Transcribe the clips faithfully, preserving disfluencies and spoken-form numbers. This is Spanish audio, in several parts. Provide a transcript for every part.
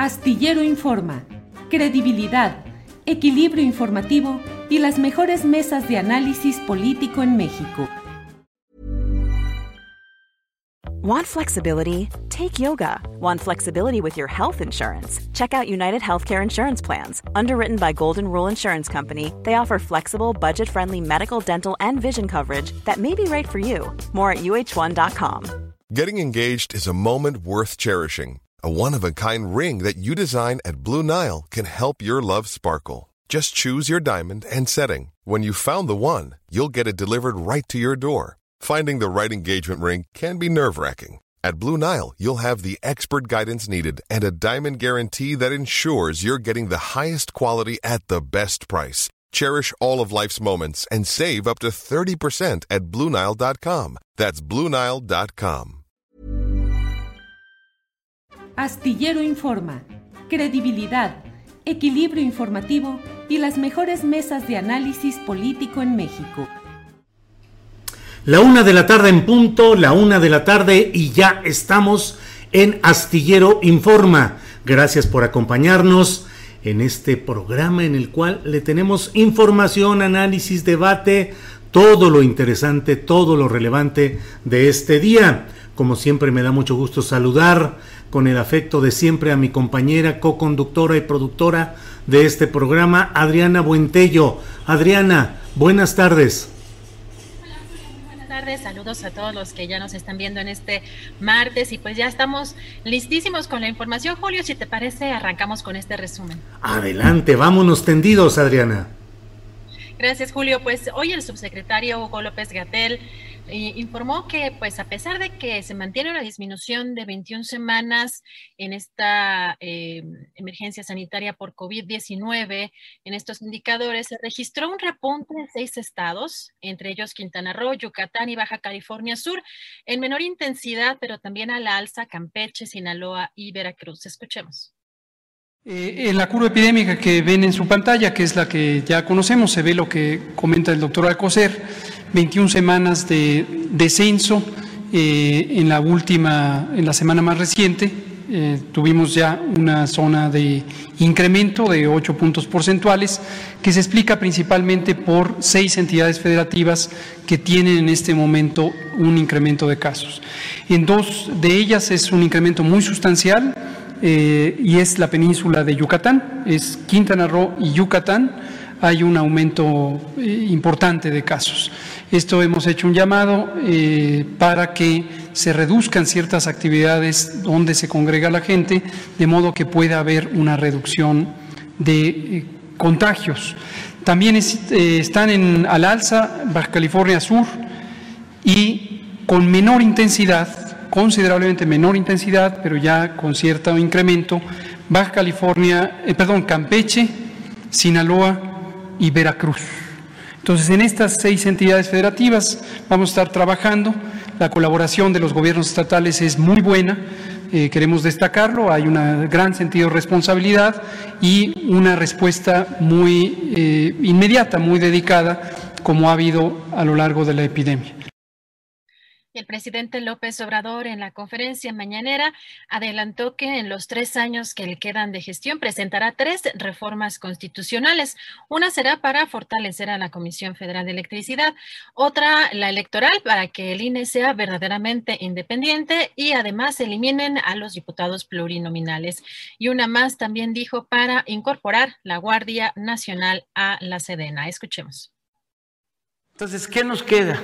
Astillero Informa, credibilidad, equilibrio informativo y las mejores mesas de análisis político en México. Want flexibility? Take yoga. Want flexibility with your health insurance? Check out United Healthcare Insurance Plans. Underwritten by Golden Rule Insurance Company, they offer flexible, budget-friendly medical, dental, and vision coverage that may be right for you. More at U H one dot com. Getting engaged is a moment worth cherishing. A one-of-a-kind ring that you design at Blue Nile can help your love sparkle. Just choose your diamond and setting. When you've found the one, you'll get it delivered right to your door. Finding the right engagement ring can be nerve-wracking. At Blue Nile, you'll have the expert guidance needed and a diamond guarantee that ensures you're getting the highest quality at the best price. Cherish all of life's moments and save up to thirty percent at Blue Nile dot com. That's Blue Nile dot com. Astillero Informa, credibilidad, equilibrio informativo y las mejores mesas de análisis político en México. La una de la tarde en punto, la una de la tarde y ya estamos en Astillero Informa. Gracias por acompañarnos en este programa en el cual le tenemos información, análisis, debate, todo lo interesante, todo lo relevante de este día. Como siempre me da mucho gusto saludar con el afecto de siempre a mi compañera, co-conductora y productora de este programa, Adriana Buentello. Adriana, buenas tardes. Buenas tardes, saludos a todos los que ya nos están viendo en este martes y pues ya estamos listísimos con la información. Julio, si te parece, arrancamos con este resumen. Adelante, vámonos tendidos, Adriana. Gracias, Julio. Pues hoy el subsecretario Hugo López-Gatell eh, informó que, pues, a pesar de que se mantiene una disminución de veintiuna semanas en esta eh, emergencia sanitaria por COVID diecinueve, en estos indicadores se registró un repunte en seis estados, entre ellos Quintana Roo, Yucatán y Baja California Sur, en menor intensidad, pero también a la alza Campeche, Sinaloa y Veracruz. Escuchemos. Eh, en la curva epidémica que ven en su pantalla, que es la que ya conocemos, se ve lo que comenta el doctor Alcocer, veintiuna semanas de descenso eh, en la última, en la semana más reciente, eh, tuvimos ya una zona de incremento de ocho puntos porcentuales, que se explica principalmente por seis entidades federativas que tienen en este momento un incremento de casos. En dos de ellas es un incremento muy sustancial, Eh, y es la península de Yucatán, es Quintana Roo y Yucatán, hay un aumento eh, importante de casos. Esto hemos hecho un llamado eh, para que se reduzcan ciertas actividades donde se congrega la gente, de modo que pueda haber una reducción de eh, contagios. También es, eh, están en, al alza Baja California Sur y con menor intensidad, considerablemente menor intensidad, pero ya con cierto incremento, Baja California, eh, perdón, Campeche, Sinaloa y Veracruz. Entonces, en estas seis entidades federativas vamos a estar trabajando. La colaboración de los gobiernos estatales es muy buena, eh, queremos destacarlo, hay un gran sentido de responsabilidad y una respuesta muy eh, inmediata, muy dedicada, como ha habido a lo largo de la epidemia. El presidente López Obrador en la conferencia mañanera adelantó que en los tres años que le quedan de gestión presentará tres reformas constitucionales. Una será para fortalecer a la Comisión Federal de Electricidad, otra la electoral para que el I N E sea verdaderamente independiente y además eliminen a los diputados plurinominales. Y una más también dijo para incorporar la Guardia Nacional a la Sedena. Escuchemos. Entonces, ¿qué nos queda?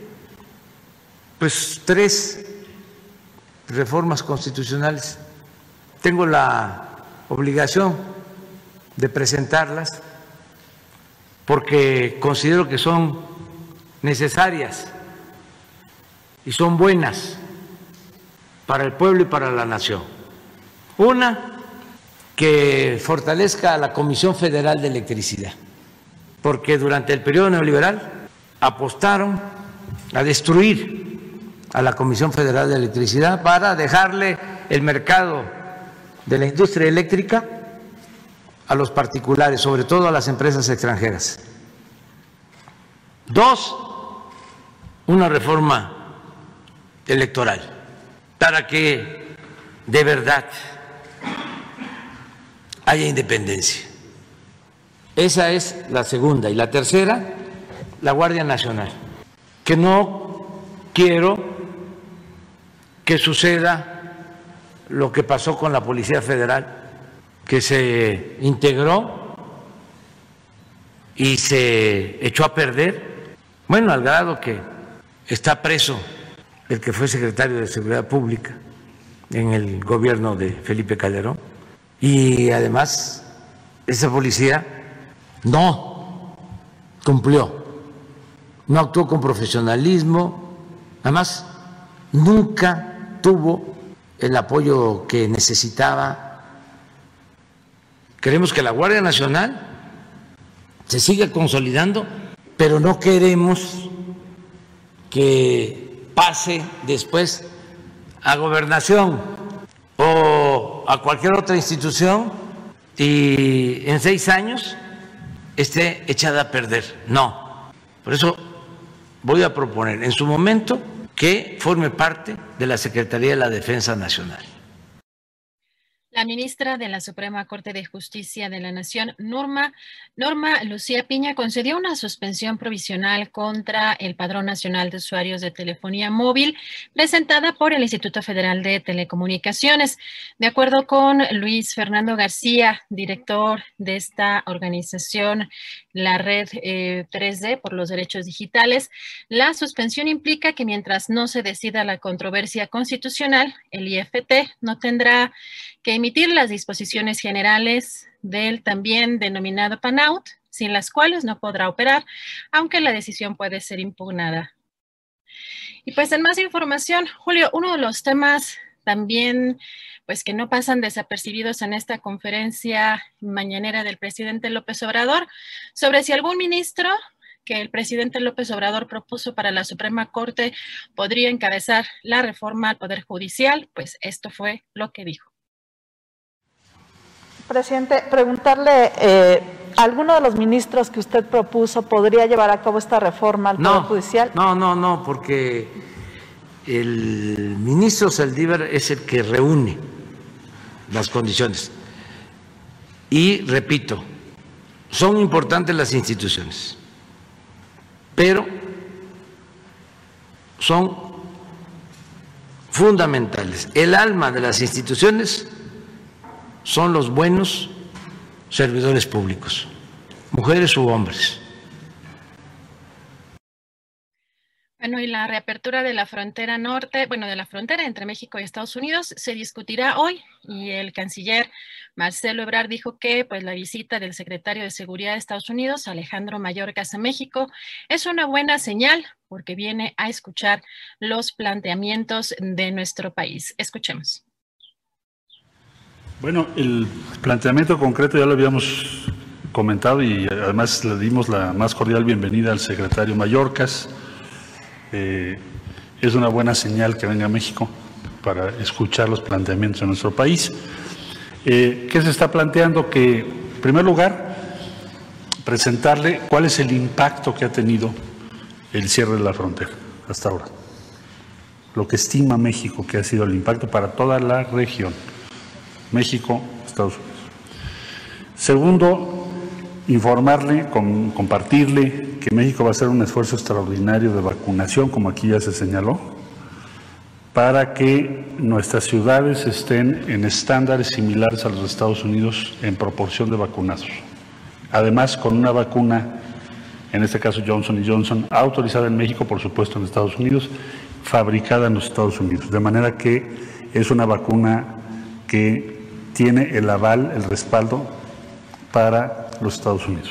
Pues tres reformas constitucionales. Tengo la obligación de presentarlas porque considero que son necesarias y son buenas para el pueblo y para la nación. Una, que fortalezca a la Comisión Federal de Electricidad, porque durante el periodo neoliberal apostaron a destruir a la Comisión Federal de Electricidad para dejarle el mercado de la industria eléctrica a los particulares, sobre todo a las empresas extranjeras. Dos, una reforma electoral para que de verdad haya independencia. Esa es la segunda. Y la tercera, la Guardia Nacional, que no quiero que suceda lo que pasó con la Policía Federal, que se integró y se echó a perder, bueno, al grado que está preso el que fue secretario de Seguridad Pública en el gobierno de Felipe Calderón. Y además, esa policía no cumplió, no actuó con profesionalismo, además nunca tuvo el apoyo que necesitaba. Queremos que la Guardia Nacional se siga consolidando, pero no queremos que pase después a Gobernación o a cualquier otra institución y en seis años esté echada a perder. No. Por eso voy a proponer en su momento que forme parte de la Secretaría de la Defensa Nacional. La ministra de la Suprema Corte de Justicia de la Nación, Norma, Norma Lucía Piña, concedió una suspensión provisional contra el Padrón Nacional de Usuarios de Telefonía Móvil presentada por el Instituto Federal de Telecomunicaciones. De acuerdo con Luis Fernando García, director de esta organización, la Red eh, tres D por los Derechos Digitales, la suspensión implica que mientras no se decida la controversia constitucional, el I F T no tendrá que emitir las disposiciones generales del también denominado PANAUT, sin las cuales no podrá operar, aunque la decisión puede ser impugnada. Y pues en más información, Julio, uno de los temas también pues que no pasan desapercibidos en esta conferencia mañanera del presidente López Obrador, sobre si algún ministro que el presidente López Obrador propuso para la Suprema Corte podría encabezar la reforma al Poder Judicial, pues esto fue lo que dijo. Presidente, preguntarle, eh, ¿alguno de los ministros que usted propuso podría llevar a cabo esta reforma al no, Poder Judicial? No, no, no, porque el ministro Saldívar es el que reúne las condiciones. Y repito, son importantes las instituciones, pero son fundamentales. El alma de las instituciones son los buenos servidores públicos, mujeres u hombres. Bueno, y la reapertura de la frontera norte, bueno, de la frontera entre México y Estados Unidos se discutirá hoy, y el canciller Marcelo Ebrard dijo que pues la visita del secretario de Seguridad de Estados Unidos, Alejandro Mayorkas, a México es una buena señal porque viene a escuchar los planteamientos de nuestro país. Escuchemos. Bueno, el planteamiento concreto ya lo habíamos comentado y además le dimos la más cordial bienvenida al secretario Mayorkas. Eh, es una buena señal que venga a México para escuchar los planteamientos de nuestro país. Eh, ¿Qué se está planteando? Que, en primer lugar, presentarle cuál es el impacto que ha tenido el cierre de la frontera hasta ahora. Lo que estima México que ha sido el impacto para toda la región. México, Estados Unidos. Segundo, informarle, con, compartirle que México va a hacer un esfuerzo extraordinario de vacunación, como aquí ya se señaló, para que nuestras ciudades estén en estándares similares a los de Estados Unidos en proporción de vacunados. Además, con una vacuna, en este caso Johnson y Johnson, autorizada en México, por supuesto en Estados Unidos, fabricada en los Estados Unidos. De manera que es una vacuna que tiene el aval, el respaldo para los Estados Unidos.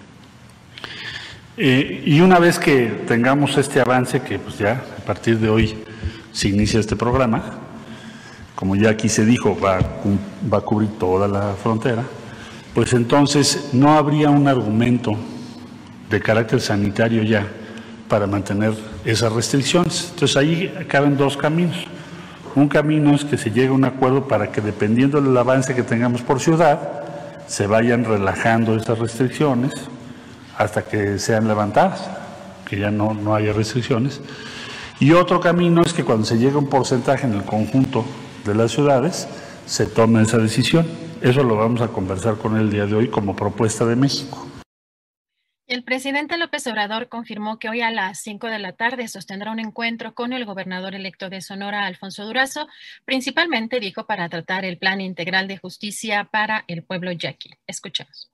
Eh, y una vez que tengamos este avance, que pues ya a partir de hoy se inicia este programa, como ya aquí se dijo, va a, va a cubrir toda la frontera, pues entonces no habría un argumento de carácter sanitario ya para mantener esas restricciones. Entonces ahí caben dos caminos. Un camino es que se llegue a un acuerdo para que, dependiendo del avance que tengamos por ciudad, se vayan relajando esas restricciones hasta que sean levantadas, que ya no, no haya restricciones. Y otro camino es que cuando se llegue a un porcentaje en el conjunto de las ciudades, se tome esa decisión. eso lo vamos a conversar con él el día de hoy como propuesta de México. El presidente López Obrador confirmó que hoy a las cinco de la tarde sostendrá un encuentro con el gobernador electo de Sonora, Alfonso Durazo, principalmente, dijo, para tratar el plan integral de justicia para el pueblo yaqui. Escuchemos.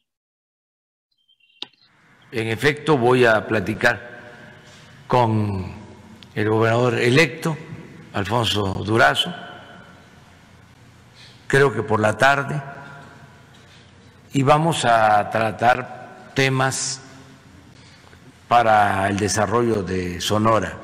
En efecto, voy a platicar con el gobernador electo, Alfonso Durazo, creo que por la tarde, y vamos a tratar temas para el desarrollo de Sonora.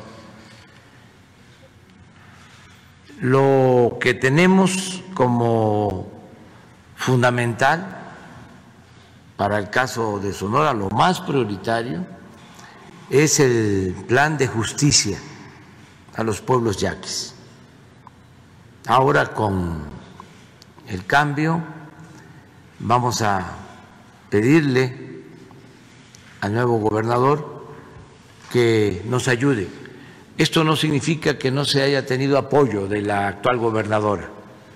Lo que tenemos como fundamental para el caso de Sonora, lo más prioritario, es el plan de justicia a los pueblos yaquis. Ahora, con el cambio, vamos a pedirle al nuevo gobernador que nos ayude. Esto no significa que no se haya tenido apoyo de la actual gobernadora,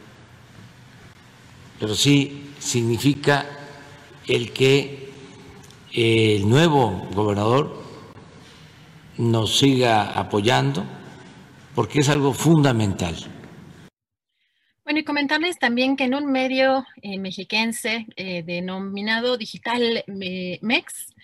pero sí significa el que el nuevo gobernador nos siga apoyando, porque es algo fundamental. Bueno, y comentarles también que en un medio eh, mexiquense eh, denominado Digital eh, Mex,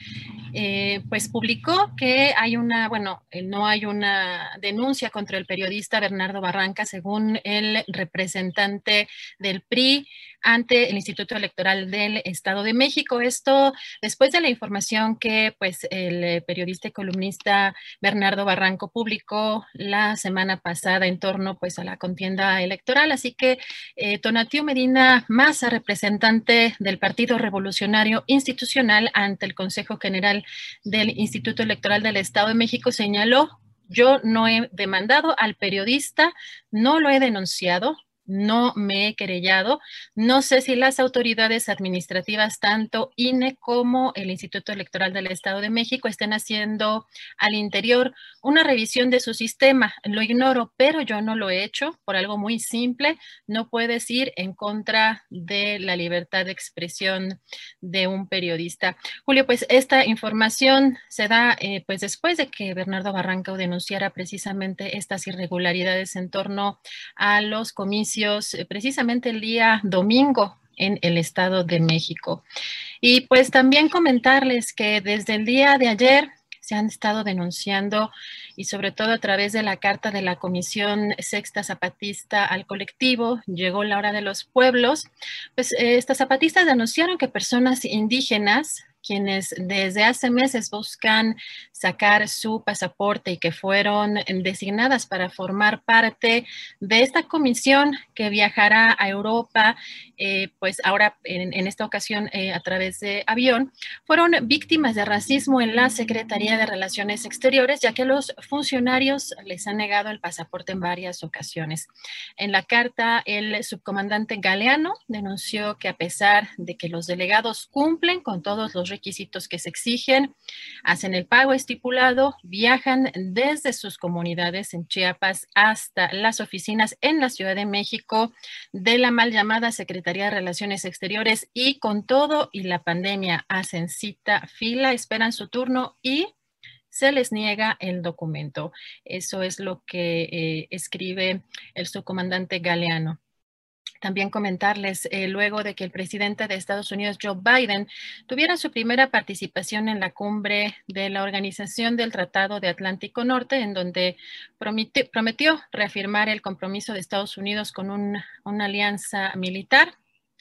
eh, pues publicó que hay una, bueno, eh, no hay una denuncia contra el periodista Bernardo Barranca, según el representante del P R I ante el Instituto Electoral del Estado de México. Esto después de la información que pues el periodista y columnista Bernardo Barranco publicó la semana pasada en torno pues a la contienda electoral. Así que eh, Tonatiuh Medina Maza, representante del Partido Revolucionario Institucional ante el Consejo General del Instituto Electoral del Estado de México, señaló: yo no he demandado al periodista, no lo he denunciado, no me he querellado. No sé si las autoridades administrativas, tanto I N E como el Instituto Electoral del Estado de México, estén haciendo al interior una revisión de su sistema. Lo ignoro, pero yo no lo he hecho por algo muy simple. No puedes ir en contra de la libertad de expresión de un periodista. Julio, pues esta información se da eh, pues después de que Bernardo Barranca denunciara precisamente estas irregularidades en torno a los comicios precisamente el día domingo en el Estado de México. Y pues también comentarles que desde el día de ayer se han estado denunciando, y sobre todo a través de la carta de la Comisión Sexta Zapatista al colectivo Llegó la Hora de los Pueblos, pues eh, estas zapatistas denunciaron que personas indígenas, quienes desde hace meses buscan sacar su pasaporte y que fueron designadas para formar parte de esta comisión que viajará a Europa, eh, pues ahora en, en esta ocasión eh, a través de avión, fueron víctimas de racismo en la Secretaría de Relaciones Exteriores, ya que los funcionarios les han negado el pasaporte en varias ocasiones. En la carta, el subcomandante Galeano denunció que a pesar de que los delegados cumplen con todos los requisitos que se exigen, hacen el pago estipulado, viajan desde sus comunidades en Chiapas hasta las oficinas en la Ciudad de México de la mal llamada Secretaría de Relaciones Exteriores, y con todo y la pandemia hacen cita, fila, esperan su turno y se les niega el documento. Eso es lo que eh, escribe el subcomandante Galeano. También comentarles, eh, luego de que el presidente de Estados Unidos, Joe Biden, tuviera su primera participación en la cumbre de la Organización del Tratado de Atlántico Norte, en donde prometió, prometió reafirmar el compromiso de Estados Unidos con un, una alianza militar,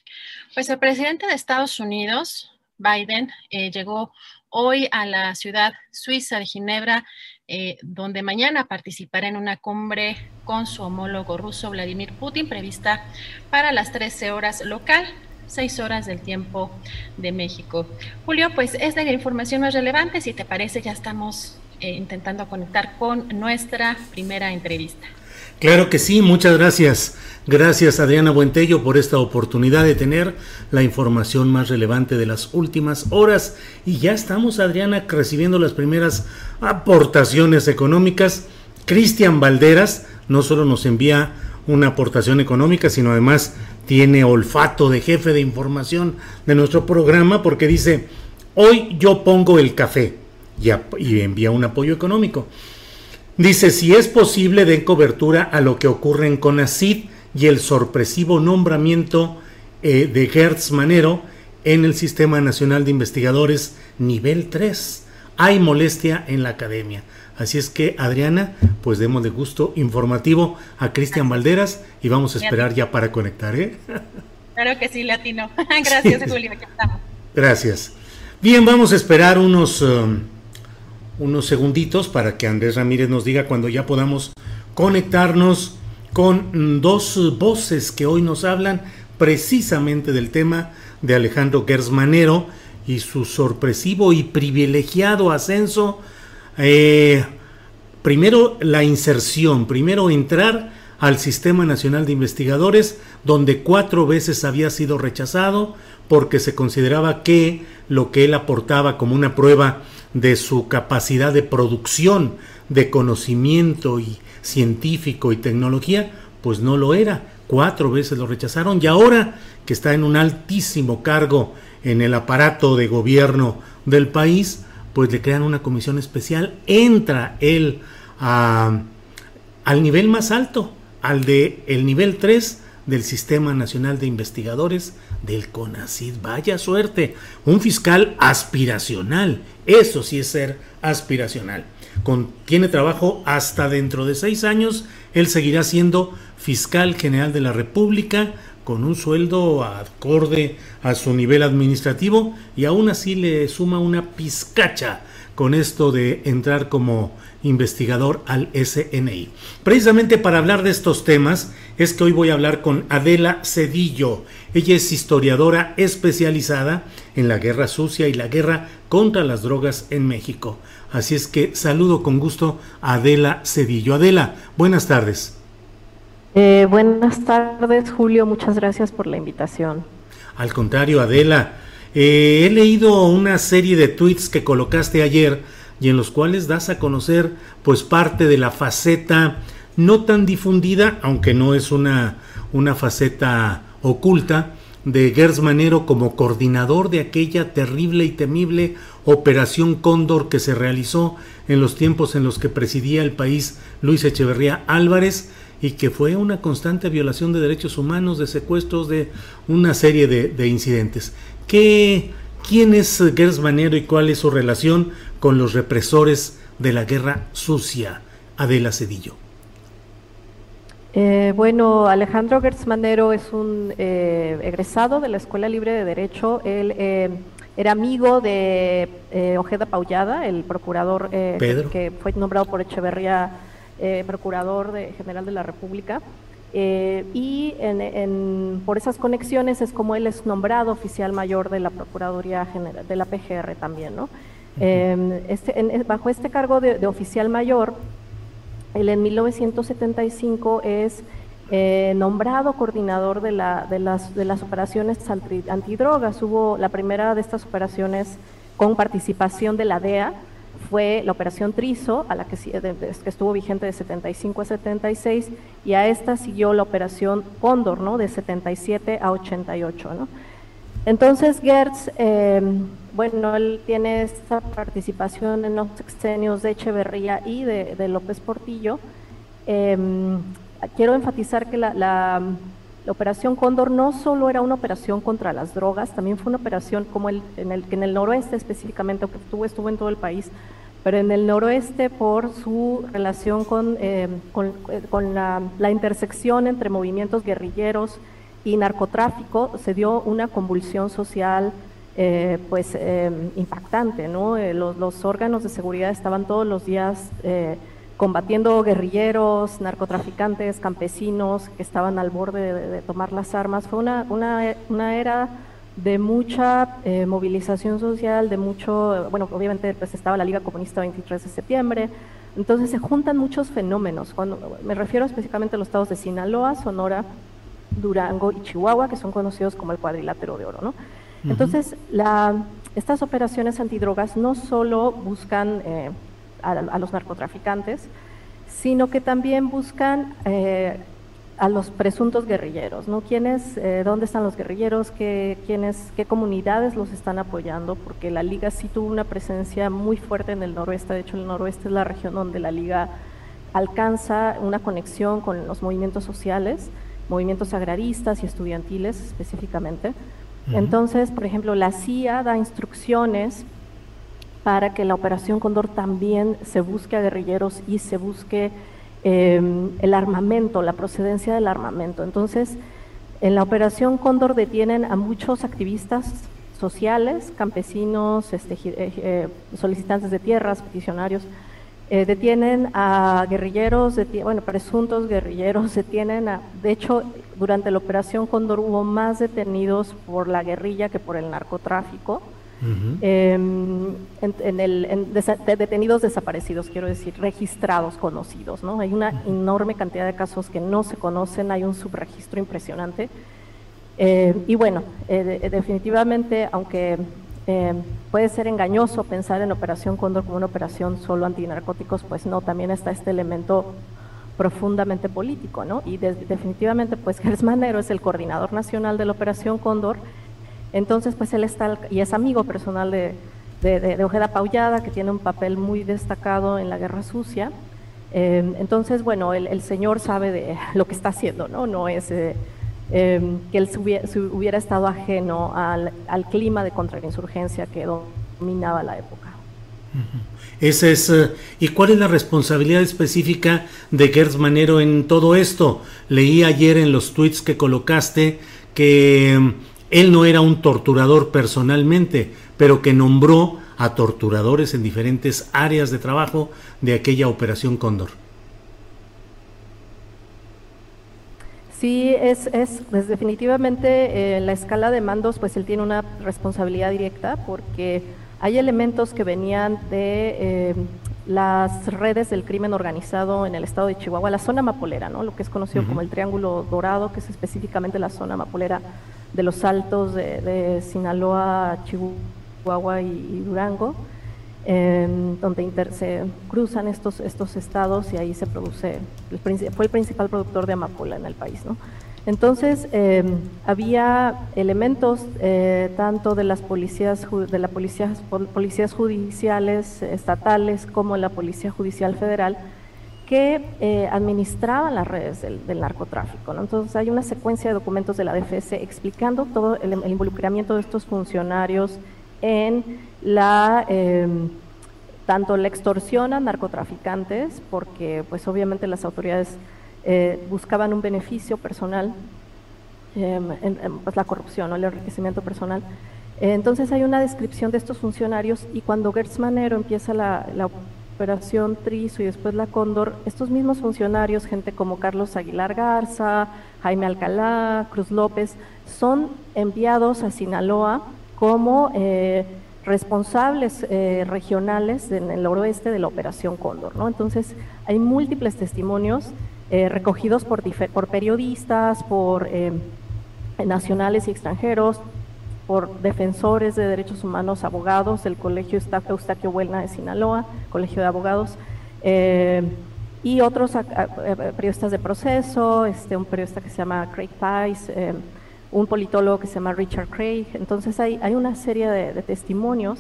pues el presidente de Estados Unidos, Biden, eh, llegó hoy a la ciudad suiza de Ginebra, eh, donde mañana participará en una cumbre con su homólogo ruso Vladimir Putin, prevista para las trece horas local, seis horas del tiempo de México. Julio, pues esta es la información más relevante. Si te parece, ya estamos eh, intentando conectar con nuestra primera entrevista. Claro que sí, muchas gracias. Gracias, Adriana Buentello, por esta oportunidad de tener la información más relevante de las últimas horas. Y ya estamos, Adriana, recibiendo las primeras aportaciones económicas. Cristian Valderas no solo nos envía una aportación económica, sino además tiene olfato de jefe de información de nuestro programa, porque dice, hoy yo pongo el café, y, a, y envía un apoyo económico. Dice, si es posible, den cobertura a lo que ocurre en CONACYT y el sorpresivo nombramiento eh, de Gertz Manero en el Sistema Nacional de Investigadores nivel tres. Hay molestia en la academia. Así es que, Adriana, pues demos de gusto informativo a Cristian Valderas y vamos a esperar ya para conectar, ¿eh? Claro que sí, latino. Gracias, sí. Julio, ya estamos. Gracias. Bien, vamos a esperar unos, um, unos segunditos para que Andrés Ramírez nos diga cuando ya podamos conectarnos con dos voces que hoy nos hablan precisamente del tema de Alejandro Gertz Manero y su sorpresivo y privilegiado ascenso. Eh, primero la inserción, primero entrar al Sistema Nacional de Investigadores, donde cuatro veces había sido rechazado porque se consideraba que lo que él aportaba como una prueba de su capacidad de producción, de conocimiento y científico y tecnología, pues no lo era. Cuatro veces lo rechazaron y ahora que está en un altísimo cargo en el aparato de gobierno del país, pues le crean una comisión especial, entra él a, al nivel más alto, al de el nivel tres del Sistema Nacional de Investigadores del CONACYT. Vaya suerte, un fiscal aspiracional, eso sí es ser aspiracional. Con, tiene trabajo hasta dentro de seis años, él seguirá siendo fiscal general de la República, con un sueldo acorde a su nivel administrativo, y aún así le suma una pizcacha con esto de entrar como investigador al S N I. Precisamente para hablar de estos temas es que hoy voy a hablar con Adela Cedillo. Ella es historiadora especializada en la guerra sucia y la guerra contra las drogas en México. Así es que saludo con gusto a Adela Cedillo. Adela, buenas tardes. Eh, buenas tardes, Julio, muchas gracias por la invitación. Al contrario, Adela, eh, he leído una serie de tweets que colocaste ayer y en los cuales das a conocer pues parte de la faceta no tan difundida, aunque no es una, una faceta oculta, de Gertz Manero como coordinador de aquella terrible y temible Operación Cóndor que se realizó en los tiempos en los que presidía el país Luis Echeverría Álvarez, y que fue una constante violación de derechos humanos, de secuestros, de una serie de, de incidentes. ¿Qué, ¿Quién es Gertz Manero y cuál es su relación con los represores de la guerra sucia? Adela Cedillo. Eh, bueno, Alejandro Gertz Manero es un eh, egresado de la Escuela Libre de Derecho. Él eh, era amigo de eh, Ojeda Paullada, el procurador eh, que fue nombrado por Echeverría Eh, procurador de, general de la República, eh, y en, en, por esas conexiones es como él es nombrado oficial mayor de la Procuraduría General, de la P G R también, ¿no? Uh-huh. eh, este, en, bajo este cargo de, de oficial mayor, él en mil novecientos setenta y cinco es eh, nombrado coordinador de, la, de, las, de las operaciones antidrogas. Hubo la primera de estas operaciones con participación de la D E A, fue la operación Trizo, a la que, que estuvo vigente de setenta y cinco a setenta y seis, y a esta siguió la operación Cóndor, ¿no?, de setenta y siete a ochenta y ocho, ¿no? Entonces Gertz, eh, bueno, él tiene esta participación en los sexenios de Echeverría y de, de López Portillo. Eh, quiero enfatizar que la, la, la operación Cóndor no solo era una operación contra las drogas, también fue una operación como el, en, el, en el noroeste específicamente, aunque estuvo, estuvo en todo el país, pero en el noroeste por su relación con, eh, con, con la, la intersección entre movimientos guerrilleros y narcotráfico, se dio una convulsión social eh, pues eh, impactante, ¿no? Eh, los, los órganos de seguridad estaban todos los días eh, combatiendo guerrilleros, narcotraficantes, campesinos que estaban al borde de, de tomar las armas. Fue una, una, una era de mucha eh, movilización social, de mucho, bueno, obviamente pues estaba la Liga Comunista veintitrés de septiembre, entonces se juntan muchos fenómenos. Cuando me refiero específicamente a los estados de Sinaloa, Sonora, Durango y Chihuahua, que son conocidos como el cuadrilátero de oro, ¿no? Uh-huh. Entonces, la, estas operaciones antidrogas no solo buscan eh, a, a los narcotraficantes, sino que también buscan eh, a los presuntos guerrilleros, ¿no? ¿Quiénes, eh, dónde están los guerrilleros? ¿Qué, quiénes, qué comunidades los están apoyando? Porque la Liga sí tuvo una presencia muy fuerte en el noroeste. De hecho, el noroeste es la región donde la Liga alcanza una conexión con los movimientos sociales, movimientos agraristas y estudiantiles específicamente. Uh-huh. Entonces, por ejemplo, la C I A da instrucciones para que la Operación Cóndor también se busque a guerrilleros y se busque Eh, el armamento, la procedencia del armamento. Entonces, en la Operación Cóndor detienen a muchos activistas sociales, campesinos, este, eh, eh, solicitantes de tierras, peticionarios, eh, detienen a guerrilleros, detienen, bueno, presuntos guerrilleros, detienen a, de hecho, durante la Operación Cóndor hubo más detenidos por la guerrilla que por el narcotráfico. Uh-huh. eh, en, en el, en desa, de detenidos desaparecidos, quiero decir, registrados, conocidos, ¿no? Hay una uh-huh. enorme cantidad de casos que no se conocen, hay un subregistro impresionante. Eh, y bueno, eh, de, definitivamente, aunque eh, puede ser engañoso pensar en Operación Cóndor como una operación solo antinarcóticos, pues no, también está este elemento profundamente político, ¿no? Y de, definitivamente, pues Gers Manero es el coordinador nacional de la Operación Cóndor. Entonces, pues él está, y es amigo personal de, de, de, de Ojeda Paullada, que tiene un papel muy destacado en la Guerra Sucia. Eh, entonces, bueno, el, el señor sabe de lo que está haciendo, ¿no? No es eh, eh, que él se hubiera, se hubiera estado ajeno al, al clima de contrainsurgencia que dominaba la época. Ese es, uh, ¿y cuál es la responsabilidad específica de Gers Manero en todo esto? Leí ayer en los tweets que colocaste que um, él no era un torturador personalmente, pero que nombró a torturadores en diferentes áreas de trabajo de aquella Operación Cóndor. Sí, es, es pues definitivamente eh, la escala de mandos, pues él tiene una responsabilidad directa, porque hay elementos que venían de eh, las redes del crimen organizado en el estado de Chihuahua, la zona amapolera, ¿no? Lo que es conocido uh-huh. como el Triángulo Dorado, que es específicamente la zona amapolera de los Altos de, de Sinaloa, Chihuahua y, y Durango, eh, donde inter, se cruzan estos, estos estados y ahí se produce, el, fue el principal productor de amapola en el país, ¿no? Entonces, eh, había elementos eh, tanto de las policías, de la policía, policías judiciales estatales como la Policía Judicial Federal, que eh, administraban las redes del, del narcotráfico, ¿no? Entonces hay una secuencia de documentos de la D F S explicando todo el, el involucramiento de estos funcionarios en la eh, tanto la extorsión a narcotraficantes, porque pues obviamente las autoridades eh, buscaban un beneficio personal, eh, en, en, pues la corrupción, ¿no? El enriquecimiento personal. Eh, entonces hay una descripción de estos funcionarios, y cuando Gers Manero empieza la, la Operación Trizo y después la Cóndor, estos mismos funcionarios, gente como Carlos Aguilar Garza, Jaime Alcalá, Cruz López, son enviados a Sinaloa como eh, responsables eh, regionales en el noroeste de la Operación Cóndor, ¿no? Entonces hay múltiples testimonios eh, recogidos por, por periodistas, por eh, nacionales y extranjeros, por defensores de derechos humanos, abogados del Colegio Eustaquio Buelna de Sinaloa, Colegio de Abogados, eh, y otros a, a, a, periodistas de proceso, este, un periodista que se llama Craig Pice, eh, un politólogo que se llama Richard Craig. Entonces hay, hay una serie de, de testimonios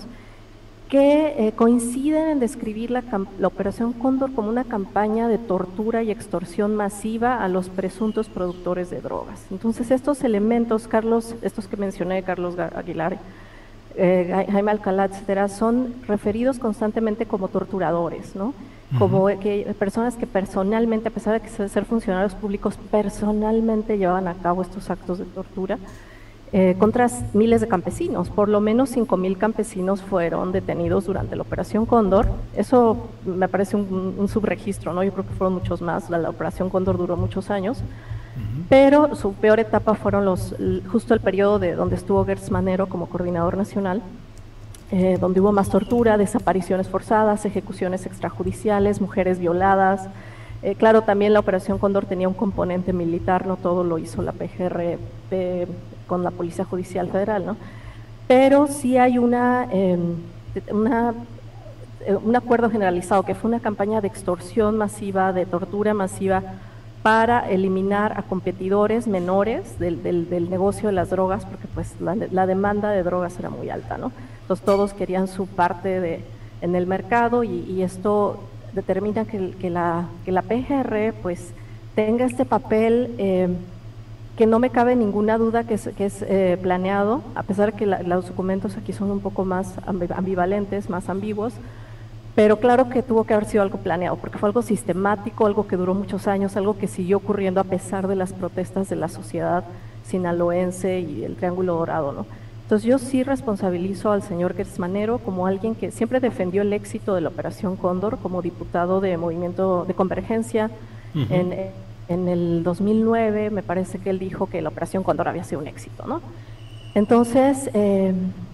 que eh, coinciden en describir la, la Operación Cóndor como una campaña de tortura y extorsión masiva a los presuntos productores de drogas. Entonces estos elementos, Carlos, estos que mencioné, Carlos Aguilar, eh, Jaime Alcalá, etcétera, son referidos constantemente como torturadores, ¿no? Como uh-huh. que personas que personalmente, a pesar de que ser funcionarios públicos, personalmente llevaban a cabo estos actos de tortura. Eh, contra miles de campesinos, por lo menos cinco mil campesinos fueron detenidos durante la Operación Cóndor. Eso me parece un, un subregistro, ¿no? Yo creo que fueron muchos más. La, la Operación Cóndor duró muchos años, uh-huh. pero su peor etapa fueron los, justo el periodo de donde estuvo Gers Manero como coordinador nacional, eh, donde hubo más tortura, desapariciones forzadas, ejecuciones extrajudiciales, mujeres violadas. Eh, claro, también la Operación Cóndor tenía un componente militar, no todo lo hizo la P G R P con la Policía Judicial Federal, ¿no? Pero sí hay una, eh, una, eh, un acuerdo generalizado, que fue una campaña de extorsión masiva, de tortura masiva, para eliminar a competidores menores del, del, del negocio de las drogas, porque pues la, la demanda de drogas era muy alta, ¿no? Entonces todos querían su parte de, en el mercado y, y esto determina que, que, la, que la P G R pues tenga este papel eh, que no me cabe ninguna duda que es, que es eh, planeado, a pesar de que la, los documentos aquí son un poco más ambivalentes, más ambiguos, pero claro que tuvo que haber sido algo planeado, porque fue algo sistemático, algo que duró muchos años, algo que siguió ocurriendo a pesar de las protestas de la sociedad sinaloense y el Triángulo Dorado, ¿no? Entonces yo sí responsabilizo al señor Gertz Manero como alguien que siempre defendió el éxito de la Operación Cóndor, como diputado de Movimiento de Convergencia. Uh-huh. en, en el dos mil nueve me parece que él dijo que la Operación Cóndor había sido un éxito, ¿no? Entonces, eh,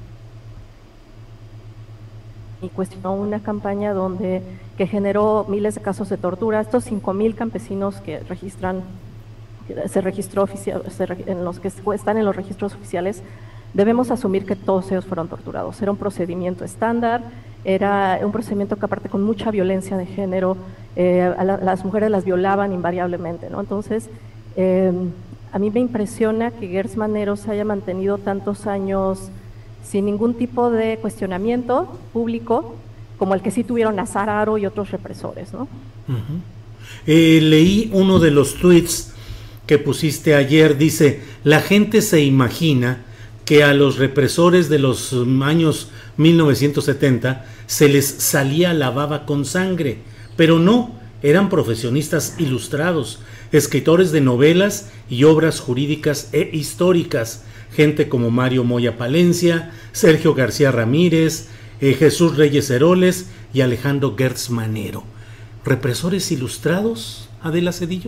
y cuestionó una campaña donde, que generó miles de casos de tortura. Estos cinco mil campesinos que registran, que se registró oficial, se, en los que están en los registros oficiales, debemos asumir que todos ellos fueron torturados. Era un procedimiento estándar, era un procedimiento que aparte con mucha violencia de género, eh, a la, las mujeres las violaban invariablemente, ¿no? Entonces, eh, a mí me impresiona que Gertz Manero se haya mantenido tantos años sin ningún tipo de cuestionamiento público, como el que sí tuvieron Nazar Haro y otros represores, ¿no? Uh-huh. eh, leí uno de los tweets que pusiste ayer, dice, la gente se imagina que a los represores de los años mil novecientos setenta se les salía la baba con sangre, pero no, eran profesionistas ilustrados, escritores de novelas y obras jurídicas e históricas, gente como Mario Moya Palencia, Sergio García Ramírez, eh, Jesús Reyes Heroles y Alejandro Gertz Manero. ¿Represores ilustrados, Adela Cedillo?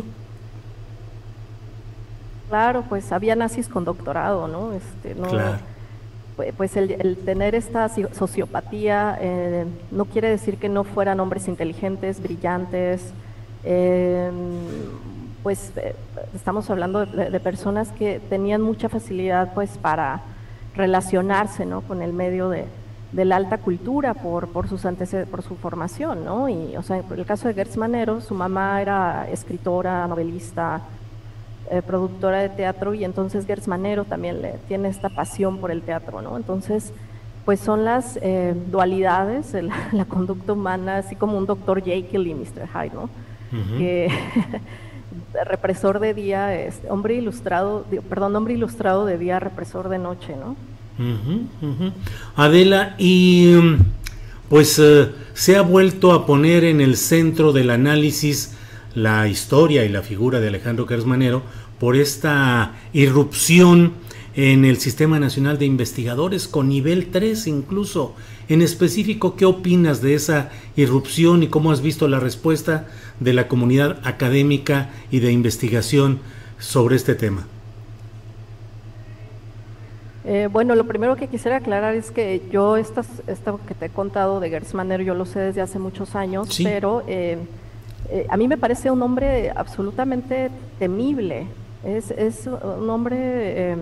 Claro, pues había nazis con doctorado, ¿no? Este, no claro. Pues el, el tener esta sociopatía eh, no quiere decir que no fueran hombres inteligentes, brillantes, eh, pues eh, estamos hablando de, de personas que tenían mucha facilidad pues para relacionarse, ¿no? Con el medio de, de la alta cultura por, por, sus anteced- por su formación, ¿no? Y, o sea, en el caso de Gertz Manero, su mamá era escritora, novelista, Eh, productora de teatro, y entonces Gertz Manero también le, tiene esta pasión por el teatro, ¿no? Entonces, pues son las eh, dualidades de la, la conducta humana, así como un doctor Jekyll y mister Hyde, ¿no? Uh-huh. Que represor de día, es hombre ilustrado, de, perdón, hombre ilustrado de día, represor de noche, ¿no? Uh-huh, uh-huh. Adela, y pues uh, se ha vuelto a poner en el centro del análisis la historia y la figura de Alejandro Gertz Manero por esta irrupción en el Sistema Nacional de Investigadores con nivel tres incluso. En específico, ¿qué opinas de esa irrupción y cómo has visto la respuesta de la comunidad académica y de investigación sobre este tema? Eh, bueno, lo primero que quisiera aclarar es que yo estas, esto que te he contado de Gertz Manero, yo lo sé desde hace muchos años, sí. pero... Eh, Eh, a mí me parece un hombre absolutamente temible, es, es un hombre eh,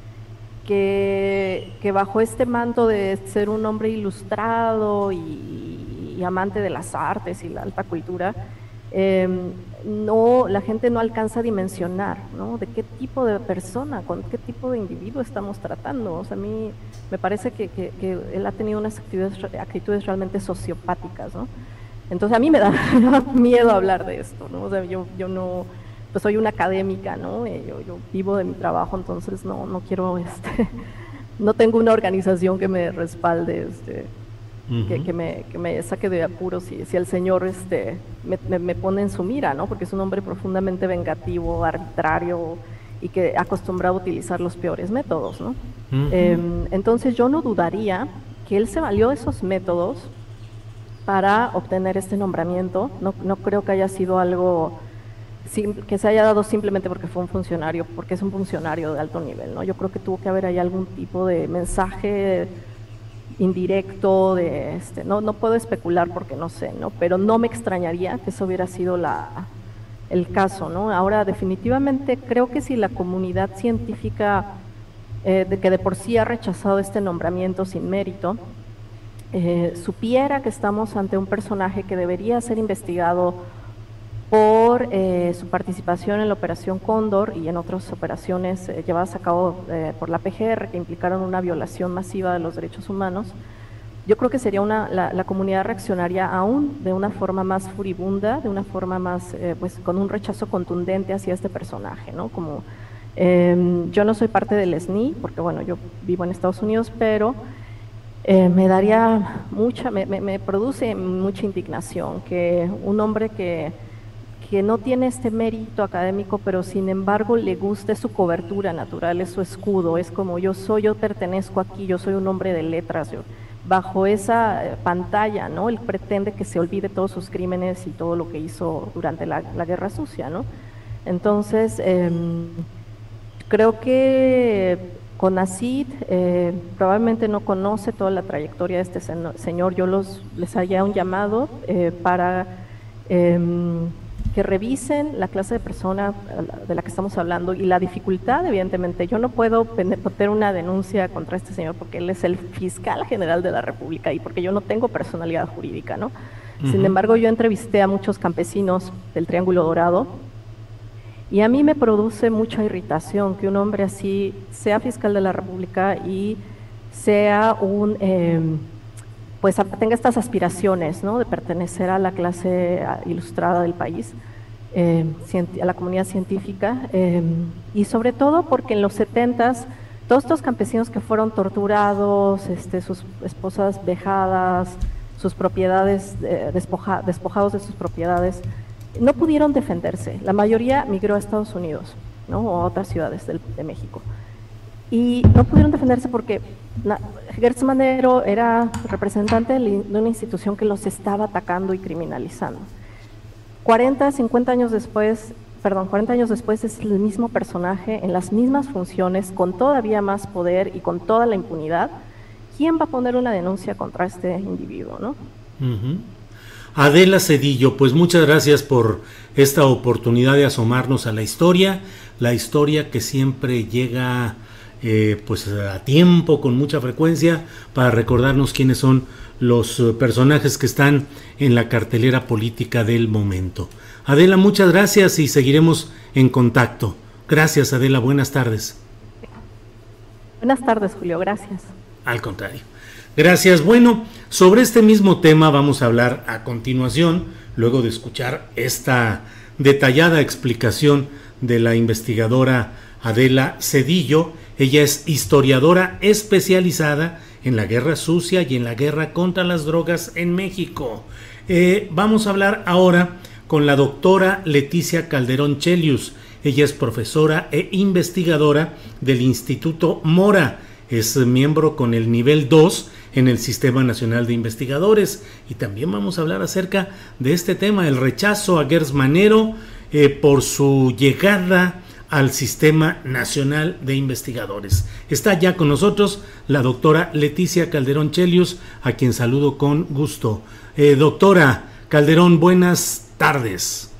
que, que bajo este manto de ser un hombre ilustrado y, y amante de las artes y la alta cultura, eh, no, la gente no alcanza a dimensionar, ¿no? De qué tipo de persona, con qué tipo de individuo estamos tratando. O sea, a mí me parece que, que, que él ha tenido unas actitudes, actitudes realmente sociopáticas, ¿no? Entonces a mí me da, me da miedo hablar de esto, ¿no? O sea, yo, yo no, pues soy una académica, ¿no? Yo, yo vivo de mi trabajo, entonces no, no quiero, este, no tengo una organización que me respalde, este, uh-huh. que, que, me, que me saque de apuros si, si el señor, este, me, me, me pone en su mira, ¿no? Porque es un hombre profundamente vengativo, arbitrario y que ha acostumbrado a utilizar los peores métodos, ¿no? Uh-huh. Eh, entonces yo no dudaría que él se valió de esos métodos para obtener este nombramiento. No, no creo que haya sido algo sim, que se haya dado simplemente porque fue un funcionario, porque es un funcionario de alto nivel, ¿no? Yo creo que tuvo que haber ahí algún tipo de mensaje indirecto, de este, no, no puedo especular porque no sé, ¿no? Pero no me extrañaría que eso hubiera sido la, el caso, ¿no? Ahora, definitivamente creo que si la comunidad científica eh, de que de por sí ha rechazado este nombramiento sin mérito, Eh, supiera que estamos ante un personaje que debería ser investigado por eh, su participación en la Operación Cóndor y en otras operaciones eh, llevadas a cabo eh, por la P G R que implicaron una violación masiva de los derechos humanos. Yo creo que sería una, la, la comunidad reaccionaría aún de una forma más furibunda, de una forma más, eh, pues con un rechazo contundente hacia este personaje, ¿no? Como, eh, yo no soy parte del S N I, porque bueno, yo vivo en Estados Unidos, pero eh, me daría mucha, me, me, me produce mucha indignación que un hombre que que no tiene este mérito académico, pero sin embargo le gusta, es su cobertura natural, es su escudo, es como yo soy, yo pertenezco aquí, yo soy un hombre de letras, yo, bajo esa eh, pantalla, ¿no? Él pretende que se olvide todos sus crímenes y todo lo que hizo durante la, la Guerra Sucia, ¿no? Entonces, eh, creo que CONACYT eh, probablemente no conoce toda la trayectoria de este señor, yo los, les haría un llamado eh, para eh, que revisen la clase de persona de la que estamos hablando y la dificultad, evidentemente. Yo no puedo poner una denuncia contra este señor porque él es el fiscal general de la República y porque yo no tengo personalidad jurídica, ¿no? Uh-huh. Sin embargo, yo entrevisté a muchos campesinos del Triángulo Dorado y a mí me produce mucha irritación que un hombre así sea fiscal de la República y sea un... Eh, pues tenga estas aspiraciones, ¿no? De pertenecer a la clase ilustrada del país, eh, a la comunidad científica, eh, y sobre todo porque en los setentas, todos estos campesinos que fueron torturados, este, sus esposas vejadas, sus propiedades, eh, despoja, despojados de sus propiedades, no pudieron defenderse. La mayoría migró a Estados Unidos, ¿no? O a otras ciudades del, de México. Y no pudieron defenderse porque Gertz Manero era representante de una institución que los estaba atacando y criminalizando. cuarenta, cincuenta años después, perdón, cuarenta años después es el mismo personaje en las mismas funciones, con todavía más poder y con toda la impunidad. ¿Quién va a poner una denuncia contra este individuo, no? Uh-huh. Adela Zedillo, pues muchas gracias por esta oportunidad de asomarnos a la historia, la historia que siempre llega... Eh, pues a tiempo, con mucha frecuencia, para recordarnos quiénes son los uh, personajes que están en la cartelera política del momento. Adela, muchas gracias y seguiremos en contacto. Gracias, Adela, buenas tardes. Buenas tardes, Julio, gracias. Al contrario. Gracias. Bueno, sobre este mismo tema vamos a hablar a continuación, luego de escuchar esta detallada explicación de la investigadora Adela Zedillo. Ella es historiadora especializada en la guerra sucia y en la guerra contra las drogas en México. Eh, vamos a hablar ahora con la doctora Leticia Calderón Chelius. Ella es profesora e investigadora del Instituto Mora. Es miembro con el nivel dos en el Sistema Nacional de Investigadores. Y también vamos a hablar acerca de este tema, el rechazo a Gertz Manero eh, por su llegada al Sistema Nacional de Investigadores. Está ya con nosotros la doctora Leticia Calderón Chelius, a quien saludo con gusto. Eh, doctora Calderón, buenas tardes.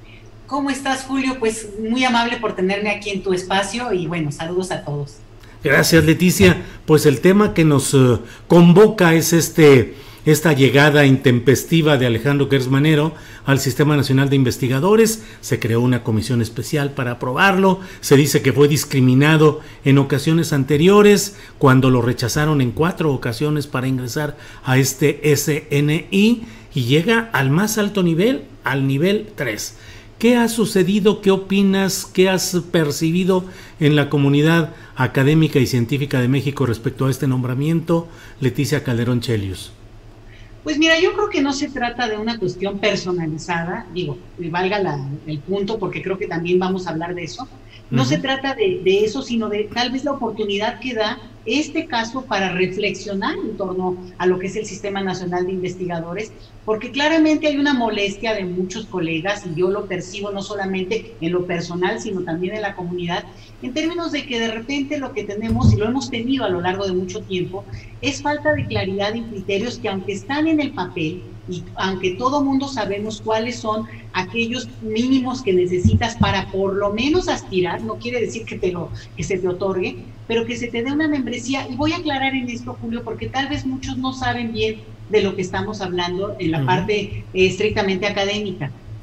¿Cómo estás, Julio? Pues muy amable por tenerme aquí en tu espacio y bueno, saludos a todos. Gracias, Leticia. Pues el tema que nos uh, convoca es este... esta llegada intempestiva de Alejandro Gertz Manero al Sistema Nacional de Investigadores. Se creó una comisión especial para aprobarlo. Se dice que fue discriminado en ocasiones anteriores, cuando lo rechazaron en cuatro ocasiones para ingresar a este S N I, y llega al más alto nivel, al nivel tres. ¿Qué ha sucedido? ¿Qué opinas? ¿Qué has percibido en la comunidad académica y científica de México respecto a este nombramiento, Leticia Calderón Chelius? Pues mira, yo creo que no se trata de una cuestión personalizada, digo, y valga la, el punto, porque creo que también vamos a hablar de eso. No uh-huh. se trata de, de eso, sino de tal vez la oportunidad que da este caso para reflexionar en torno a lo que es el Sistema Nacional de Investigadores, porque claramente hay una molestia de muchos colegas, y yo lo percibo no solamente en lo personal, sino también en la comunidad, en términos de que de repente lo que tenemos, y lo hemos tenido a lo largo de mucho tiempo, es falta de claridad en criterios que, aunque están en el papel, y aunque todo mundo sabemos cuáles son aquellos mínimos que necesitas para por lo menos aspirar, no quiere decir que, te lo, que se te otorgue, pero que se te dé una membresía. Y voy a aclarar en esto, Julio, porque tal vez muchos no saben bien de lo que estamos hablando en la uh-huh. parte eh, estrictamente académica.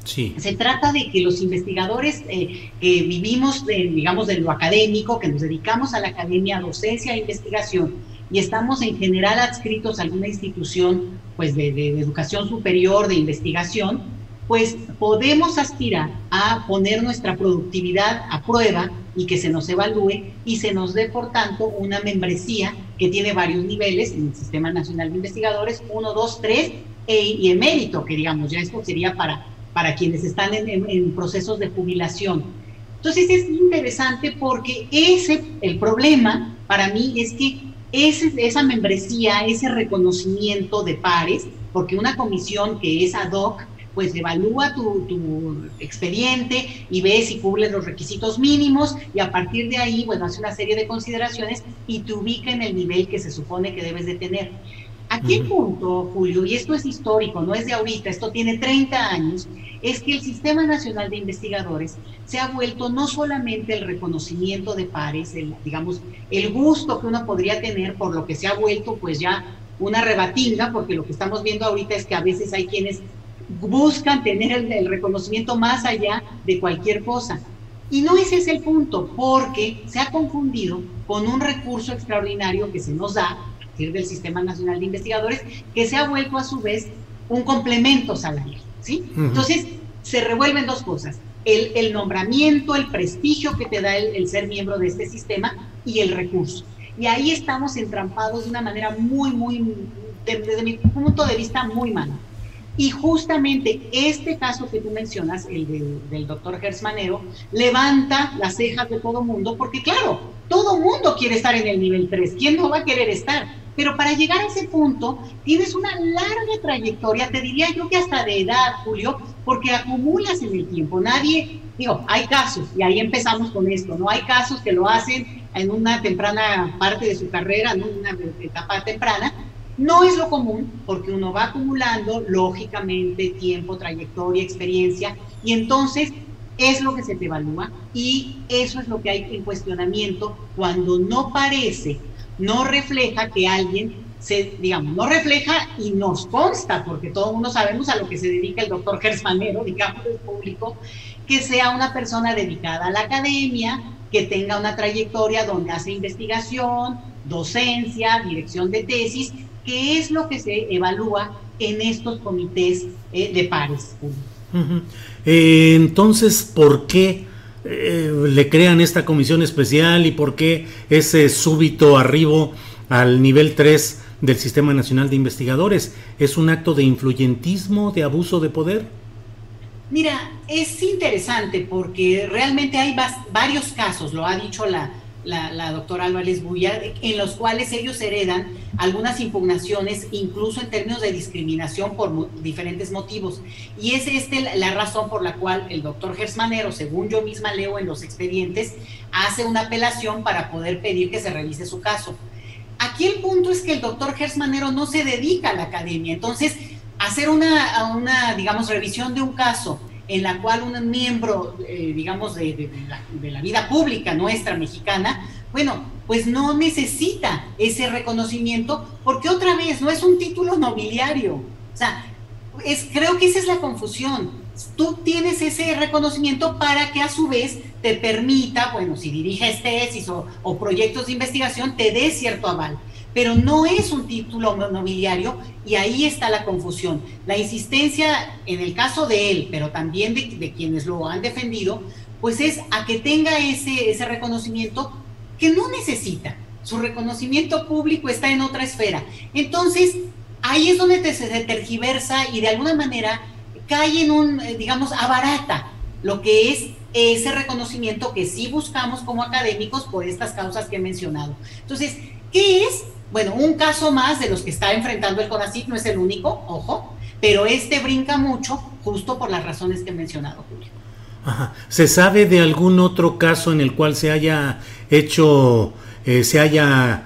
Sí. Se trata de que los investigadores eh, que vivimos, de, digamos, de lo académico, que nos dedicamos a la academia, docencia e investigación, y estamos en general adscritos a alguna institución pues, de, de, de educación superior, de investigación, pues podemos aspirar a poner nuestra productividad a prueba y que se nos evalúe y se nos dé, por tanto, una membresía que tiene varios niveles en el Sistema Nacional de Investigadores, uno, dos, tres, e, y emérito, que digamos, ya esto sería para, para quienes están en, en, en procesos de jubilación. Entonces es interesante porque ese, el problema para mí es que ese, esa membresía, ese reconocimiento de pares, porque una comisión que es ad hoc, pues evalúa tu, tu expediente y ve si cumple los requisitos mínimos y a partir de ahí, bueno, hace una serie de consideraciones y te ubica en el nivel que se supone que debes de tener. Aquí el punto, Julio, y esto es histórico, no es de ahorita, esto tiene treinta años, es que el Sistema Nacional de Investigadores se ha vuelto no solamente el reconocimiento de pares, el, digamos, el gusto que uno podría tener por lo que se ha vuelto pues ya una rebatinga, porque lo que estamos viendo ahorita es que a veces hay quienes buscan tener el, el reconocimiento más allá de cualquier cosa. Y no ese es el punto, porque se ha confundido con un recurso extraordinario que se nos da a partir del Sistema Nacional de Investigadores, que se ha vuelto a su vez un complemento salarial, ¿sí? Uh-huh. Entonces, se revuelven dos cosas, el, el nombramiento, el prestigio que te da el, el ser miembro de este sistema y el recurso. Y ahí estamos entrampados de una manera muy, muy, de, desde mi punto de vista, muy mala. Y justamente este caso que tú mencionas, el de, del doctor Gersmanero, levanta las cejas de todo mundo, porque claro, todo mundo quiere estar en el nivel tres, ¿quién no va a querer estar? Pero para llegar a ese punto, tienes una larga trayectoria, te diría yo que hasta de edad, Julio, porque acumulas en el tiempo. Nadie, digo, hay casos, y ahí empezamos con esto, ¿no? Hay casos que lo hacen en una temprana parte de su carrera, ¿no? En una etapa temprana. No es lo común, porque uno va acumulando, lógicamente, tiempo, trayectoria, experiencia, y entonces es lo que se te evalúa, y eso es lo que hay en cuestionamiento cuando no parece, no refleja que alguien, se, digamos, no refleja y nos consta, porque todo el mundo sabemos a lo que se dedica el doctor Gersmanero, digamos, el público, que sea una persona dedicada a la academia, que tenga una trayectoria donde hace investigación, docencia, dirección de tesis, que es lo que se evalúa en estos comités eh, de pares. Uh-huh. Eh, entonces, ¿por qué eh, le crean esta comisión especial y por qué ese súbito arribo al nivel tres del Sistema Nacional de Investigadores? ¿Es un acto de influyentismo, de abuso de poder? Mira, es interesante porque realmente hay varios casos, lo ha dicho la La, la doctora Álvarez Bulla, en los cuales ellos heredan algunas impugnaciones, incluso en términos de discriminación por mo- diferentes motivos. Y es esta la, la razón por la cual el doctor Gersmanero, según yo misma leo en los expedientes, hace una apelación para poder pedir que se revise su caso. Aquí el punto es que el doctor Gersmanero no se dedica a la academia, entonces hacer una, una digamos, revisión de un caso en la cual un miembro, eh, digamos, de, de, de, la, de la vida pública nuestra, mexicana, bueno, pues no necesita ese reconocimiento, porque otra vez, no es un título nobiliario. O sea, es, creo que esa es la confusión. Tú tienes ese reconocimiento para que a su vez te permita, bueno, si diriges tesis o, o proyectos de investigación, te dé cierto aval. Pero no es un título nobiliario y ahí está la confusión. La insistencia en el caso de él, pero también de, de quienes lo han defendido, pues es a que tenga ese, ese reconocimiento que no necesita. Su reconocimiento público está en otra esfera. Entonces, ahí es donde te, se tergiversa y de alguna manera cae en un, digamos, abarata lo que es ese reconocimiento que sí buscamos como académicos por estas causas que he mencionado. Entonces, ¿qué es? Bueno, un caso más de los que está enfrentando el CONACYT, no es el único, ojo, pero este brinca mucho justo por las razones que he mencionado, Julio. Ajá. ¿Se sabe de algún otro caso en el cual se haya hecho, eh, se haya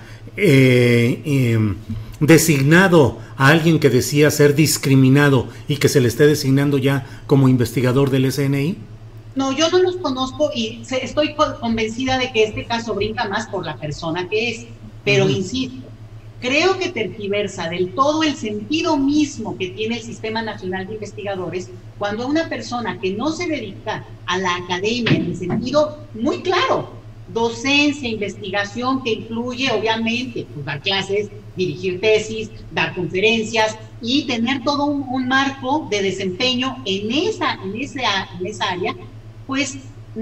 eh, eh, designado a alguien que decía ser discriminado y que se le esté designando ya como investigador del S N I? No, yo no los conozco y estoy convencida de que este caso brinca más por la persona que es, pero uh-huh. insisto, creo que tergiversa del todo el sentido mismo que tiene el Sistema Nacional de Investigadores cuando una persona que no se dedica a la academia en el sentido muy claro, docencia, investigación, que incluye obviamente pues, dar clases, dirigir tesis, dar conferencias y tener todo un, un marco de desempeño en esa, en, esa, en esa área, pues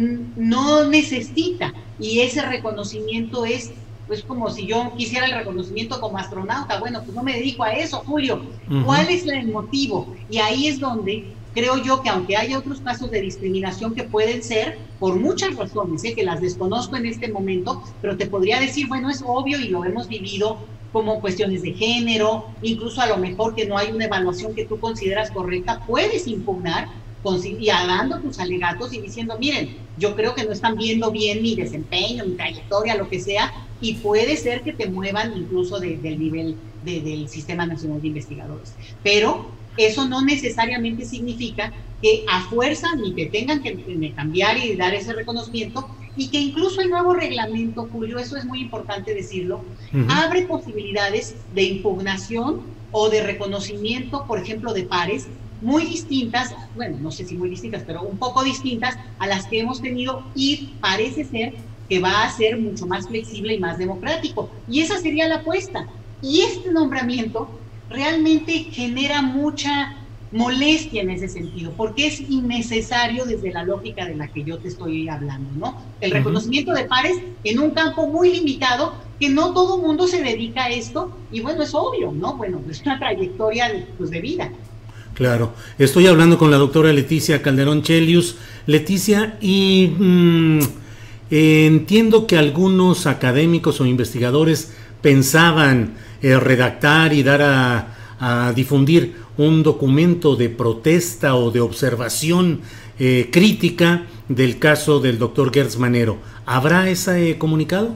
no necesita, y ese reconocimiento es pues como si yo quisiera el reconocimiento como astronauta. Bueno, pues no me dedico a eso, Julio. Uh-huh. ¿Cuál es el motivo? Y ahí es donde creo yo que aunque haya otros casos de discriminación que pueden ser por muchas razones, ¿eh? que las desconozco en este momento, pero te podría decir, bueno, es obvio y lo hemos vivido como cuestiones de género, incluso a lo mejor que no hay una evaluación que tú consideras correcta, puedes impugnar y dando tus alegatos y diciendo, miren, yo creo que no están viendo bien mi desempeño, mi trayectoria, lo que sea, y puede ser que te muevan incluso de, del nivel de, del Sistema Nacional de Investigadores. Pero eso no necesariamente significa que a fuerza ni te tengan que, que cambiar y dar ese reconocimiento, y que incluso el nuevo reglamento, Julio, eso es muy importante decirlo, uh-huh. abre posibilidades de impugnación o de reconocimiento, por ejemplo, de pares, muy distintas, bueno, no sé si muy distintas, pero un poco distintas a las que hemos tenido, y parece ser que va a ser mucho más flexible y más democrático. Y esa sería la apuesta. Y este nombramiento realmente genera mucha molestia en ese sentido, porque es innecesario desde la lógica de la que yo te estoy hablando, ¿no? El uh-huh. reconocimiento de pares en un campo muy limitado, que no todo mundo se dedica a esto, y bueno, es obvio, ¿no? Bueno, es una trayectoria de, pues, de vida. Claro, estoy hablando con la doctora Leticia Calderón Chelius. Leticia, y mmm, eh, entiendo que algunos académicos o investigadores pensaban eh, redactar y dar a, a difundir un documento de protesta o de observación eh, crítica del caso del doctor Gertz Manero. ¿Habrá ese eh, comunicado?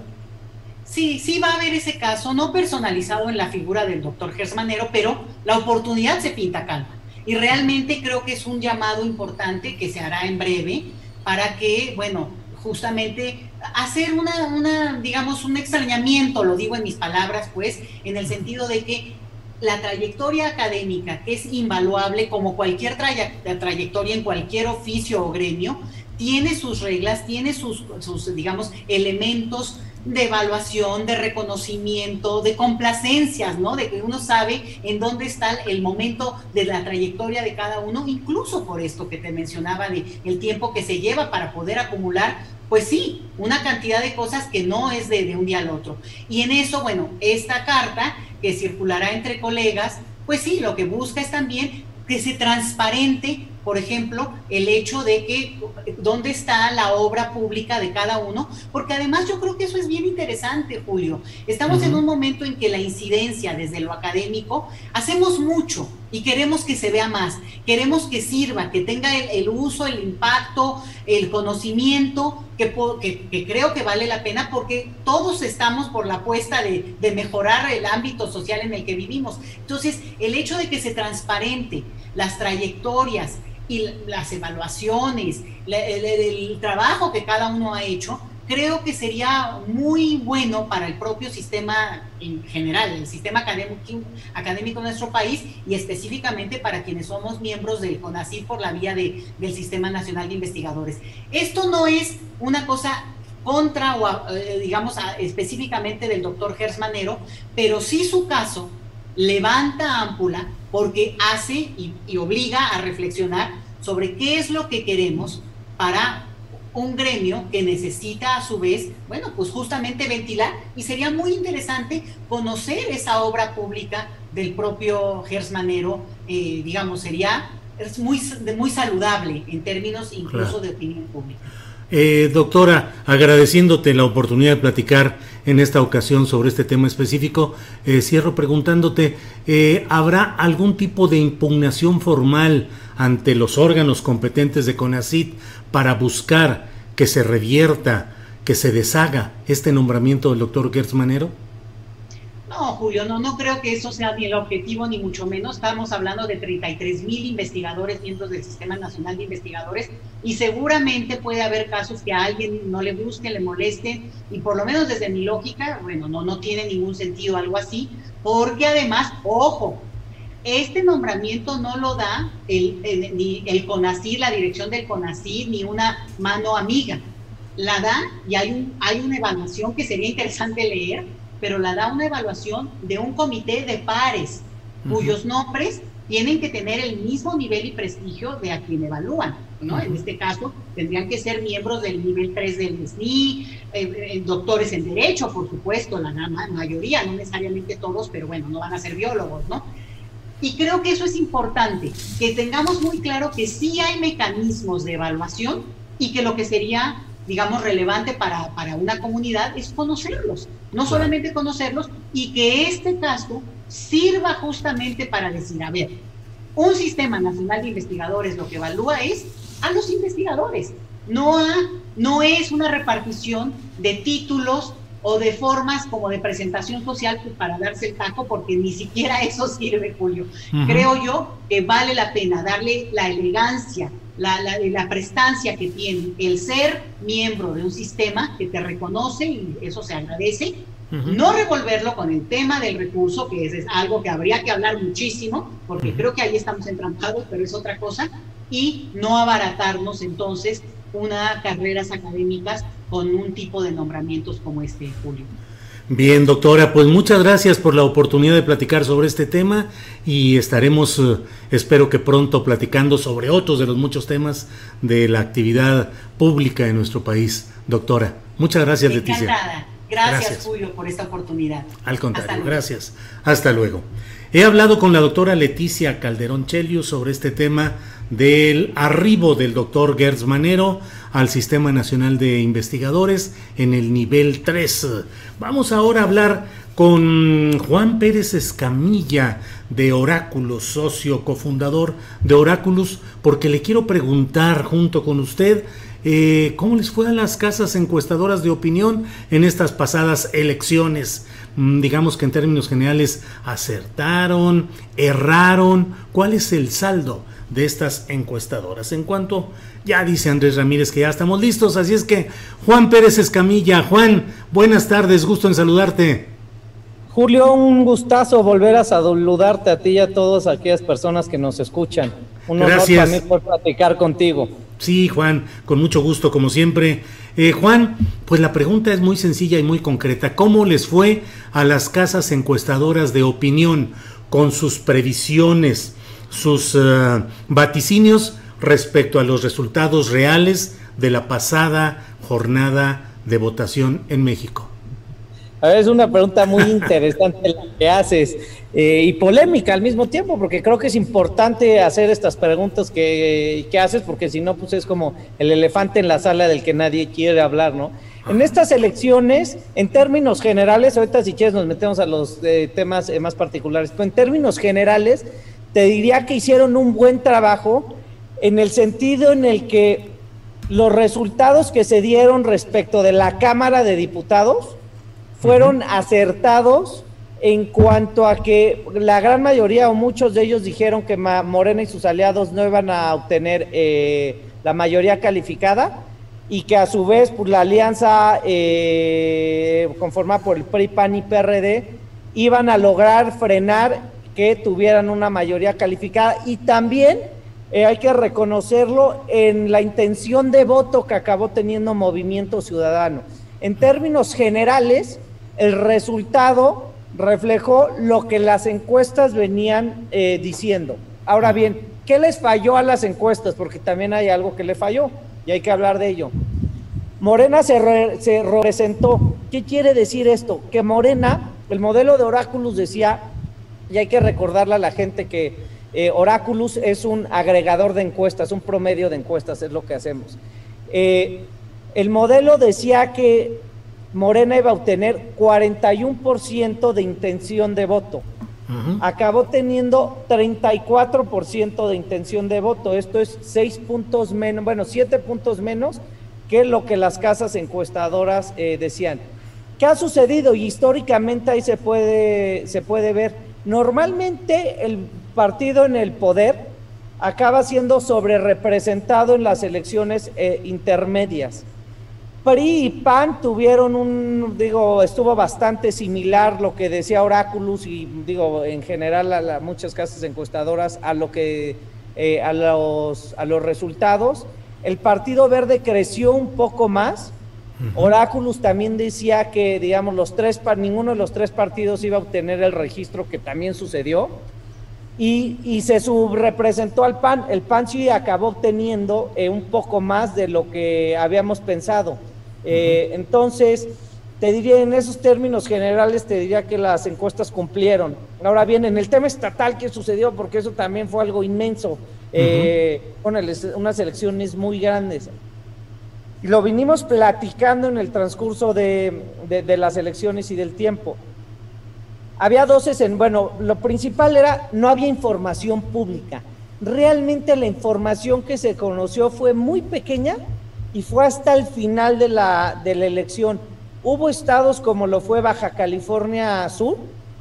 Sí, sí va a haber ese caso, no personalizado en la figura del doctor Gertz Manero, pero la oportunidad se pinta calma. Y realmente creo que es un llamado importante que se hará en breve para que, bueno, justamente hacer una, una, digamos, un extrañamiento, lo digo en mis palabras, pues, en el sentido de que la trayectoria académica, que es invaluable como cualquier traya, trayectoria en cualquier oficio o gremio, tiene sus reglas, tiene sus, sus, digamos, elementos de evaluación, de reconocimiento, de complacencias, ¿no? De que uno sabe en dónde está el momento de la trayectoria de cada uno, incluso por esto que te mencionaba de el tiempo que se lleva para poder acumular, pues sí, una cantidad de cosas que no es de, de un día al otro. Y en eso, bueno, esta carta que circulará entre colegas, pues sí, lo que busca es también que se transparente, por ejemplo, el hecho de que dónde está la obra pública de cada uno, porque además yo creo que eso es bien interesante, Julio. Estamos uh-huh. en un momento en que la incidencia desde lo académico, hacemos mucho y queremos que se vea más, queremos que sirva, que tenga el, el uso, el impacto, el conocimiento, que, que, que creo que vale la pena, porque todos estamos por la apuesta de, de mejorar el ámbito social en el que vivimos. Entonces, el hecho de que se transparente las trayectorias y las evaluaciones, el, el, el trabajo que cada uno ha hecho, creo que sería muy bueno para el propio sistema en general, el sistema académico, académico de nuestro país, y específicamente para quienes somos miembros del CONACYT por la vía de, del Sistema Nacional de Investigadores. Esto no es una cosa contra o eh, digamos a, específicamente del doctor Gertz Manero, pero sí su caso levanta ámpula porque hace y, y obliga a reflexionar sobre qué es lo que queremos para un gremio que necesita a su vez, bueno, pues justamente ventilar, y sería muy interesante conocer esa obra pública del propio Gertz Manero, eh, digamos, sería es muy, muy saludable en términos incluso claro. de opinión pública. Eh, doctora, agradeciéndote la oportunidad de platicar en esta ocasión sobre este tema específico, eh, cierro preguntándote, eh, ¿habrá algún tipo de impugnación formal ante los órganos competentes de CONACYT para buscar que se revierta, que se deshaga este nombramiento del doctor Gertz Manero? No, Julio, no, no creo que eso sea ni el objetivo, ni mucho menos. Estamos hablando de treinta y tres mil investigadores, miembros del Sistema Nacional de Investigadores, y seguramente puede haber casos que a alguien no le guste, le moleste, y por lo menos desde mi lógica, bueno, no, no tiene ningún sentido algo así, porque además, ojo, este nombramiento no lo da el, el, ni el CONACYT, la dirección del CONACYT, ni una mano amiga. La da, y hay, un, hay una evaluación que sería interesante leer, pero la da una evaluación de un comité de pares, uh-huh. cuyos nombres tienen que tener el mismo nivel y prestigio de a quien evalúan, ¿no? Uh-huh. En este caso, tendrían que ser miembros del nivel tres del S N I, eh, eh, doctores en Derecho, por supuesto, la mayoría, no necesariamente todos, pero bueno, no van a ser biólogos, ¿no? Y creo que eso es importante, que tengamos muy claro que sí hay mecanismos de evaluación y que lo que sería, digamos, relevante para, para una comunidad es conocerlos, no solamente conocerlos, y que este caso sirva justamente para decir, a ver, un sistema nacional de investigadores lo que evalúa es a los investigadores, no, a, no es una repartición de títulos o de formas como de presentación social para darse el taco, porque ni siquiera eso sirve, Julio. Uh-huh. Creo yo que vale la pena darle la elegancia, la, la, la prestancia que tiene el ser miembro de un sistema que te reconoce, y eso se agradece, uh-huh. no revolverlo con el tema del recurso, que es, es algo que habría que hablar muchísimo, porque uh-huh. creo que ahí estamos entrampados, pero es otra cosa, y no abaratarnos entonces unas carreras académicas con un tipo de nombramientos como este, Julio. Bien, doctora, pues muchas gracias por la oportunidad de platicar sobre este tema, y estaremos, eh, espero que pronto, platicando sobre otros de los muchos temas de la actividad pública en nuestro país. Doctora, muchas gracias, Leticia. Encantada. Gracias, gracias, Julio, por esta oportunidad. Al contrario, Hasta gracias. Hasta luego. He hablado con la doctora Leticia Calderón Chelius sobre este tema del arribo del doctor Gertz Manero al Sistema Nacional de Investigadores en el nivel tres. Vamos ahora a hablar con Juan Pérez Escamilla de Oráculos, socio cofundador de Oráculos, porque le quiero preguntar junto con usted eh, cómo les fue a las casas encuestadoras de opinión en estas pasadas elecciones. Digamos que en términos generales acertaron, erraron. ¿Cuál es el saldo de estas encuestadoras? En cuanto, ya dice Andrés Ramírez que ya estamos listos, así es que Juan Pérez Escamilla. Juan, buenas tardes, gusto en saludarte. Julio, un gustazo volver a saludarte a ti y a todas aquellas personas que nos escuchan. Un Gracias. honor para mí por platicar contigo. Sí, Juan, con mucho gusto, como siempre. Eh, Juan, pues la pregunta es muy sencilla y muy concreta. ¿Cómo les fue a las casas encuestadoras de opinión con sus previsiones, sus uh, vaticinios respecto a los resultados reales de la pasada jornada de votación en México? A ver, es una pregunta muy interesante la que haces eh, y polémica al mismo tiempo, porque creo que es importante hacer estas preguntas que, que haces, porque si no, pues es como el elefante en la sala del que nadie quiere hablar, ¿no? En estas elecciones, en términos generales, ahorita si quieres nos metemos a los eh, temas eh, más particulares, pero en términos generales te diría que hicieron un buen trabajo en el sentido en el que los resultados que se dieron respecto de la Cámara de Diputados fueron uh-huh. acertados en cuanto a que la gran mayoría o muchos de ellos dijeron que Morena y sus aliados no iban a obtener eh, la mayoría calificada, y que a su vez pues, la alianza eh, conformada por el P R I, P A N y P R D iban a lograr frenar que tuvieran una mayoría calificada, y también eh, hay que reconocerlo en la intención de voto que acabó teniendo Movimiento Ciudadano. En términos generales, el resultado reflejó lo que las encuestas venían eh, diciendo. Ahora bien, ¿qué les falló a las encuestas? Porque también hay algo que le falló y hay que hablar de ello. Morena se, re, se representó. ¿Qué quiere decir esto? Que Morena, el modelo de Oráculos decía, y hay que recordarle a la gente que eh, Oráculos es un agregador de encuestas, un promedio de encuestas, es lo que hacemos. Eh, el modelo decía que Morena iba a obtener cuarenta y uno por ciento de intención de voto. Uh-huh. Acabó teniendo treinta y cuatro por ciento de intención de voto. Esto es seis puntos menos, bueno, siete puntos menos que lo que las casas encuestadoras eh, decían. ¿Qué ha sucedido? Y históricamente ahí se puede, se puede ver. Normalmente el partido en el poder acaba siendo sobre representado en las elecciones eh, intermedias. P R I y P A N tuvieron un, digo, estuvo bastante similar lo que decía Oráculos y digo, en general a la, muchas casas encuestadoras a lo que, eh, a los, a los resultados. El Partido Verde creció un poco más. Uh-huh. Oráculos también decía que, digamos, los tres, ninguno de los tres partidos iba a obtener el registro, que también sucedió. Y, y se subrepresentó al P A N. El P A N sí acabó obteniendo eh, un poco más de lo que habíamos pensado. Eh, uh-huh. Entonces, te diría, en esos términos generales, te diría que las encuestas cumplieron. Ahora bien, en el tema estatal, ¿qué sucedió? Porque eso también fue algo inmenso. Eh, uh-huh. Bueno, unas elecciones muy grandes. Y lo vinimos platicando en el transcurso de, de, de las elecciones y del tiempo. Había doces en, bueno, lo principal era, no había información pública. Realmente la información que se conoció fue muy pequeña y fue hasta el final de la, de la elección. Hubo estados como lo fue Baja California Sur,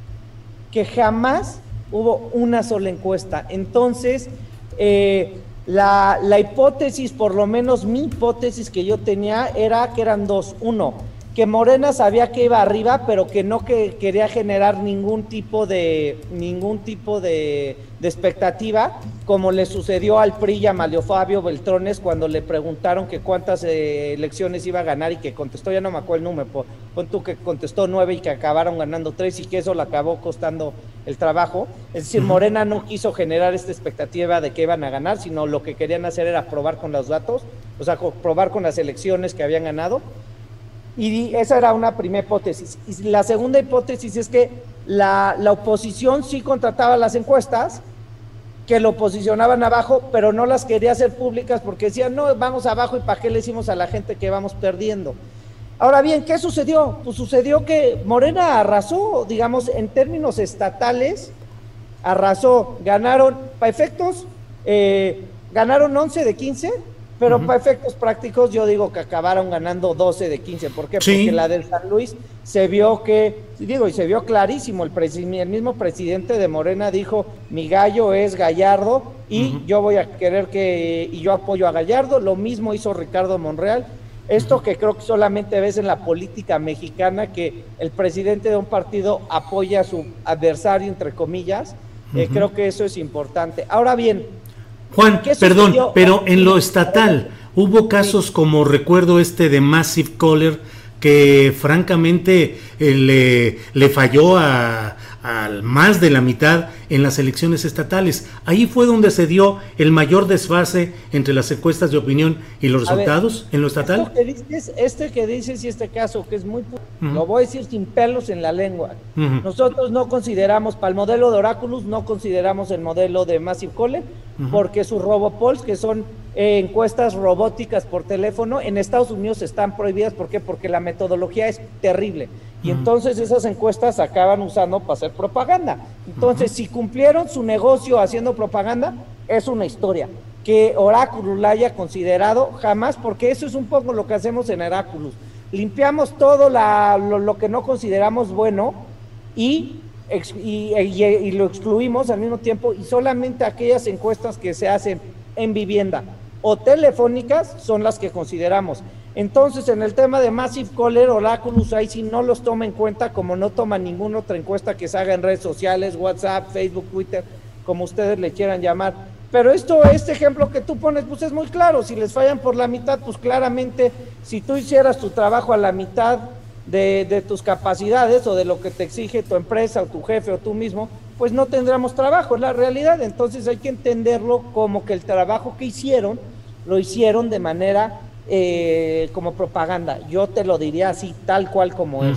que jamás hubo una sola encuesta. Entonces, eh, la, la hipótesis, por lo menos mi hipótesis que yo tenía, era que eran dos. Uno, que Morena sabía que iba arriba, pero que no que quería generar ningún tipo de ningún tipo de, de expectativa, como le sucedió al P R I y a Mario Fabio Beltrones cuando le preguntaron que cuántas eh, elecciones iba a ganar y que contestó, ya no me acuerdo el número, pon, pon tú que contestó nueve y que acabaron ganando tres y que eso le acabó costando el trabajo. Es decir, uh-huh. Morena no quiso generar esta expectativa de que iban a ganar, sino lo que querían hacer era probar con los datos, o sea, probar con las elecciones que habían ganado. Y esa era una primera hipótesis. Y la segunda hipótesis es que la, la oposición sí contrataba las encuestas, que lo posicionaban abajo, pero no las quería hacer públicas porque decían, no, vamos abajo y para qué le decimos a la gente que vamos perdiendo. Ahora bien, ¿qué sucedió? Pues sucedió que Morena arrasó, digamos, en términos estatales, arrasó, ganaron, para efectos, eh, ganaron once de quince, pero uh-huh. para efectos prácticos yo digo que acabaron ganando doce de quince. ¿Por qué? Sí. Porque la del San Luis se vio que, digo, y se vio clarísimo, el, presi- el mismo presidente de Morena dijo, mi gallo es Gallardo y uh-huh. yo voy a querer que, y yo apoyo a Gallardo. Lo mismo hizo Ricardo Monreal. Esto uh-huh. que creo que solamente ves en la política mexicana, que el presidente de un partido apoya a su adversario, entre comillas, uh-huh. eh, creo que eso es importante. Ahora bien, Juan, perdón, pero en lo estatal hubo casos como recuerdo este de Massive Caller que francamente eh, le, le falló a, a más de la mitad en las elecciones estatales. Ahí fue donde se dio el mayor desfase entre las encuestas de opinión y los resultados. Ver, en lo estatal. Esto que dices, este que dices y este caso que es muy, uh-huh. lo voy a decir sin pelos en la lengua. Uh-huh. Nosotros no consideramos, para el modelo de Oráculos, no consideramos el modelo de Massive Caller, uh-huh. porque sus RoboPolls, que son eh, encuestas robóticas por teléfono, en Estados Unidos están prohibidas. ¿Por qué? Porque la metodología es terrible. Y uh-huh. entonces esas encuestas se acaban usando para hacer propaganda. Entonces, uh-huh. si cumplieron su negocio haciendo propaganda, es una historia. Que Oráculos la haya considerado, jamás, porque eso es un poco lo que hacemos en Oráculos. Limpiamos todo la, lo, lo que no consideramos bueno y, y, y, y lo excluimos al mismo tiempo, y solamente aquellas encuestas que se hacen en vivienda o telefónicas son las que consideramos. Entonces, en el tema de Massive Caller, Oráculos ahí sí no los toma en cuenta, como no toma ninguna otra encuesta que se haga en redes sociales, WhatsApp, Facebook, Twitter, como ustedes le quieran llamar. Pero esto, este ejemplo que tú pones, pues es muy claro. Si les fallan por la mitad, pues claramente, si tú hicieras tu trabajo a la mitad de, de tus capacidades o de lo que te exige tu empresa o tu jefe o tú mismo, pues no tendremos trabajo, es la realidad. Entonces hay que entenderlo como que el trabajo que hicieron, lo hicieron de manera eh, como propaganda. Yo te lo diría así, tal cual como uh-huh. es.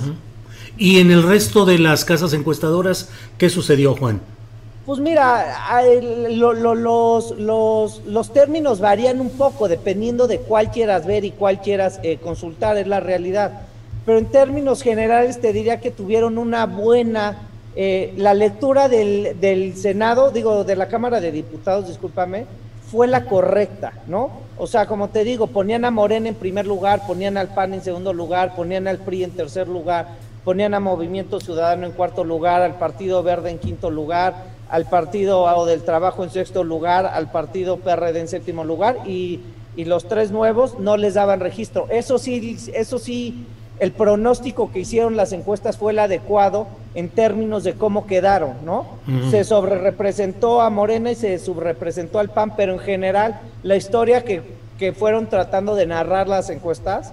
¿Y en el resto de las casas encuestadoras, qué sucedió, Juan? Pues mira, lo, lo, los, los, los términos varían un poco dependiendo de cuál quieras ver y cuál quieras eh, consultar, es la realidad. Pero en términos generales te diría que tuvieron una buena, eh, la lectura del, del Senado, digo, de la Cámara de Diputados, discúlpame, fue la correcta, ¿no? O sea, como te digo, ponían a Morena en primer lugar, ponían al P A N en segundo lugar, ponían al P R I en tercer lugar, ponían a Movimiento Ciudadano en cuarto lugar, al Partido Verde en quinto lugar, al Partido del Trabajo en sexto lugar, al Partido P R D en séptimo lugar, y y los tres nuevos no les daban registro. Eso sí, eso sí, el pronóstico que hicieron las encuestas fue el adecuado en términos de cómo quedaron, ¿no? Uh-huh. Se sobrerepresentó a Morena y se subrepresentó al P A N, pero en general la historia que, que fueron tratando de narrar las encuestas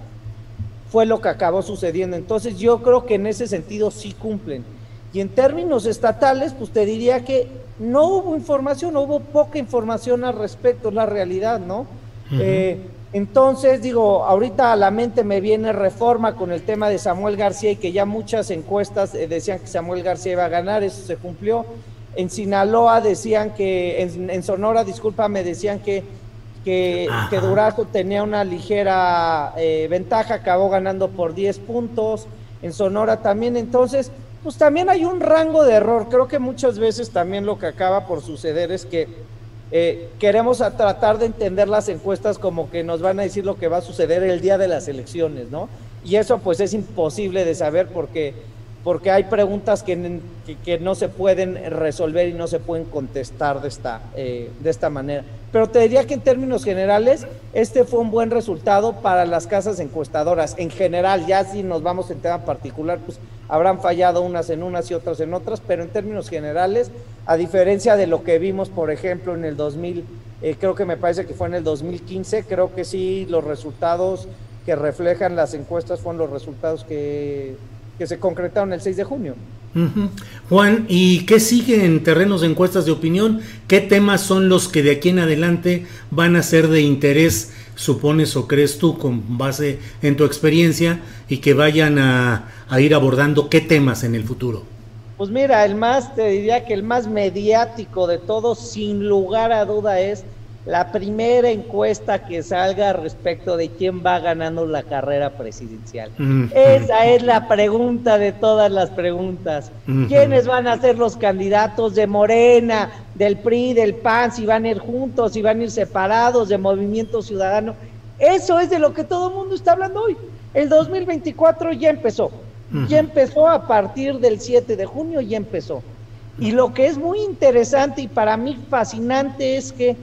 fue lo que acabó sucediendo. Entonces yo creo que en ese sentido sí cumplen. Y en términos estatales, pues te diría que no hubo información, hubo poca información al respecto, es la realidad, ¿no? Uh-huh. Eh, entonces, digo, ahorita a la mente me viene Reforma con el tema de Samuel García y que ya muchas encuestas eh, decían que Samuel García iba a ganar, eso se cumplió. En Sinaloa decían que, en, en Sonora, discúlpame, decían que, que, que Durazo tenía una ligera eh, ventaja, acabó ganando por diez puntos, en Sonora también. Entonces, pues también hay un rango de error. Creo que muchas veces también lo que acaba por suceder es que eh, queremos a tratar de entender las encuestas como que nos van a decir lo que va a suceder el día de las elecciones, ¿no? Y eso pues es imposible de saber porque, porque hay preguntas que, que, que no se pueden resolver y no se pueden contestar de esta, eh, de esta manera. Pero te diría que en términos generales, este fue un buen resultado para las casas encuestadoras. En general, ya si nos vamos en tema particular, pues habrán fallado unas en unas y otras en otras, pero en términos generales, a diferencia de lo que vimos, por ejemplo, en el dos mil, eh, creo que me parece que fue en el dos mil quince, creo que sí, los resultados que reflejan las encuestas fueron los resultados que, que se concretaron el seis de junio. Uh-huh. Juan, ¿y qué sigue en terrenos de encuestas de opinión? ¿Qué temas son los que de aquí en adelante van a ser de interés, supones o crees tú, con base en tu experiencia, y que vayan a, a ir abordando qué temas en el futuro? Pues mira, el más, te diría que el más mediático de todos, sin lugar a duda, es la primera encuesta que salga respecto de quién va ganando la carrera presidencial. Uh-huh. Esa es la pregunta de todas las preguntas. Uh-huh. ¿Quiénes van a ser los candidatos de Morena, del P R I, del P A N, si van a ir juntos, si van a ir separados, de Movimiento Ciudadano? Eso es de lo que todo el mundo está hablando hoy. El dos mil veinticuatro ya empezó. Uh-huh. Ya empezó a partir del siete de junio, ya empezó. Y lo que es muy interesante y para mí fascinante es que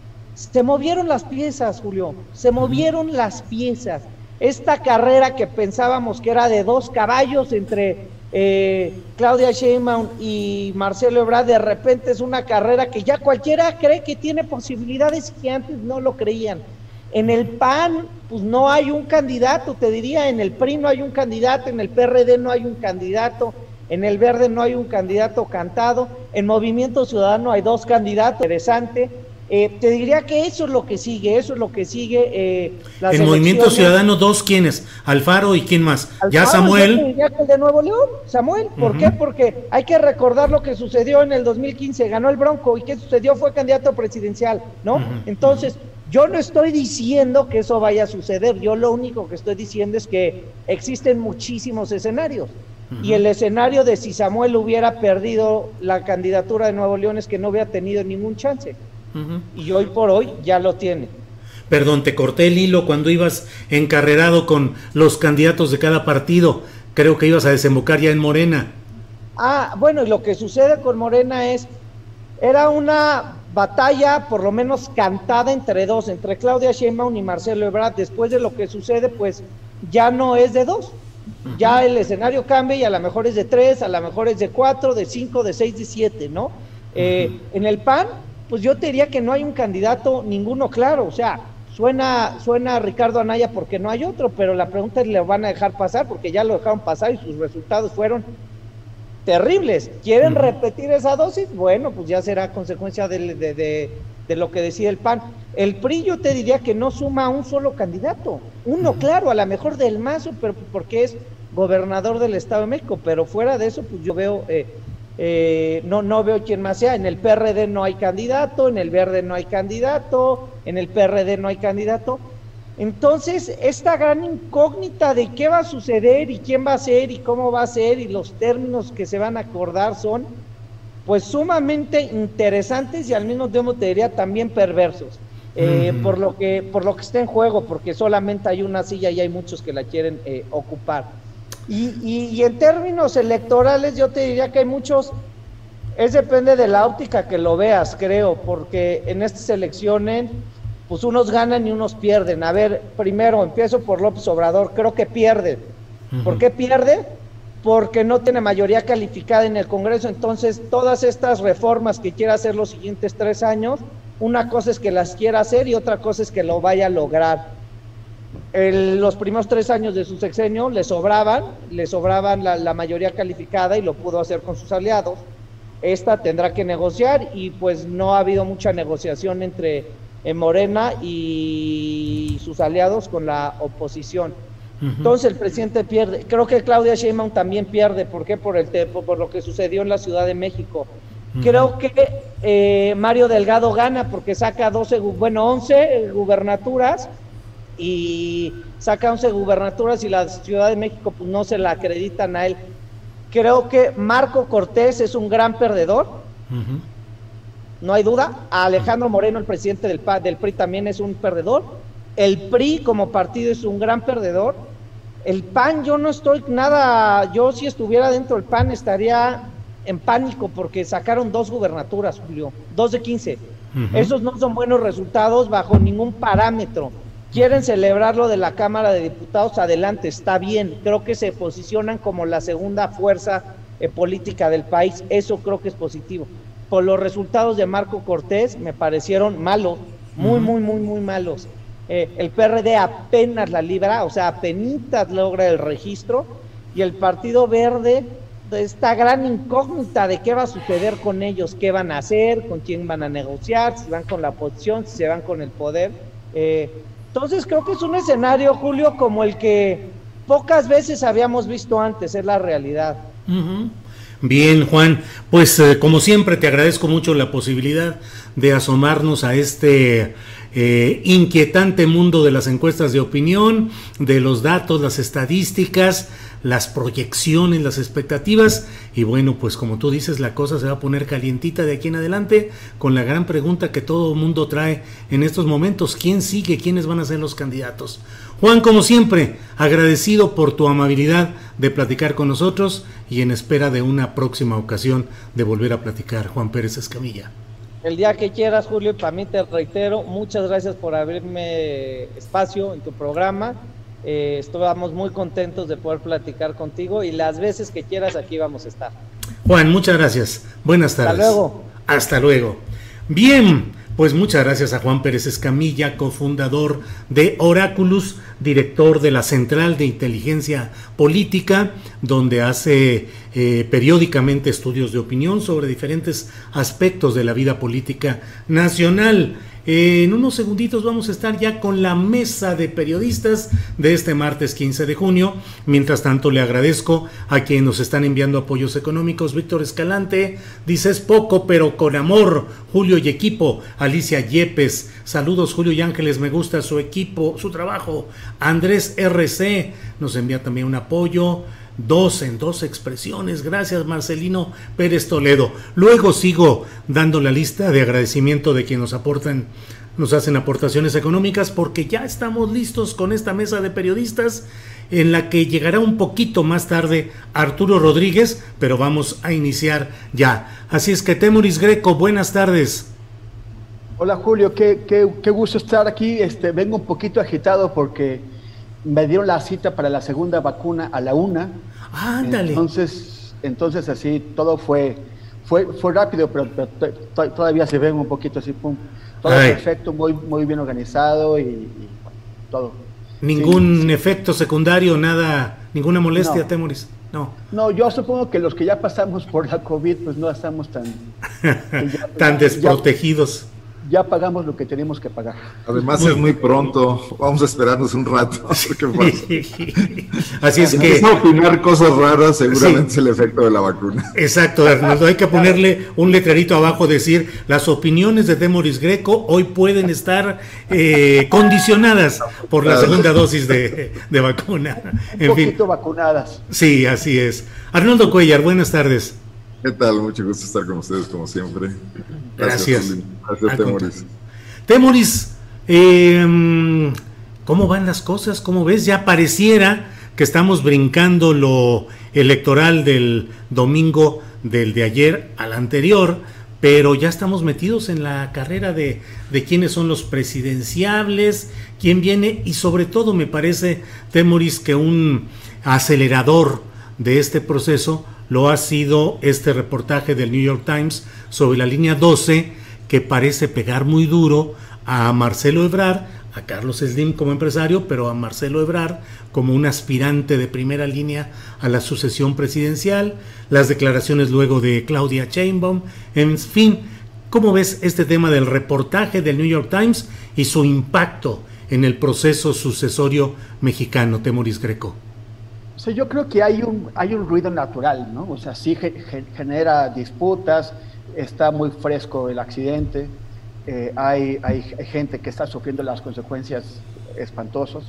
se movieron las piezas, Julio, se movieron las piezas. Esta carrera que pensábamos que era de dos caballos entre eh, Claudia Sheinbaum y Marcelo Ebrard, de repente es una carrera que ya cualquiera cree que tiene posibilidades que antes no lo creían. En el P A N, pues no hay un candidato, te diría, en el P R I no hay un candidato, en el P R D no hay un candidato, en el Verde no hay un candidato cantado, en Movimiento Ciudadano hay dos candidatos, interesante. Eh, te diría que eso es lo que sigue, eso es lo que sigue. Eh, las en Movimiento Ciudadano, ¿dos quiénes? Alfaro y quién más. Alfaro, ya Samuel. Yo te diría que el de Nuevo León, Samuel. ¿Por uh-huh. qué? Porque hay que recordar lo que sucedió en el dos mil quince, ganó el Bronco y qué sucedió, fue candidato presidencial, ¿no? Uh-huh. Entonces, yo no estoy diciendo que eso vaya a suceder, yo lo único que estoy diciendo es que existen muchísimos escenarios. Uh-huh. Y el escenario de si Samuel hubiera perdido la candidatura de Nuevo León es que no hubiera tenido ningún chance. Uh-huh. Y hoy por hoy ya lo tiene. Perdón, te corté el hilo cuando ibas encarrerado con los candidatos de cada partido. Creo que ibas a desembocar ya en Morena. Ah, bueno, y lo que sucede con Morena es, era una batalla por lo menos cantada entre dos, entre Claudia Sheinbaum y Marcelo Ebrard. Después de lo que sucede, pues ya no es de dos. Uh-huh. Ya el escenario cambia y a lo mejor es de tres, a lo mejor es de cuatro, de cinco, de seis, de siete, ¿no? Uh-huh. Eh, en el P A N, pues yo te diría que no hay un candidato ninguno claro, o sea, suena suena a Ricardo Anaya porque no hay otro, pero la pregunta es, ¿le van a dejar pasar? Porque ya lo dejaron pasar y sus resultados fueron terribles. ¿Quieren uh-huh. repetir esa dosis? Bueno, pues ya será consecuencia de, de, de, de lo que decide el P A N. El P R I yo te diría que no suma un solo candidato, uno uh-huh. claro, a lo mejor del Mazo, pero porque es gobernador del Estado de México, pero fuera de eso, pues yo veo... Eh, Eh, no no veo quién más sea. En el P R D no hay candidato, en el Verde no hay candidato, en el P R D no hay candidato. Entonces, esta gran incógnita de qué va a suceder y quién va a ser y cómo va a ser y los términos que se van a acordar son pues sumamente interesantes y al mismo tiempo te diría también perversos, eh, mm. por lo que por lo que está en juego, porque solamente hay una silla y hay muchos que la quieren eh, ocupar. Y, y, y en términos electorales yo te diría que hay muchos, es depende de la óptica que lo veas, creo, porque en estas elecciones pues unos ganan y unos pierden. A ver, primero empiezo por López Obrador, creo que pierde. Uh-huh. ¿Por qué pierde? Porque no tiene mayoría calificada en el Congreso. Entonces todas estas reformas que quiera hacer los siguientes tres años, una cosa es que las quiera hacer y otra cosa es que lo vaya a lograr. El, los primeros tres años de su sexenio le sobraban, le sobraban la, la mayoría calificada y lo pudo hacer con sus aliados. Esta tendrá que negociar y pues no ha habido mucha negociación entre eh, Morena y sus aliados con la oposición. Uh-huh. Entonces el presidente pierde. Creo que Claudia Sheinbaum también pierde. ¿Por qué? Por, el por, por lo que sucedió en la Ciudad de México. Uh-huh. Creo que eh, Mario Delgado gana porque saca doce, bueno, once gubernaturas y saca once gubernaturas y la Ciudad de México pues no se la acreditan a él. Creo que Marco Cortés es un gran perdedor, uh-huh. no hay duda. A Alejandro Moreno, el presidente del, P A, del P R I, también es un perdedor. El P R I como partido es un gran perdedor. El P A N, yo no estoy nada, yo si estuviera dentro del P A N estaría en pánico porque sacaron dos gubernaturas, Julio, dos de quince. Uh-huh. Esos no son buenos resultados bajo ningún parámetro. Quieren celebrar lo de la Cámara de Diputados, adelante, está bien. Creo que se posicionan como la segunda fuerza eh, política del país, eso creo que es positivo. Por los resultados de Marco Cortés me parecieron malos, muy, uh-huh. muy, muy, muy malos. Eh, el P R D apenas la libra, o sea, apenas logra el registro, y el Partido Verde, esta gran incógnita de qué va a suceder con ellos, qué van a hacer, con quién van a negociar, si van con la oposición, si se van con el poder. Eh, Entonces creo que es un escenario, Julio, como el que pocas veces habíamos visto antes, es la realidad. Uh-huh. Bien, Juan, pues eh, como siempre te agradezco mucho la posibilidad de asomarnos a este eh, inquietante mundo de las encuestas de opinión, de los datos, las estadísticas, las proyecciones, las expectativas, y bueno, pues como tú dices, la cosa se va a poner calientita de aquí en adelante con la gran pregunta que todo el mundo trae en estos momentos: ¿quién sigue? ¿Quiénes van a ser los candidatos? Juan, como siempre, agradecido por tu amabilidad de platicar con nosotros y en espera de una próxima ocasión de volver a platicar. Juan Pérez Escamilla. El día que quieras, Julio, para mí te reitero, muchas gracias por abrirme espacio en tu programa. Eh, estamos muy contentos de poder platicar contigo y las veces que quieras aquí vamos a estar. Juan, muchas gracias. Buenas tardes. Hasta luego. Hasta luego. Bien, pues muchas gracias a Juan Pérez Escamilla, cofundador de Oráculos, director de la Central de Inteligencia Política, donde hace eh, periódicamente estudios de opinión sobre diferentes aspectos de la vida política nacional. Eh, en unos segunditos vamos a estar ya con la mesa de periodistas de este martes quince de junio. Mientras tanto, le agradezco a quienes nos están enviando apoyos económicos. Víctor Escalante dice: es poco pero con amor. Julio y equipo. Alicia Yepes, saludos Julio y Ángeles, me gusta su equipo, su trabajo. Andrés R C nos envía también un apoyo. Dos en dos expresiones, gracias Marcelino Pérez Toledo. Luego sigo dando la lista de agradecimiento de quienes nos aportan, nos hacen aportaciones económicas, porque ya estamos listos con esta mesa de periodistas en la que llegará un poquito más tarde Arturo Rodríguez, pero vamos a iniciar ya. Así es que Temoris Greco, buenas tardes. Hola Julio, qué, qué, qué gusto estar aquí. Este, vengo un poquito agitado porque me dieron la cita para la segunda vacuna a la una. Ándale. Entonces, entonces así todo fue, fue, fue rápido, pero, pero todavía se ve un poquito así, pum. Todo Ay. perfecto, muy, muy bien organizado y, y todo. Ningún sí, sí. efecto secundario, nada, ninguna molestia, no. Temoris. No. No, yo supongo que los que ya pasamos por la COVID, pues no estamos tan ya, tan ya, desprotegidos. Ya, ya pagamos lo que tenemos que pagar. Además muy es muy pronto, vamos a esperarnos un rato a ver qué pasa. Así es si que... a opinar cosas raras, seguramente sí. Es el efecto de la vacuna. Exacto, Arnoldo, hay que ponerle un letrerito abajo, decir, las opiniones de Temoris Greco hoy pueden estar eh, condicionadas por la segunda dosis de, de vacuna. Un en poquito fin. vacunadas. Sí, así es. Arnoldo Cuellar, buenas tardes. ¿Qué tal? Mucho gusto estar con ustedes como siempre. Gracias. Gracias, Gracias Temoris. Temoris, eh, ¿cómo van las cosas? ¿Cómo ves? Ya pareciera que estamos brincando lo electoral del domingo del de ayer al anterior, pero ya estamos metidos en la carrera de, de quiénes son los presidenciables, quién viene, y sobre todo me parece, Temoris, que un acelerador de este proceso lo ha sido este reportaje del New York Times sobre la línea doce, que parece pegar muy duro a Marcelo Ebrard, a Carlos Slim como empresario, pero a Marcelo Ebrard como un aspirante de primera línea a la sucesión presidencial, las declaraciones luego de Claudia Sheinbaum, en fin, ¿cómo ves este tema del reportaje del New York Times y su impacto en el proceso sucesorio mexicano, Temoris Greco? O sea, yo creo que hay un, hay un ruido natural, ¿no? O sea, sí ge, ge, genera disputas, está muy fresco el accidente, eh, hay, hay gente que está sufriendo las consecuencias espantosas,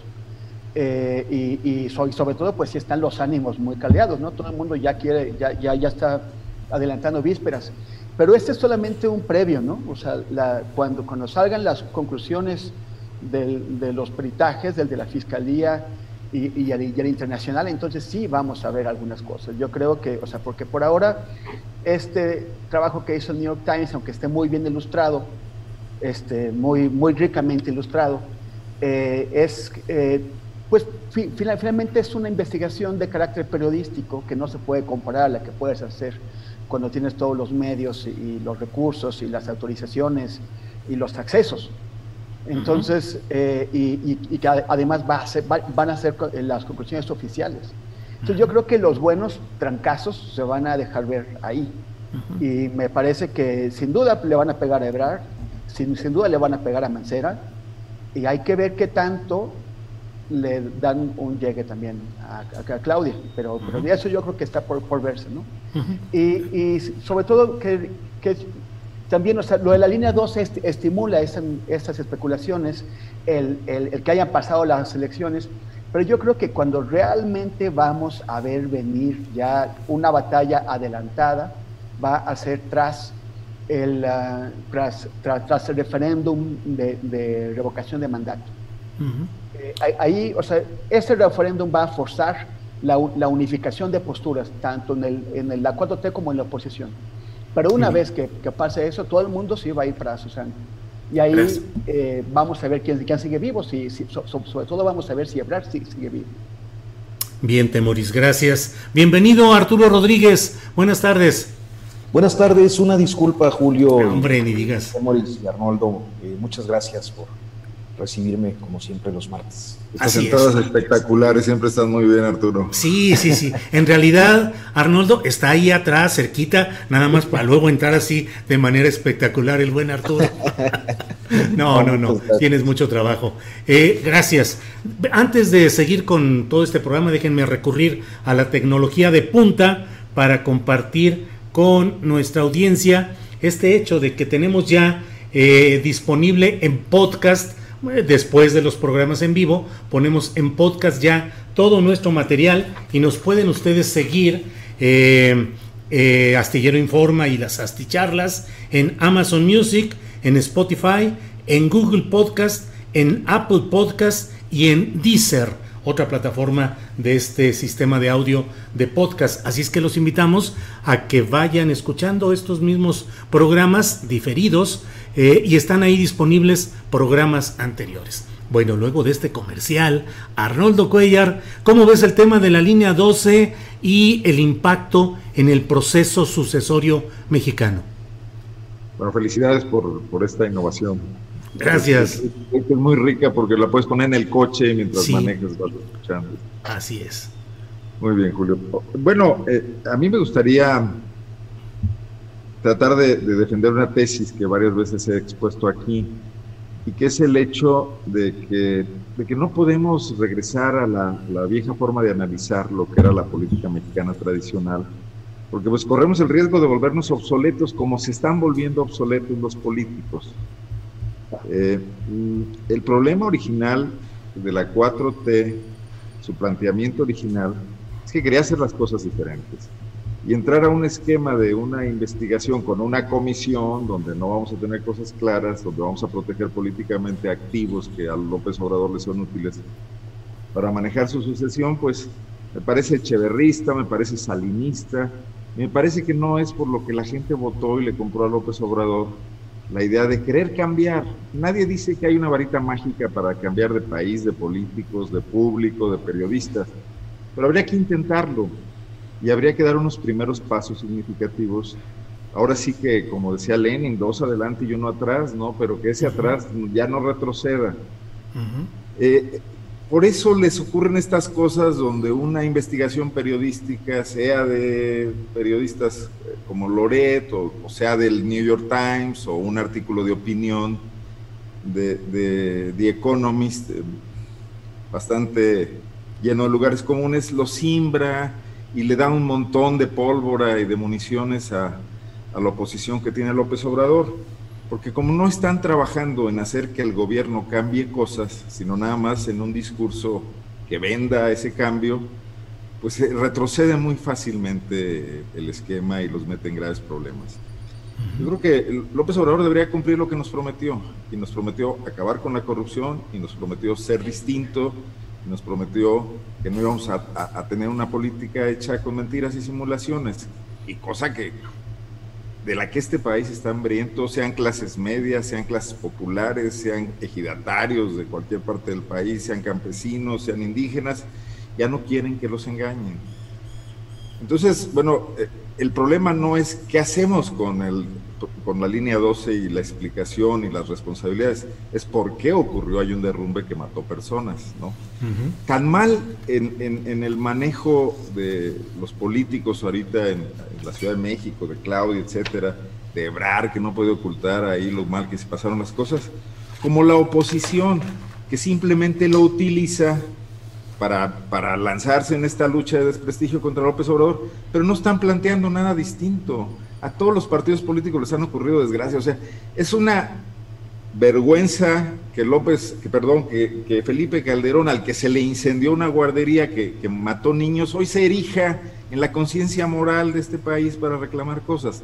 eh, y, y, so, y sobre todo, pues sí están los ánimos muy caldeados, ¿no? Todo el mundo ya quiere, ya, ya, ya está adelantando vísperas, pero este es solamente un previo, ¿no? O sea, la, cuando, cuando salgan las conclusiones del, de los peritajes, del de la Fiscalía, Y, y, el, y el internacional, entonces sí vamos a ver algunas cosas. Yo creo que, o sea, porque por ahora este trabajo que hizo el New York Times, aunque esté muy bien ilustrado, este, muy, muy ricamente ilustrado, eh, es, eh, pues fi, finalmente es una investigación de carácter periodístico que no se puede comparar a la que puedes hacer cuando tienes todos los medios y, y los recursos y las autorizaciones y los accesos. Entonces, eh, y, y, y que además va a ser, va, van a ser las conclusiones oficiales. Entonces yo creo que los buenos trancazos se van a dejar ver ahí. Uh-huh. Y me parece que sin duda le van a pegar a Ebrard, sin, sin duda le van a pegar a Mancera, y hay que ver qué tanto le dan un llegue también a, a, a Claudia, pero, uh-huh. pero eso yo creo que está por, por verse, ¿no? Uh-huh. y, y sobre todo que... que también, o sea, lo de la línea doce est estimula esa, estas especulaciones, el, el, el que hayan pasado las elecciones, pero yo creo que cuando realmente vamos a ver venir ya una batalla adelantada, va a ser tras el, uh, tras, tras, tras el referéndum de, de revocación de mandato. Uh-huh. eh, ahí, o sea, ese referéndum va a forzar la, la unificación de posturas, tanto en, el, en el, la cuatro T como en la oposición. Pero una sí. vez que, que pase eso, todo el mundo sí va a ir para Susana. Y ahí eh, vamos a ver quién, quién sigue vivo, si, si, so, sobre todo vamos a ver si Ebrard sí, sigue vivo. Bien, Temoris, gracias. Bienvenido, Arturo Rodríguez. Buenas tardes. Buenas tardes, una disculpa, Julio. Hombre, y, ni digas. Temoris y Arnoldo, eh, muchas gracias por recibirme como siempre los martes. Estas entradas espectaculares, siempre están muy bien, Arturo. Sí, sí, sí. En realidad, Arnoldo está ahí atrás, cerquita, nada más para luego entrar así de manera espectacular el buen Arturo. No, no, no, tienes mucho trabajo. Eh, gracias. Antes de seguir con todo este programa, déjenme recurrir a la tecnología de punta para compartir con nuestra audiencia este hecho de que tenemos ya eh, disponible en podcast. Después de los programas en vivo, ponemos en podcast ya todo nuestro material y nos pueden ustedes seguir eh, eh, Astillero Informa y las Asticharlas en Amazon Music, en Spotify, en Google Podcast, en Apple Podcast y en Deezer, otra plataforma de este sistema de audio de podcast. Así es que los invitamos a que vayan escuchando estos mismos programas diferidos, eh, y están ahí disponibles programas anteriores. Bueno, luego de este comercial, Arnoldo Cuellar, ¿cómo ves el tema de la línea doce y el impacto en el proceso sucesorio mexicano? Bueno, felicidades por, por esta innovación. Gracias. Es, es, es muy rica porque la puedes poner en el coche mientras sí. manejas, vas escuchando. Así es. Muy bien, Julio. Bueno, eh, a mí me gustaría tratar de, de defender una tesis que varias veces he expuesto aquí, y que es el hecho de que, de que no podemos regresar a la, la vieja forma de analizar lo que era la política mexicana tradicional, porque pues corremos el riesgo de volvernos obsoletos como se están volviendo obsoletos los políticos. Eh, el problema original de la cuatro T, su planteamiento original, es que quería hacer las cosas diferentes y entrar a un esquema de una investigación con una comisión donde no vamos a tener cosas claras, donde vamos a proteger políticamente activos que a López Obrador le son útiles para manejar su sucesión, pues me parece echeverrista, me parece salinista, Me parece que no es por lo que la gente votó y le compró a López Obrador, la idea de querer cambiar. Nadie dice que hay una varita mágica para cambiar de país, de políticos, de público, de periodistas, pero habría que intentarlo y habría que dar unos primeros pasos significativos. Ahora sí que, como decía Lenin, dos adelante y uno atrás, ¿no? Pero que ese uh-huh. atrás ya no retroceda. Uh-huh. Eh, por eso les ocurren estas cosas donde una investigación periodística, sea de periodistas como Loret, o, o sea del New York Times, o un artículo de opinión de, de The Economist, eh, bastante lleno de lugares comunes, lo simbra y le da un montón de pólvora y de municiones a a la oposición que tiene López Obrador, porque como no están trabajando en hacer que el gobierno cambie cosas, sino nada más en un discurso que venda ese cambio, pues retrocede muy fácilmente el esquema y los mete en graves problemas. Yo creo que López Obrador debería cumplir lo que nos prometió, y nos prometió acabar con la corrupción, y nos prometió ser distinto, y nos prometió que no íbamos a, a, a tener una política hecha con mentiras y simulaciones, y cosa que de la que este país está hambriento, sean clases medias, sean clases populares, sean ejidatarios de cualquier parte del país, sean campesinos, sean indígenas, ya no quieren que los engañen. Entonces, bueno, el problema no es qué hacemos con, el, con la línea doce y la explicación y las responsabilidades, es por qué ocurrió ahí un derrumbe que mató personas, ¿no? Uh-huh. Tan mal en, en, en el manejo de los políticos ahorita en, en la Ciudad de México, de Claudia, etcétera, de Ebrard, que no puede ocultar ahí lo mal que se pasaron las cosas, como la oposición, que simplemente lo utiliza Para, para lanzarse en esta lucha de desprestigio contra López Obrador, pero no están planteando nada distinto. A todos los partidos políticos les han ocurrido desgracias. O sea, es una vergüenza que López, que perdón, que, que Felipe Calderón, al que se le incendió una guardería que, que mató niños, hoy se erija en la conciencia moral de este país para reclamar cosas.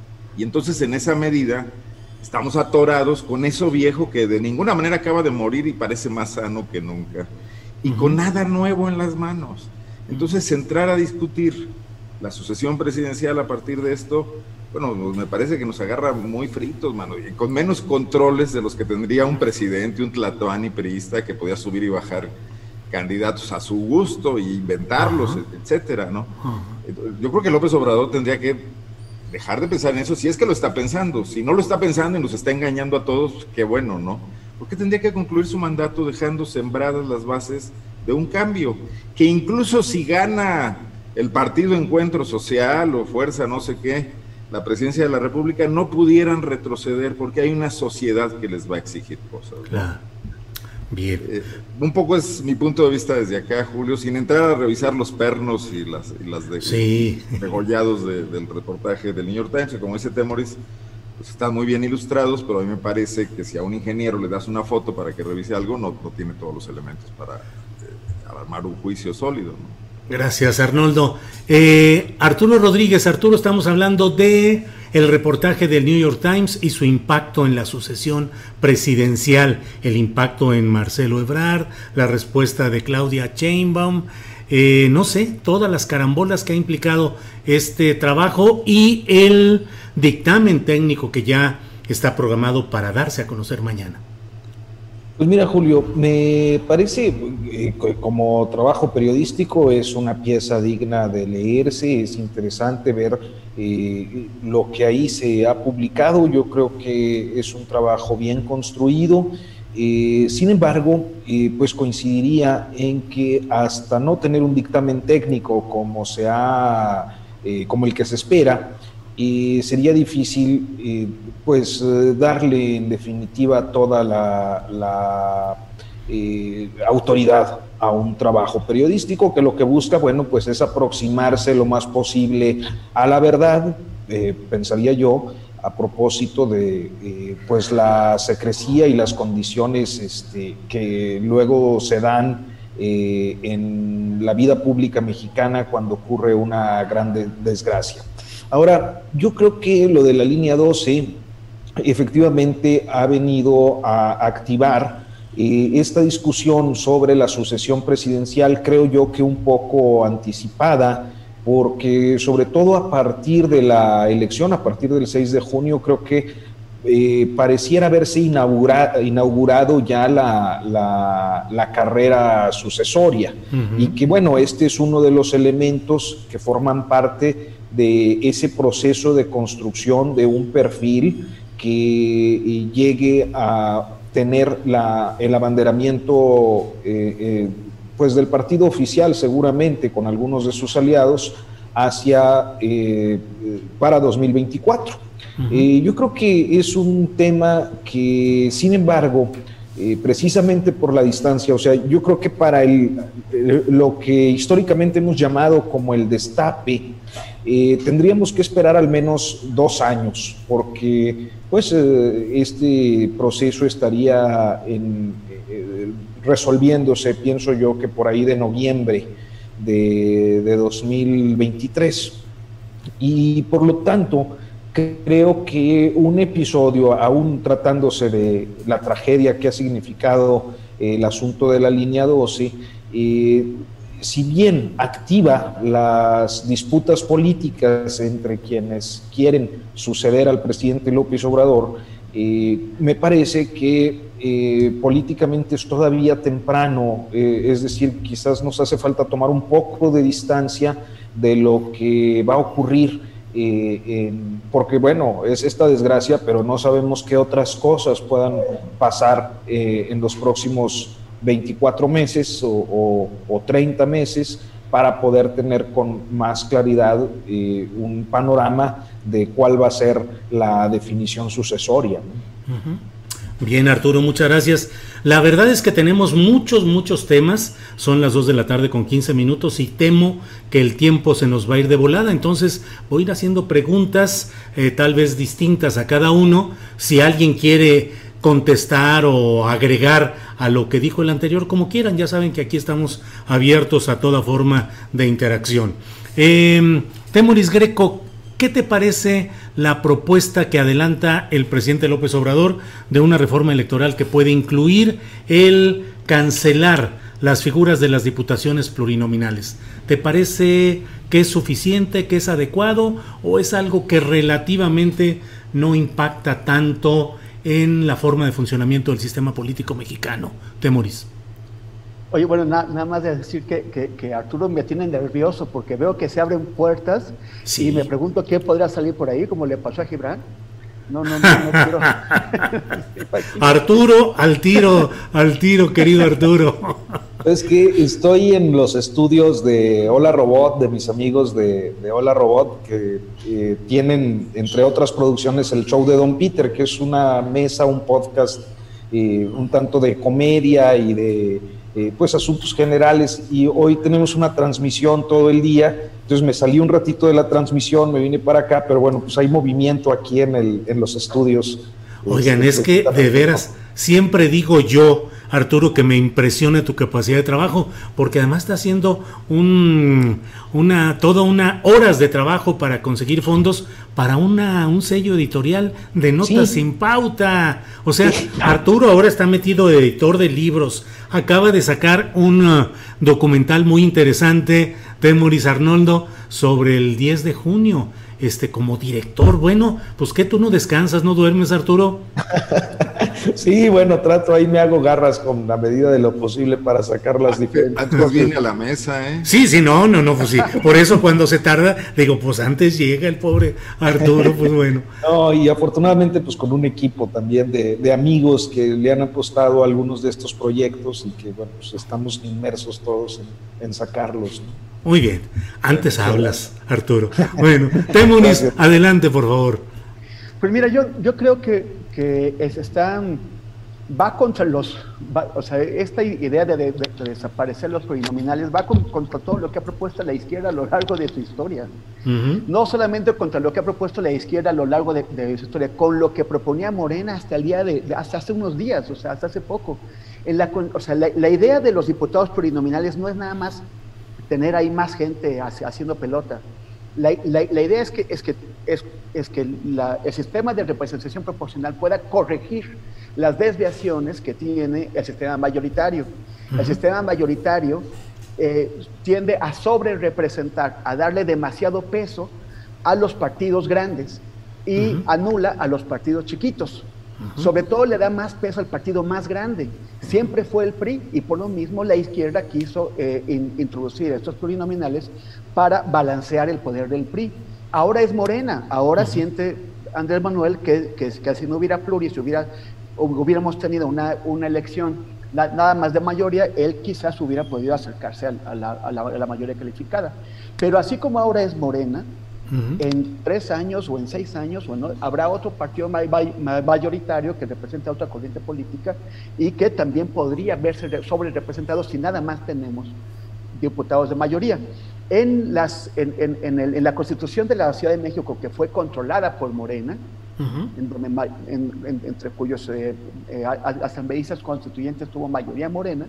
Y entonces, en esa medida, estamos atorados con eso viejo que de ninguna manera acaba de morir y parece más sano que nunca. Y con nada nuevo en las manos. Entonces, entrar a discutir la sucesión presidencial a partir de esto, bueno, me parece que nos agarra muy fritos, mano, y con menos controles de los que tendría un presidente, un tlatoani priista que podía subir y bajar candidatos a su gusto e inventarlos, uh-huh. etcétera, ¿no? Uh-huh. Yo creo que López Obrador tendría que dejar de pensar en eso, si es que lo está pensando. Si no lo está pensando y nos está engañando a todos, qué bueno, ¿no? Porque tendría que concluir su mandato dejando sembradas las bases de un cambio, que incluso si gana el partido Encuentro Social o Fuerza no sé qué, la presidencia de la República, no pudieran retroceder porque hay una sociedad que les va a exigir cosas, ¿no? Claro. Bien. Eh, un poco es mi punto de vista desde acá, Julio, sin entrar a revisar los pernos y las, y las de, sí. degollados de, del reportaje del New York Times, que como dice Temoris, pues están muy bien ilustrados, pero a mí me parece que si a un ingeniero le das una foto para que revise algo, no, no tiene todos los elementos para eh, armar un juicio sólido, ¿no? Gracias, Arnoldo. Eh, Arturo Rodríguez, Arturo, estamos hablando de el reportaje del New York Times y su impacto en la sucesión presidencial, el impacto en Marcelo Ebrard, la respuesta de Claudia Sheinbaum, eh, no sé, todas las carambolas que ha implicado este trabajo y el dictamen técnico que ya está programado para darse a conocer mañana. Pues mira, Julio, me parece eh, como trabajo periodístico es una pieza digna de leerse, es interesante ver eh, lo que ahí se ha publicado. Yo creo que es un trabajo bien construido. Eh, sin embargo, eh, pues coincidiría en que hasta no tener un dictamen técnico como se ha, eh, como el que se espera, y sería difícil eh, pues eh, darle en definitiva toda la, la eh, autoridad a un trabajo periodístico que lo que busca, bueno, pues es aproximarse lo más posible a la verdad, eh, pensaría yo, a propósito de eh, pues la secrecía y las condiciones este, que luego se dan eh, en la vida pública mexicana cuando ocurre una gran de- desgracia. Ahora, yo creo que lo de la línea doce efectivamente ha venido a activar eh, esta discusión sobre la sucesión presidencial, creo yo que un poco anticipada, porque sobre todo a partir de la elección, a partir del seis de junio, creo que eh, pareciera haberse inaugura, inaugurado ya la, la, la carrera sucesoria, uh-huh. y que bueno, este es uno de los elementos que forman parte de ese proceso de construcción de un perfil que eh, llegue a tener la, el abanderamiento eh, eh, pues del partido oficial, seguramente con algunos de sus aliados, hacia eh, para dos mil veinticuatro. Uh-huh. Eh, yo creo que es un tema que, sin embargo, eh, precisamente por la distancia, o sea, yo creo que para el, el, lo que históricamente hemos llamado como el destape, eh, tendríamos que esperar al menos dos años, porque pues eh, este proceso estaría en, eh, resolviéndose, pienso yo, que por ahí de noviembre de, de dos mil veintitrés, y por lo tanto creo que un episodio, aún tratándose de la tragedia que ha significado eh, el asunto de la línea doce, eh, si bien activa las disputas políticas entre quienes quieren suceder al presidente López Obrador, eh, me parece que eh, políticamente es todavía temprano, eh, es decir, quizás nos hace falta tomar un poco de distancia de lo que va a ocurrir. Eh, eh, porque bueno, es esta desgracia, pero no sabemos qué otras cosas puedan pasar eh, en los próximos veinticuatro meses o, o, o treinta meses para poder tener con más claridad eh, un panorama de cuál va a ser la definición sucesoria, ¿no? Uh-huh. Bien, Arturo, muchas gracias. La verdad es que tenemos muchos, muchos temas. Son las dos de la tarde con quince minutos y temo que el tiempo se nos va a ir de volada. Entonces voy a ir haciendo preguntas eh, tal vez distintas a cada uno. Si alguien quiere contestar o agregar a lo que dijo el anterior, como quieran. Ya saben que aquí estamos abiertos a toda forma de interacción. Eh, Temoris Greco, ¿qué te parece la propuesta que adelanta el presidente López Obrador de una reforma electoral que puede incluir el cancelar las figuras de las diputaciones plurinominales? ¿Te parece que es suficiente, que es adecuado, o es algo que relativamente no impacta tanto en la forma de funcionamiento del sistema político mexicano? Temoris. Oye, bueno, na, nada más de decir que, que, que Arturo me tiene nervioso porque veo que se abren puertas, sí. Y me pregunto qué podrá salir por ahí, como le pasó a Gibran. No, no, no, no quiero. Arturo, al tiro, al tiro, querido Arturo. Es que estoy en los estudios de Hola Robot, de mis amigos de, de Hola Robot, que eh, tienen, entre otras producciones, el show de Don Peter, que es una mesa, un podcast, eh, un tanto de comedia y de eh, pues asuntos generales, y hoy tenemos una transmisión todo el día. Entonces me salí un ratito de la transmisión, me vine para acá, pero bueno, pues hay movimiento aquí en, el, en los estudios. Oigan, es que de veras, siempre digo yo, Arturo, que me impresiona tu capacidad de trabajo, porque además está haciendo un, una, toda una horas de trabajo para conseguir fondos para una, un sello editorial de Notas sí. Sin Pauta. O sea, Arturo ahora está metido de editor de libros, acaba de sacar un uh, documental muy interesante, Temoris Arnoldo, sobre el diez de junio. Este, como director, bueno, pues que tú no descansas, no duermes, Arturo. Sí, bueno, trato, ahí me hago garras con la medida de lo posible para sacar las diferentes. Antes viene a la mesa, ¿eh? Sí, sí, no, no, no, pues sí. Por eso cuando se tarda, digo, pues antes llega el pobre Arturo, pues bueno. No, y afortunadamente, pues con un equipo también de, de amigos que le han apostado a algunos de estos proyectos y que, bueno, pues estamos inmersos todos en, en sacarlos, ¿no? Muy bien, antes sí, hablas, Arturo. Bueno, Temoris, adelante, por favor. Pues mira, yo, yo creo que, que es, están, va contra los, va, o sea, esta idea de, de, de desaparecer los plurinominales va con, contra todo lo que ha propuesto la izquierda a lo largo de su historia. Uh-huh. No solamente contra lo que ha propuesto la izquierda a lo largo de, de su historia, con lo que proponía Morena hasta el día de, de hasta hace unos días, o sea, hasta hace poco. En la, o sea, la, la idea de los diputados plurinominales no es nada más tener ahí más gente haciendo pelota. La, la, la idea es que, es que, es, es que la, el sistema de representación proporcional pueda corregir las desviaciones que tiene el sistema mayoritario. Uh-huh. El sistema mayoritario eh, tiende a sobre representar, a darle demasiado peso a los partidos grandes y uh-huh. anula a los partidos chiquitos. Uh-huh. Sobre todo le da más peso al partido más grande. Siempre fue el P R I y por lo mismo la izquierda quiso eh, in, introducir estos plurinominales para balancear el poder del P R I. Ahora es Morena, ahora uh-huh. siente Andrés Manuel que, que, que si no hubiera pluri, si hubiera, hubiéramos tenido una, una elección na, nada más de mayoría, él quizás hubiera podido acercarse a, a, la, a, la, a la mayoría calificada. Pero así como ahora es Morena, Uh-huh. en tres años o en seis años bueno, habrá otro partido may, may, mayoritario que representa otra corriente política y que también podría verse sobre representado si nada más tenemos diputados de mayoría. En, las, en, en, en, el, en la Constitución de la Ciudad de México, que fue controlada por Morena, uh-huh. en, en, en, entre cuyos eh, eh, asambleístas constituyentes tuvo mayoría Morena,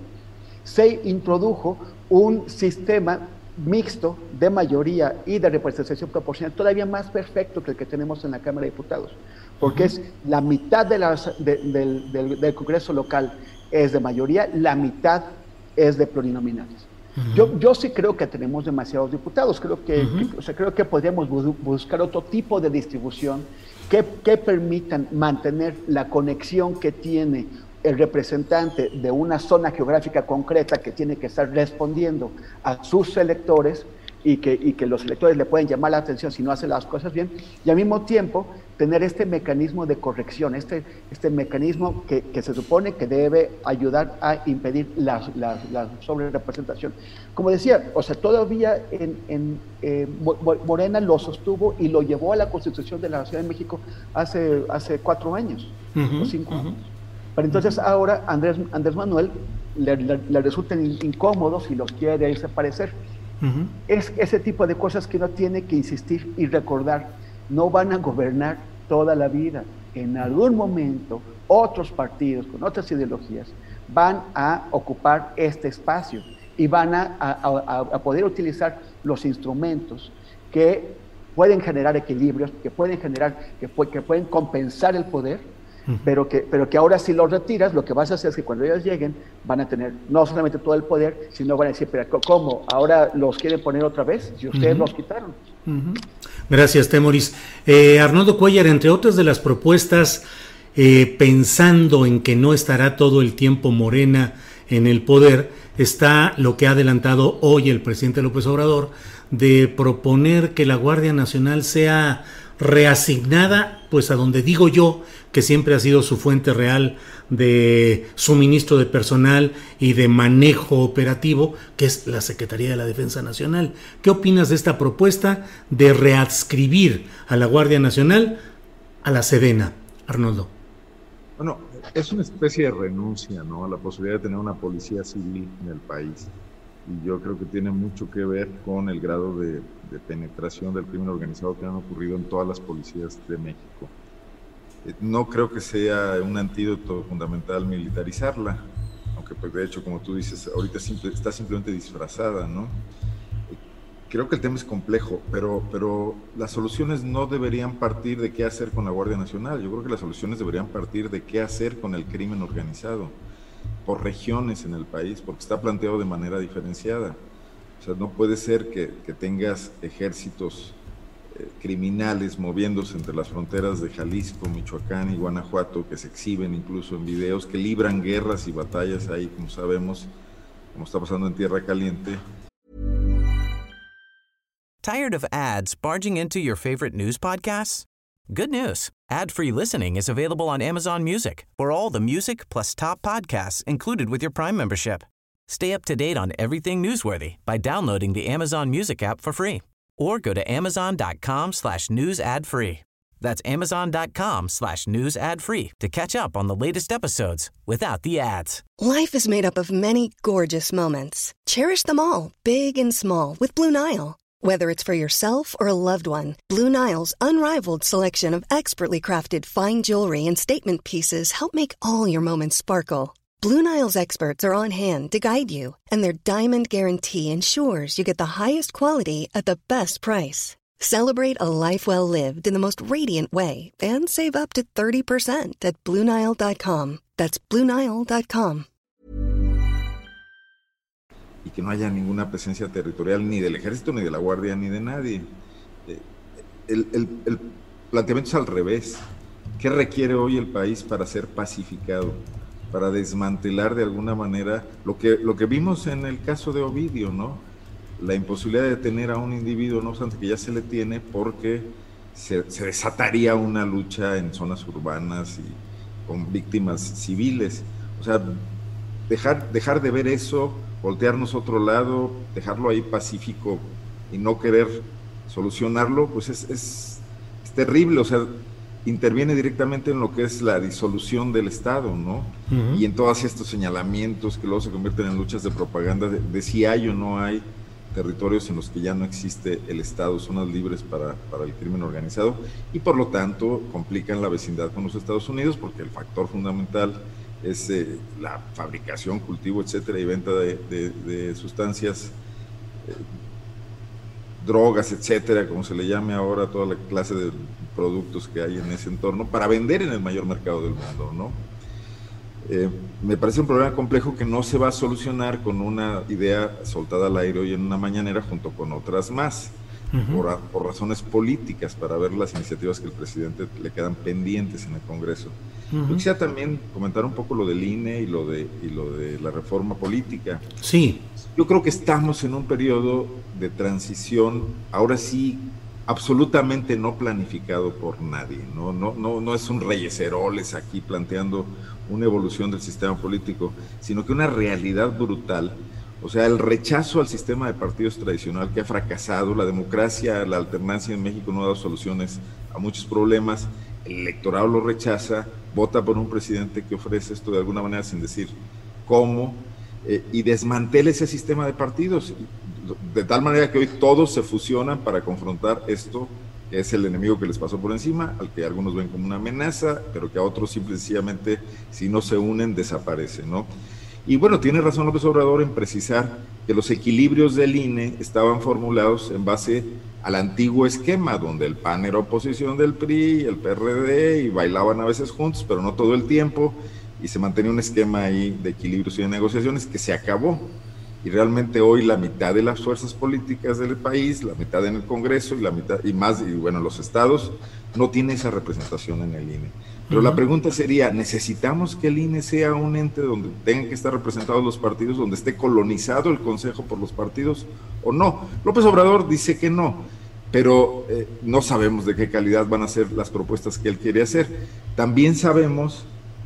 se introdujo un sistema mixto de mayoría y de representación proporcional todavía más perfecto que el que tenemos en la Cámara de Diputados, porque uh-huh. es la mitad de las, de, del, del, del Congreso local es de mayoría, la mitad es de plurinominales. Uh-huh. Yo, yo sí creo que tenemos demasiados diputados, creo que, uh-huh. que, o sea, creo que podríamos bu- buscar otro tipo de distribución que, que permitan mantener la conexión que tiene el representante de una zona geográfica concreta que tiene que estar respondiendo a sus electores y que, y que los electores le pueden llamar la atención si no hace las cosas bien, y al mismo tiempo tener este mecanismo de corrección, este, este mecanismo que, que se supone que debe ayudar a impedir la, la, la sobrerepresentación. Como decía, o sea, todavía en, en eh, Morena lo sostuvo y lo llevó a la Constitución de la Ciudad de México hace, hace cuatro años uh-huh, o cinco uh-huh. años. Pero entonces ahora Andrés, Andrés Manuel le, le, le resultan incómodos y los quiere irse a parecer. Uh-huh. Es ese tipo de cosas que uno tiene que insistir y recordar. No van a gobernar toda la vida. En algún momento otros partidos con otras ideologías van a ocupar este espacio y van a, a, a poder utilizar los instrumentos que pueden generar equilibrios, que pueden generar, que, que pueden compensar el poder. Pero que, pero que ahora si los retiras, lo que vas a hacer es que cuando ellos lleguen van a tener no solamente todo el poder, sino van a decir, pero ¿cómo? ¿Ahora los quieren poner otra vez? Si ustedes uh-huh. los quitaron. Uh-huh. Gracias, Temoris. Eh, Arnoldo Cuellar, entre otras de las propuestas, eh, pensando en que no estará todo el tiempo Morena en el poder, está lo que ha adelantado hoy el presidente López Obrador, de proponer que la Guardia Nacional sea reasignada, pues a donde digo yo que siempre ha sido su fuente real de suministro de personal y de manejo operativo, que es la Secretaría de la Defensa Nacional. ¿Qué opinas de esta propuesta de readscribir a la Guardia Nacional a la Sedena, Arnoldo? Bueno, es una especie de renuncia, ¿no?, a la posibilidad de tener una policía civil en el país. Y yo creo que tiene mucho que ver con el grado de, de penetración del crimen organizado que han ocurrido en todas las policías de México. Eh, no creo que sea un antídoto fundamental militarizarla, aunque pues de hecho, como tú dices, ahorita simple, está simplemente disfrazada, ¿no? Eh, creo que el tema es complejo, pero, pero las soluciones no deberían partir de qué hacer con la Guardia Nacional. Yo creo que las soluciones deberían partir de qué hacer con el crimen organizado, por regiones en el país, porque está planteado de manera diferenciada. O sea, no puede ser que, que tengas ejércitos eh, criminales moviéndose entre las fronteras de Jalisco, Michoacán y Guanajuato, que se exhiben incluso en videos, que libran guerras y batallas ahí, como sabemos, como está pasando en Tierra Caliente. Tired of ads barging into your favorite news podcasts? Good news. Ad-free listening is available on Amazon Music for all the music plus top podcasts included with your Prime membership. Stay up to date on everything newsworthy by downloading the Amazon Music app for free or go to amazon.com slash news ad free. That's amazon.com slash news ad free to catch up on the latest episodes without the ads. Life is made up of many gorgeous moments. Cherish them all, big and small, with Blue Nile. Whether it's for yourself or a loved one, Blue Nile's unrivaled selection of expertly crafted fine jewelry and statement pieces help make all your moments sparkle. Blue Nile's experts are on hand to guide you, and their diamond guarantee ensures you get the highest quality at the best price. Celebrate a life well lived in the most radiant way and save up to thirty percent at Blue Nile dot com. That's Blue Nile dot com. que no haya ninguna presencia territorial ni del ejército, ni de la guardia, ni de nadie. Eh, el, el, el planteamiento es al revés. ¿Qué requiere hoy el país para ser pacificado? Para desmantelar de alguna manera lo que, lo que vimos en el caso de Ovidio, ¿no? La imposibilidad de detener a un individuo, no obstante que ya se le tiene, porque se, se desataría una lucha en zonas urbanas y con víctimas civiles. O sea, dejar, dejar de ver eso, voltearnos a otro lado, dejarlo ahí pacífico y no querer solucionarlo, pues es, es, es terrible. O sea, interviene directamente en lo que es la disolución del Estado, ¿no? Uh-huh. Y en todos estos señalamientos que luego se convierten en luchas de propaganda de, de si hay o no hay territorios en los que ya no existe el Estado, zonas libres para, para el crimen organizado, y por lo tanto complican la vecindad con los Estados Unidos, porque el factor fundamental es eh, la fabricación, cultivo, etcétera, y venta de, de, de sustancias, eh, drogas, etcétera, como se le llame ahora, toda la clase de productos que hay en ese entorno, para vender en el mayor mercado del mundo, ¿no? Eh, me parece un problema complejo que no se va a solucionar con una idea soltada al aire hoy en una mañanera junto con otras más, uh-huh. por, por razones políticas, para ver las iniciativas que el presidente le quedan pendientes en el Congreso. Uh-huh. Yo quisiera también comentar un poco lo del I N E y lo de, y lo de la reforma política. Sí. Yo creo que estamos en un periodo de transición, ahora sí, absolutamente no planificado por nadie, no, no, no, no es un Reyes Heroles aquí planteando una evolución del sistema político, sino que una realidad brutal. O sea, el rechazo al sistema de partidos tradicional que ha fracasado, la democracia, la alternancia en México no ha dado soluciones a muchos problemas, el electorado lo rechaza, vota por un presidente que ofrece esto de alguna manera sin decir cómo, eh, y desmantela ese sistema de partidos, de tal manera que hoy todos se fusionan para confrontar esto, que es el enemigo que les pasó por encima, al que algunos ven como una amenaza, pero que a otros simple y sencillamente, si no se unen, desaparece, ¿no? Y bueno, tiene razón López Obrador en precisar que los equilibrios del I N E estaban formulados en base al antiguo esquema, donde el P A N era oposición del P R I, el P R D, y bailaban a veces juntos, pero no todo el tiempo, y se mantenía un esquema ahí de equilibrios y de negociaciones que se acabó. Y realmente hoy la mitad de las fuerzas políticas del país, la mitad en el Congreso y la mitad y más, y bueno, los estados, no tiene esa representación en el I N E. Pero uh-huh. la pregunta sería, ¿necesitamos que el I N E sea un ente donde tengan que estar representados los partidos, donde esté colonizado el Consejo por los partidos o no? López Obrador dice que no, pero eh, no sabemos de qué calidad van a ser las propuestas que él quiere hacer. También sabemos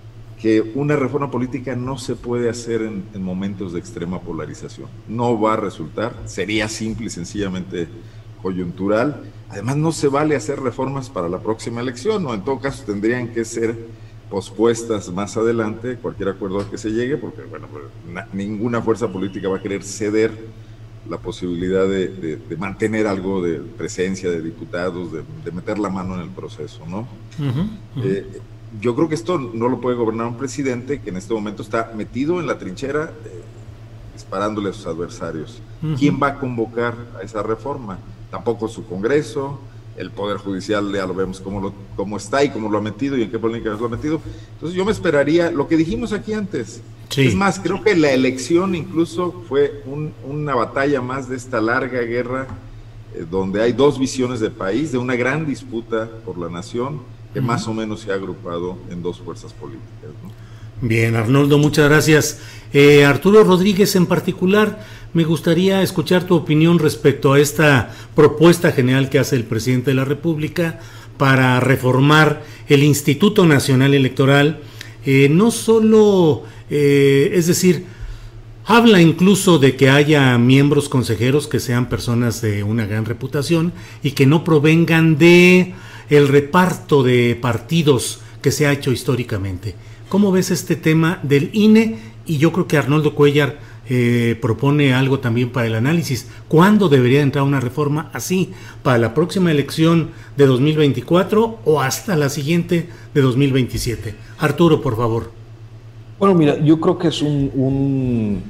que una reforma política no se puede hacer en, en momentos de extrema polarización. No va a resultar, sería simple y sencillamente coyuntural. Además, no se vale hacer reformas para la próxima elección, o en todo caso tendrían que ser pospuestas más adelante, cualquier acuerdo al que se llegue, porque bueno, na, ninguna fuerza política va a querer ceder la posibilidad de, de, de mantener algo de presencia de diputados, de, de meter la mano en el proceso, ¿no? Uh-huh, uh-huh. Eh, Yo creo que esto no lo puede gobernar un presidente que en este momento está metido en la trinchera, eh, disparándole a sus adversarios. Uh-huh. ¿Quién va a convocar a esa reforma? Tampoco su Congreso, el Poder Judicial ya lo vemos cómo, lo, cómo está y cómo lo ha metido y en qué polémica lo ha metido. Entonces yo me esperaría, lo que dijimos aquí antes, sí. Es más, creo que la elección incluso fue un, una batalla más de esta larga guerra, eh, donde hay dos visiones de país, de una gran disputa por la nación, que uh-huh. más o menos se ha agrupado en dos fuerzas políticas, ¿no? Bien, Arnoldo, muchas gracias. Eh, Arturo Rodríguez, en particular, me gustaría escuchar tu opinión respecto a esta propuesta general que hace el presidente de la República para reformar el Instituto Nacional Electoral. Eh, no solo, eh, es decir, habla incluso de que haya miembros consejeros que sean personas de una gran reputación y que no provengan de el reparto de partidos que se ha hecho históricamente. ¿Cómo ves este tema del I N E? Y yo creo que Arnoldo Cuellar eh, propone algo también para el análisis. ¿Cuándo debería entrar una reforma así? ¿Para la próxima elección de dos mil veinticuatro o hasta la siguiente de dos mil veintisiete? Arturo, por favor. Bueno, mira, yo creo que es un, un,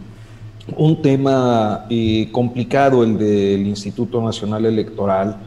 un tema eh, complicado el del Instituto Nacional Electoral,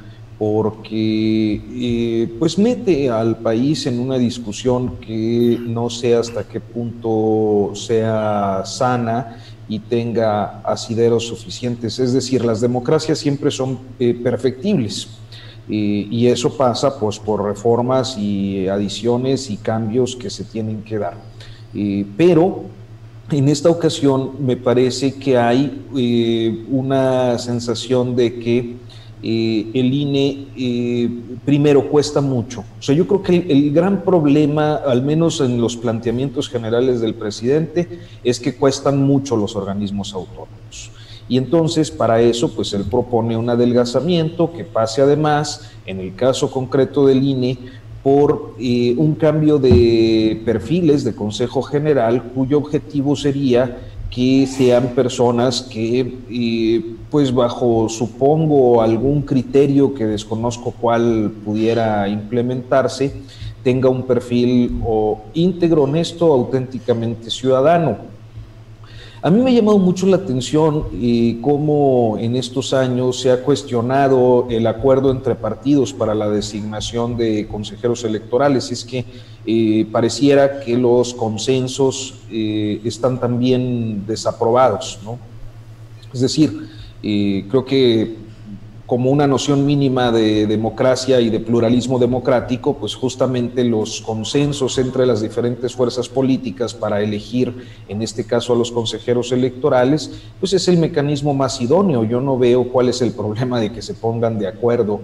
porque eh, pues mete al país en una discusión que no sé hasta qué punto sea sana y tenga asideros suficientes. Es decir, las democracias siempre son eh, perfectibles. Y, y eso pasa pues por reformas y adiciones y cambios que se tienen que dar. Eh, pero en esta ocasión me parece que hay eh, una sensación de que eh, el I N E eh, primero cuesta mucho. O sea, yo creo que el, el gran problema, al menos en los planteamientos generales del presidente, es que cuestan mucho los organismos autónomos. Y entonces para eso pues él propone un adelgazamiento que pase además, en el caso concreto del I N E, por eh, un cambio de perfiles de Consejo General, cuyo objetivo sería que sean personas que eh, pues bajo, supongo, algún criterio que desconozco cuál pudiera implementarse, tenga un perfil o íntegro, honesto, auténticamente ciudadano. A mí me ha llamado mucho la atención eh, cómo en estos años se ha cuestionado el acuerdo entre partidos para la designación de consejeros electorales. Es que eh, pareciera que los consensos eh, están también desaprobados, ¿no? Es decir, eh, creo que como una noción mínima de democracia y de pluralismo democrático, pues justamente los consensos entre las diferentes fuerzas políticas para elegir, en este caso a los consejeros electorales, pues es el mecanismo más idóneo. Yo no veo cuál es el problema de que se pongan de acuerdo,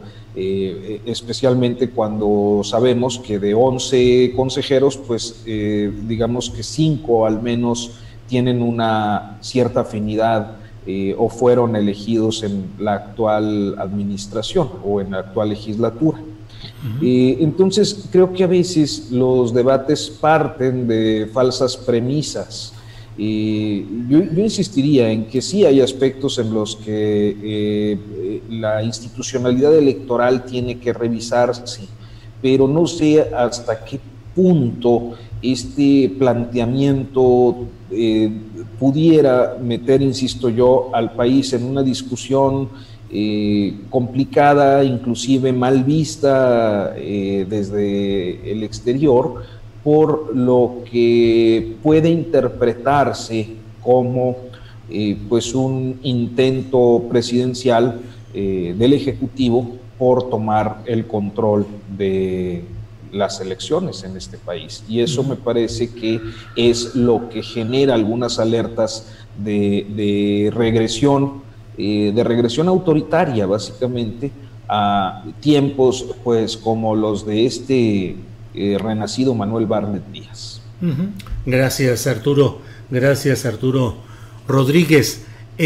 eh, especialmente cuando sabemos que de once consejeros, pues eh, digamos que cinco al menos tienen una cierta afinidad Eh, o fueron elegidos en la actual administración o en la actual legislatura. Uh-huh. Eh, entonces, creo que a veces los debates parten de falsas premisas. Eh, yo, yo insistiría en que sí hay aspectos en los que eh, la institucionalidad electoral tiene que revisarse, pero no sé hasta qué punto este planteamiento eh, pudiera meter, insisto yo, al país en una discusión eh, complicada, inclusive mal vista eh, desde el exterior, por lo que puede interpretarse como eh, pues un intento presidencial eh, del Ejecutivo por tomar el control de las elecciones en este país, y eso me parece que es lo que genera algunas alertas de, de regresión, eh, de regresión autoritaria, básicamente, a tiempos pues como los de este eh, renacido Manuel Bartlett Díaz. Uh-huh. Gracias, Arturo. Gracias, Arturo Rodríguez.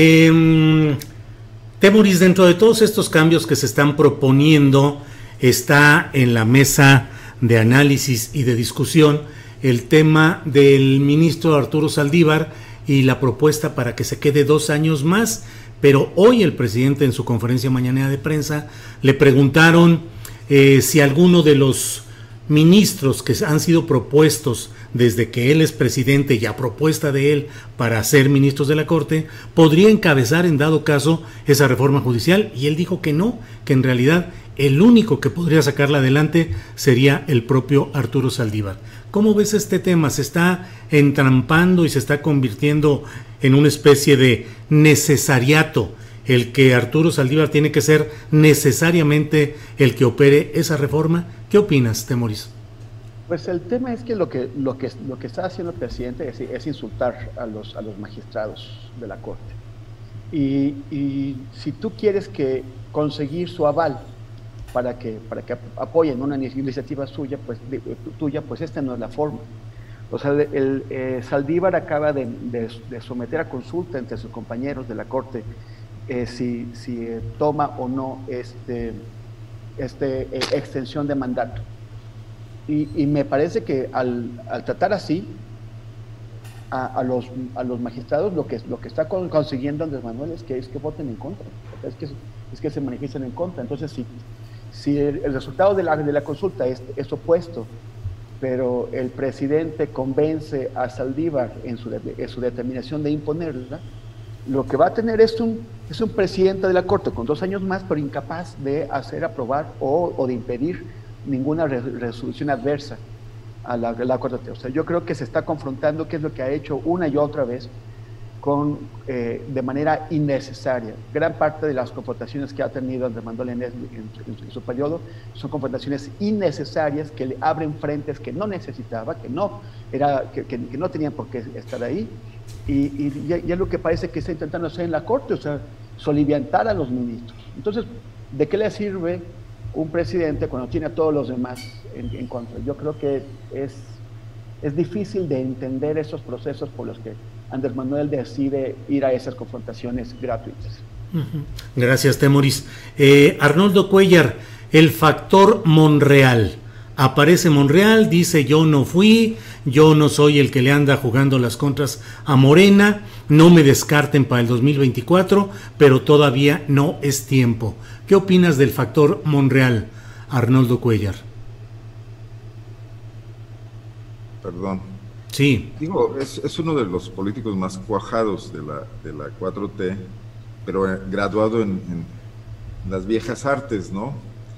Eh, Temoris, dentro de todos estos cambios que se están proponiendo, está en la mesa de análisis y de discusión el tema del ministro Arturo Saldívar y la propuesta para que se quede dos años más, pero hoy el presidente en su conferencia mañanera de prensa le preguntaron eh, si alguno de los ministros que han sido propuestos desde que él es presidente y a propuesta de él para ser ministros de la Corte, podría encabezar en dado caso esa reforma judicial, y él dijo que no, que en realidad el único que podría sacarla adelante sería el propio Arturo Saldívar. ¿Cómo ves este tema? ¿Se está entrampando y se está convirtiendo en una especie de necesariato el que Arturo Saldívar tiene que ser necesariamente el que opere esa reforma? ¿Qué opinas, Temoris? Pues el tema es que lo que, lo que, lo que está haciendo el presidente es, es insultar a los, a los magistrados de la Corte. Y, y si tú quieres que conseguir su aval para que, para que apoyen una iniciativa suya, pues, de, tuya, pues esta no es la forma. O sea, el, el eh, Saldívar acaba de, de, de someter a consulta entre sus compañeros de la Corte eh, si, si eh, toma o no este, este eh, extensión de mandato. Y, y me parece que al, al tratar así a, a, los, a los magistrados, lo que, lo que está consiguiendo Andrés Manuel es que, es que voten en contra, es que, es que se manifiesten en contra. Entonces, si, si el, el resultado de la, de la consulta es, es opuesto, pero el presidente convence a Saldívar en su, de, en su determinación de imponerla, lo que va a tener es un, es un presidente de la Corte con dos años más, pero incapaz de hacer aprobar o, o de impedir ninguna re resolución adversa a la, la Corte. O sea, yo creo que se está confrontando qué es lo que ha hecho una y otra vez con, eh, de manera innecesaria. Gran parte de las confrontaciones que ha tenido Andrés Manuel en, en, en, en su periodo son confrontaciones innecesarias que le abren frentes que no necesitaba, que no, era, que, que, que no tenían por qué estar ahí, y, y ya, ya lo que parece que está intentando hacer en la Corte, o sea, soliviantar a los ministros. Entonces, ¿de qué le sirve un presidente cuando tiene a todos los demás en, en contra? Yo creo que es, es difícil de entender esos procesos por los que Andrés Manuel decide ir a esas confrontaciones gratuitas. Gracias, Temoris. Eh, Arnoldo Cuellar, el factor Monreal. Aparece Monreal, dice yo no fui, yo no soy el que le anda jugando las contras a Morena, no me descarten para el dos mil veinticuatro, pero todavía no es tiempo. ¿Qué opinas del factor Monreal, Arnoldo Cuellar? Perdón. Sí. Digo, es, es uno de los políticos más cuajados de la, de la cuatro T, pero eh, graduado en, en las viejas artes, ¿no?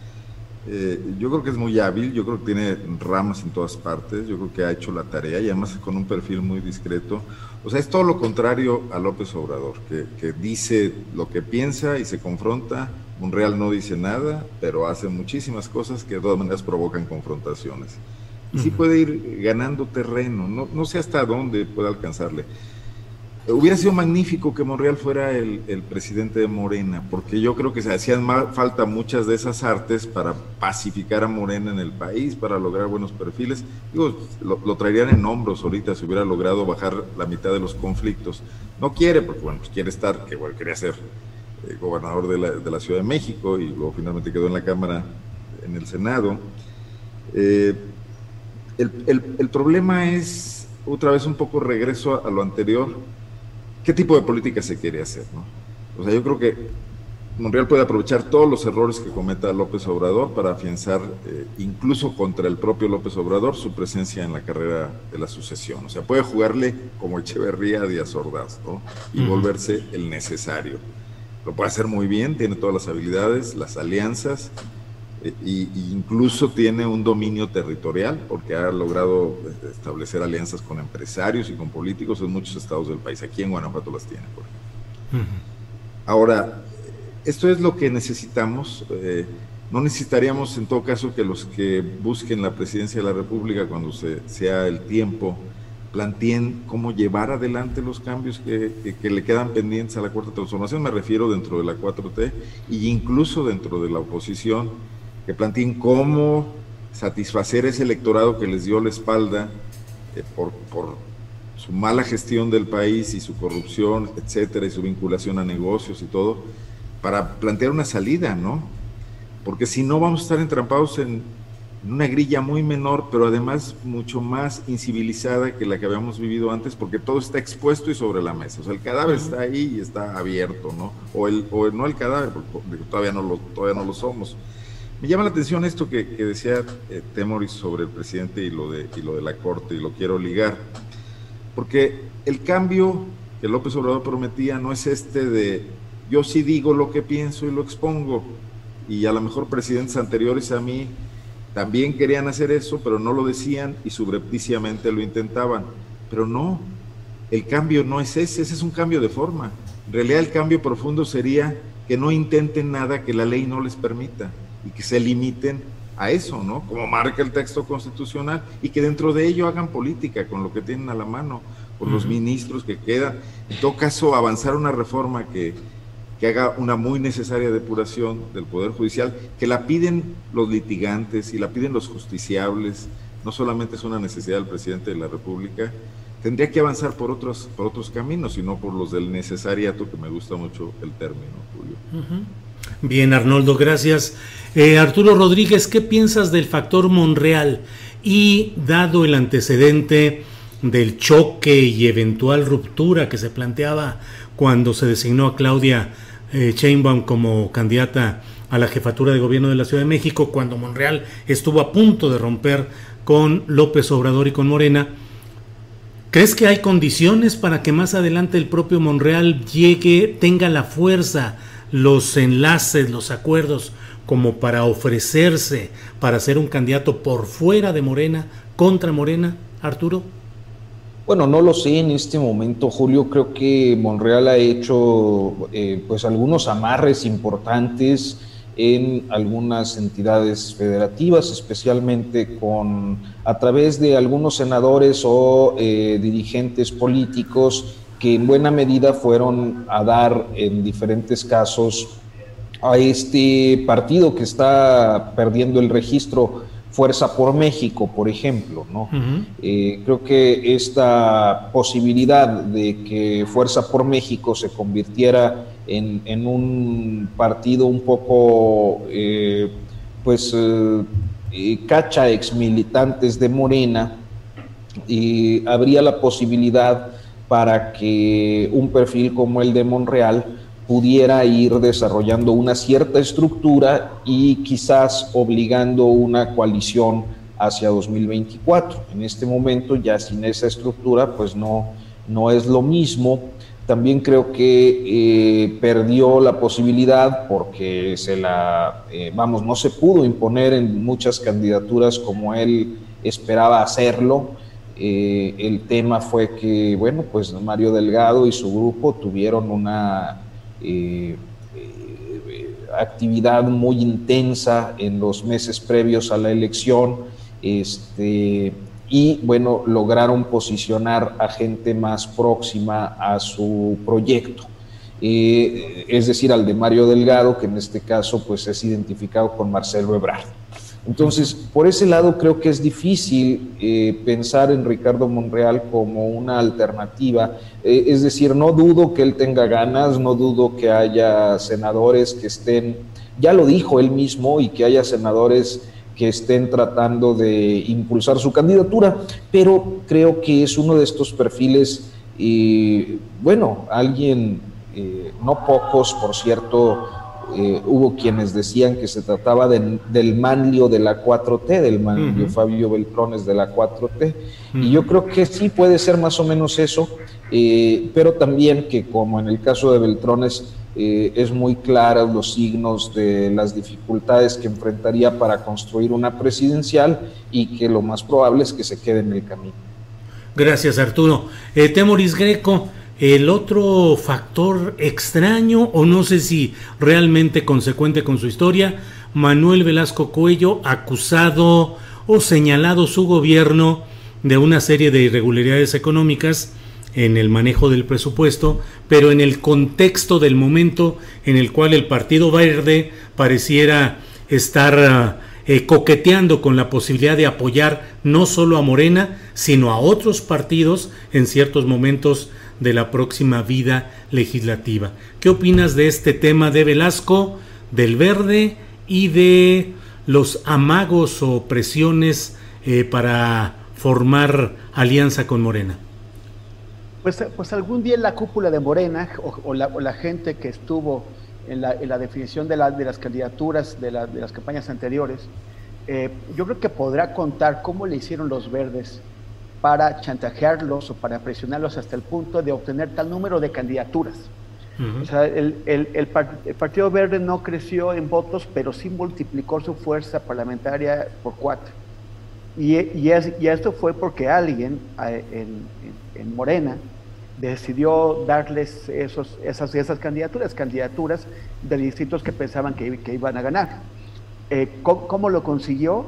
Eh, yo creo que es muy hábil, yo creo que tiene ramas en todas partes, yo creo que ha hecho la tarea y además con un perfil muy discreto. O sea, es todo lo contrario a López Obrador, que, que dice lo que piensa y se confronta. Monreal no dice nada, pero hace muchísimas cosas que de todas maneras provocan confrontaciones. Y sí puede ir ganando terreno, no, no sé hasta dónde puede alcanzarle. Hubiera sido magnífico que Monreal fuera el, el presidente de Morena, porque yo creo que se hacían mal, falta muchas de esas artes para pacificar a Morena en el país, para lograr buenos perfiles. Digo, lo, lo traerían en hombros ahorita si hubiera logrado bajar la mitad de los conflictos. No quiere, porque bueno, pues quiere estar, que bueno, quería ser eh, gobernador de la, de la Ciudad de México y luego finalmente quedó en la Cámara, en el Senado. Eh, el, el, el problema es, otra vez un poco regreso a, a lo anterior, ¿qué tipo de política se quiere hacer, no? O sea, yo creo que Monreal puede aprovechar todos los errores que cometa López Obrador para afianzar, eh, incluso contra el propio López Obrador, su presencia en la carrera de la sucesión. O sea, puede jugarle como Echeverría a Díaz Ordaz, ¿no? Y uh-huh. volverse el necesario. Lo puede hacer muy bien, tiene todas las habilidades, las alianzas, eh, y, y incluso tiene un dominio territorial, porque ha logrado establecer alianzas con empresarios y con políticos en muchos estados del país. Aquí en Guanajuato las tiene, por ejemplo. Uh-huh. Ahora, esto es lo que necesitamos. Eh, no necesitaríamos en todo caso que los que busquen la presidencia de la República, cuando se, sea el tiempo, planteen cómo llevar adelante los cambios que, que, que le quedan pendientes a la Cuarta Transformación. Me refiero dentro de la cuatro T e incluso dentro de la oposición, que planteen cómo satisfacer ese electorado que les dio la espalda eh, por, por su mala gestión del país y su corrupción, etcétera, y su vinculación a negocios y todo, para plantear una salida, ¿no? Porque si no vamos a estar entrampados en, en una grilla muy menor, pero además mucho más incivilizada que la que habíamos vivido antes, porque todo está expuesto y sobre la mesa. O sea, el cadáver está ahí y está abierto, ¿no? O, el, o no el cadáver, porque todavía no lo, todavía no lo somos. Me llama la atención esto que, que decía eh, Temoris sobre el presidente y lo, de, y lo de la Corte, y lo quiero ligar, porque el cambio que López Obrador prometía no es este de yo sí digo lo que pienso y lo expongo, y a lo mejor presidentes anteriores a mí también querían hacer eso, pero no lo decían y subrepticiamente lo intentaban. Pero no, el cambio no es ese, ese es un cambio de forma. En realidad el cambio profundo sería que no intenten nada que la ley no les permita y que se limiten a eso, ¿no? Como marca el texto constitucional, y que dentro de ello hagan política con lo que tienen a la mano, con uh-huh. los ministros que quedan. En todo caso, avanzar una reforma que que haga una muy necesaria depuración del Poder Judicial, que la piden los litigantes y la piden los justiciables, no solamente es una necesidad del presidente de la República, tendría que avanzar por otros, por otros caminos y no por los del necesariato, que me gusta mucho el término, Julio. Uh-huh. Bien, Arnoldo, gracias. Eh, Arturo Rodríguez, ¿qué piensas del factor Monreal? Y dado el antecedente del choque y eventual ruptura que se planteaba cuando se designó a Claudia eh, Sheinbaum como candidata a la jefatura de gobierno de la Ciudad de México, cuando Monreal estuvo a punto de romper con López Obrador y con Morena, ¿crees que hay condiciones para que más adelante el propio Monreal llegue, tenga la fuerza, los enlaces, los acuerdos, como para ofrecerse, para ser un candidato por fuera de Morena, contra Morena, Arturo? Bueno, no lo sé en este momento, Julio. Creo que Monreal ha hecho eh, pues algunos amarres importantes en algunas entidades federativas, especialmente con a través de algunos senadores o eh, dirigentes políticos que en buena medida fueron a dar en diferentes casos a este partido que está perdiendo el registro, Fuerza por México, por ejemplo, ¿no? Uh-huh. Eh, creo que esta posibilidad de que Fuerza por México se convirtiera en, en un partido un poco, eh, pues, eh, cacha ex militantes de Morena, y habría la posibilidad para que un perfil como el de Monreal pudiera ir desarrollando una cierta estructura y quizás obligando una coalición hacia dos mil veinticuatro. En este momento, ya sin esa estructura, pues no, no es lo mismo. También creo que eh, perdió la posibilidad porque se la, eh, vamos, no se pudo imponer en muchas candidaturas como él esperaba hacerlo. Eh, el tema fue que, bueno, pues Mario Delgado y su grupo tuvieron una Eh, eh, actividad muy intensa en los meses previos a la elección, este, y bueno, lograron posicionar a gente más próxima a su proyecto, eh, es decir, al de Mario Delgado, que en este caso pues es identificado con Marcelo Ebrard. Entonces, por ese lado creo que es difícil eh, pensar en Ricardo Monreal como una alternativa, eh, es decir, no dudo que él tenga ganas, no dudo que haya senadores que estén, ya lo dijo él mismo, y que haya senadores que estén tratando de impulsar su candidatura, pero creo que es uno de estos perfiles, eh, bueno, alguien, eh, no pocos, por cierto. Eh, hubo quienes decían que se trataba de, del Manlio de la cuatro T, del Manlio uh-huh. Fabio Beltrones de la cuatro T, uh-huh. y yo creo que sí puede ser más o menos eso, eh, pero también que, como en el caso de Beltrones, eh, es muy claros los signos de las dificultades que enfrentaría para construir una presidencial, y que lo más probable es que se quede en el camino. Gracias, Arturo. Eh, Temoris Greco, el otro factor extraño, o no sé si realmente consecuente con su historia, Manuel Velasco Cuello, acusado o señalado su gobierno de una serie de irregularidades económicas en el manejo del presupuesto, pero en el contexto del momento en el cual el Partido Verde pareciera estar eh, coqueteando con la posibilidad de apoyar no solo a Morena, sino a otros partidos en ciertos momentos de la próxima vida legislativa. ¿Qué opinas de este tema de Velasco, del Verde y de los amagos o presiones eh, para formar alianza con Morena? Pues, pues algún día en la cúpula de Morena, o, o, la, o la gente que estuvo en la, en la definición de, la, de las candidaturas de, la, de las campañas anteriores, eh, yo creo que podrá contar cómo le hicieron los verdes para chantajearlos o para presionarlos hasta el punto de obtener tal número de candidaturas. Uh-huh. O sea, el, el, el, part, el Partido Verde no creció en votos, pero sí multiplicó su fuerza parlamentaria por cuatro. Y, y, es, y esto fue porque alguien en, en, en Morena decidió darles esos, esas, esas candidaturas, candidaturas de distritos que pensaban que, que iban a ganar. Eh, ¿cómo, ¿Cómo lo consiguió?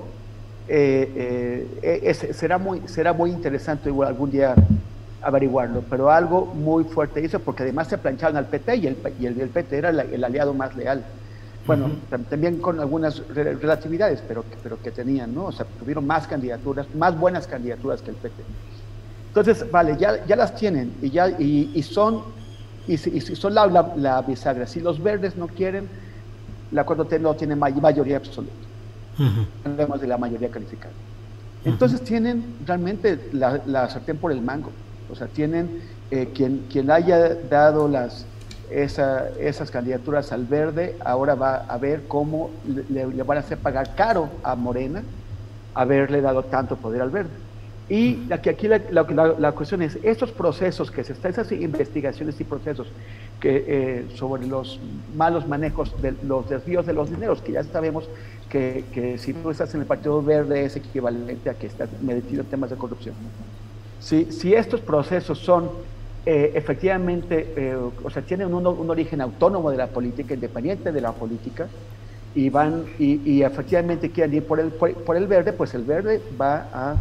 Eh, eh, es, será, muy, será muy interesante igual algún día averiguarlo, pero algo muy fuerte hizo, porque además se plancharon al P T, y el, y el, el P T era la, el aliado más leal. Bueno, uh-huh. también con algunas re relatividades, pero, pero que tenían, ¿no? O sea, tuvieron más candidaturas, más buenas candidaturas que el P T. Entonces, vale, ya, ya las tienen, y, ya, y, y son, y, y son la, la, la bisagra. Si los verdes no quieren, la cuatro T no tiene may mayoría absoluta. Uh-huh. Hablamos de la mayoría calificada. Entonces uh-huh. tienen realmente la, la sartén por el mango. O sea, tienen eh, quien, quien haya dado las, esa, esas candidaturas al Verde, ahora va a ver cómo le, le van a hacer pagar caro a Morena haberle dado tanto poder al Verde. Y uh-huh. aquí, aquí la, la, la cuestión es, estos procesos que se están, esas investigaciones y procesos que, eh, sobre los malos manejos de los desvíos de los dineros, que ya sabemos Que, que si tú estás en el Partido Verde es equivalente a que estás metido en temas de corrupción. Si, si estos procesos son eh, efectivamente, eh, o sea, tienen un, un origen autónomo de la política, independiente de la política, y van y, y efectivamente quieren ir por el, por, por el verde, pues el verde va a,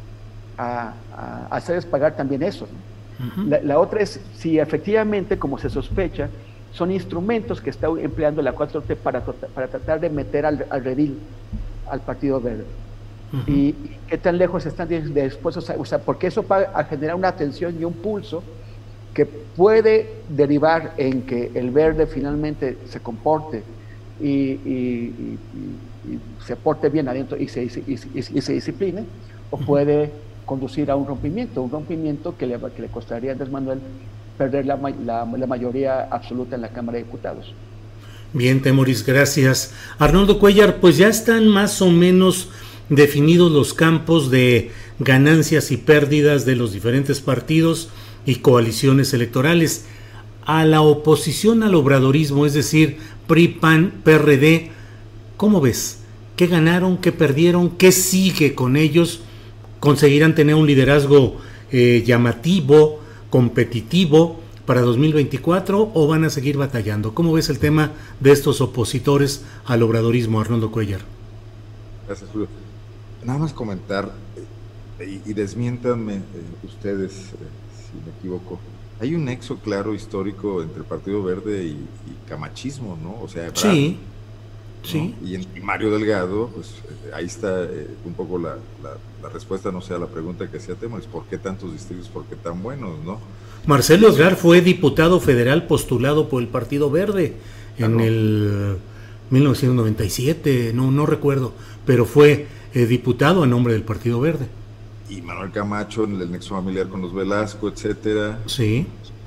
a, a hacerles pagar también eso, ¿no? Uh-huh. la, la otra es si efectivamente, como se sospecha, son instrumentos que está empleando la cuatro T para, para tratar de meter al, al redil al Partido Verde. Uh-huh. y, y qué tan lejos están dispuestos a, o sea, porque eso va a generar una tensión y un pulso que puede derivar en que el verde finalmente se comporte y, y, y, y, y se porte bien adentro y se, y, y, y se discipline, o puede conducir a un rompimiento, un rompimiento que le, que le costaría a Andrés Manuel perder la, la, la mayoría absoluta en la Cámara de Diputados. Bien, Temoris, gracias. Arnoldo Cuellar, pues ya están más o menos definidos los campos de ganancias y pérdidas de los diferentes partidos y coaliciones electorales. A la oposición al obradorismo, es decir, P R I, P A N, P R D, ¿cómo ves? ¿Qué ganaron? ¿Qué perdieron? ¿Qué sigue con ellos? ¿Conseguirán tener un liderazgo eh, llamativo, competitivo para dos mil veinticuatro o van a seguir batallando? ¿Cómo ves el tema de estos opositores al obradorismo, Arnoldo Cuellar? Gracias, Julio. Nada más comentar, eh, y, y desmiéntanme eh, ustedes eh, si me equivoco. Hay un nexo claro histórico entre el Partido Verde y, y camachismo, ¿no? O sea, Ebrard, sí, ¿no? sí. Y en Mario Delgado, pues eh, ahí está eh, un poco la, la, la respuesta, no sé, a la pregunta que hacía Temoris, ¿por qué tantos distritos, por qué tan buenos, no? Marcelo Ebrard fue diputado federal postulado por el Partido Verde claro. en el mil novecientos noventa y siete, no, no recuerdo, pero fue eh, diputado a nombre del Partido Verde. Y Manuel Camacho en el nexo familiar con los Velasco, etcétera. Sí.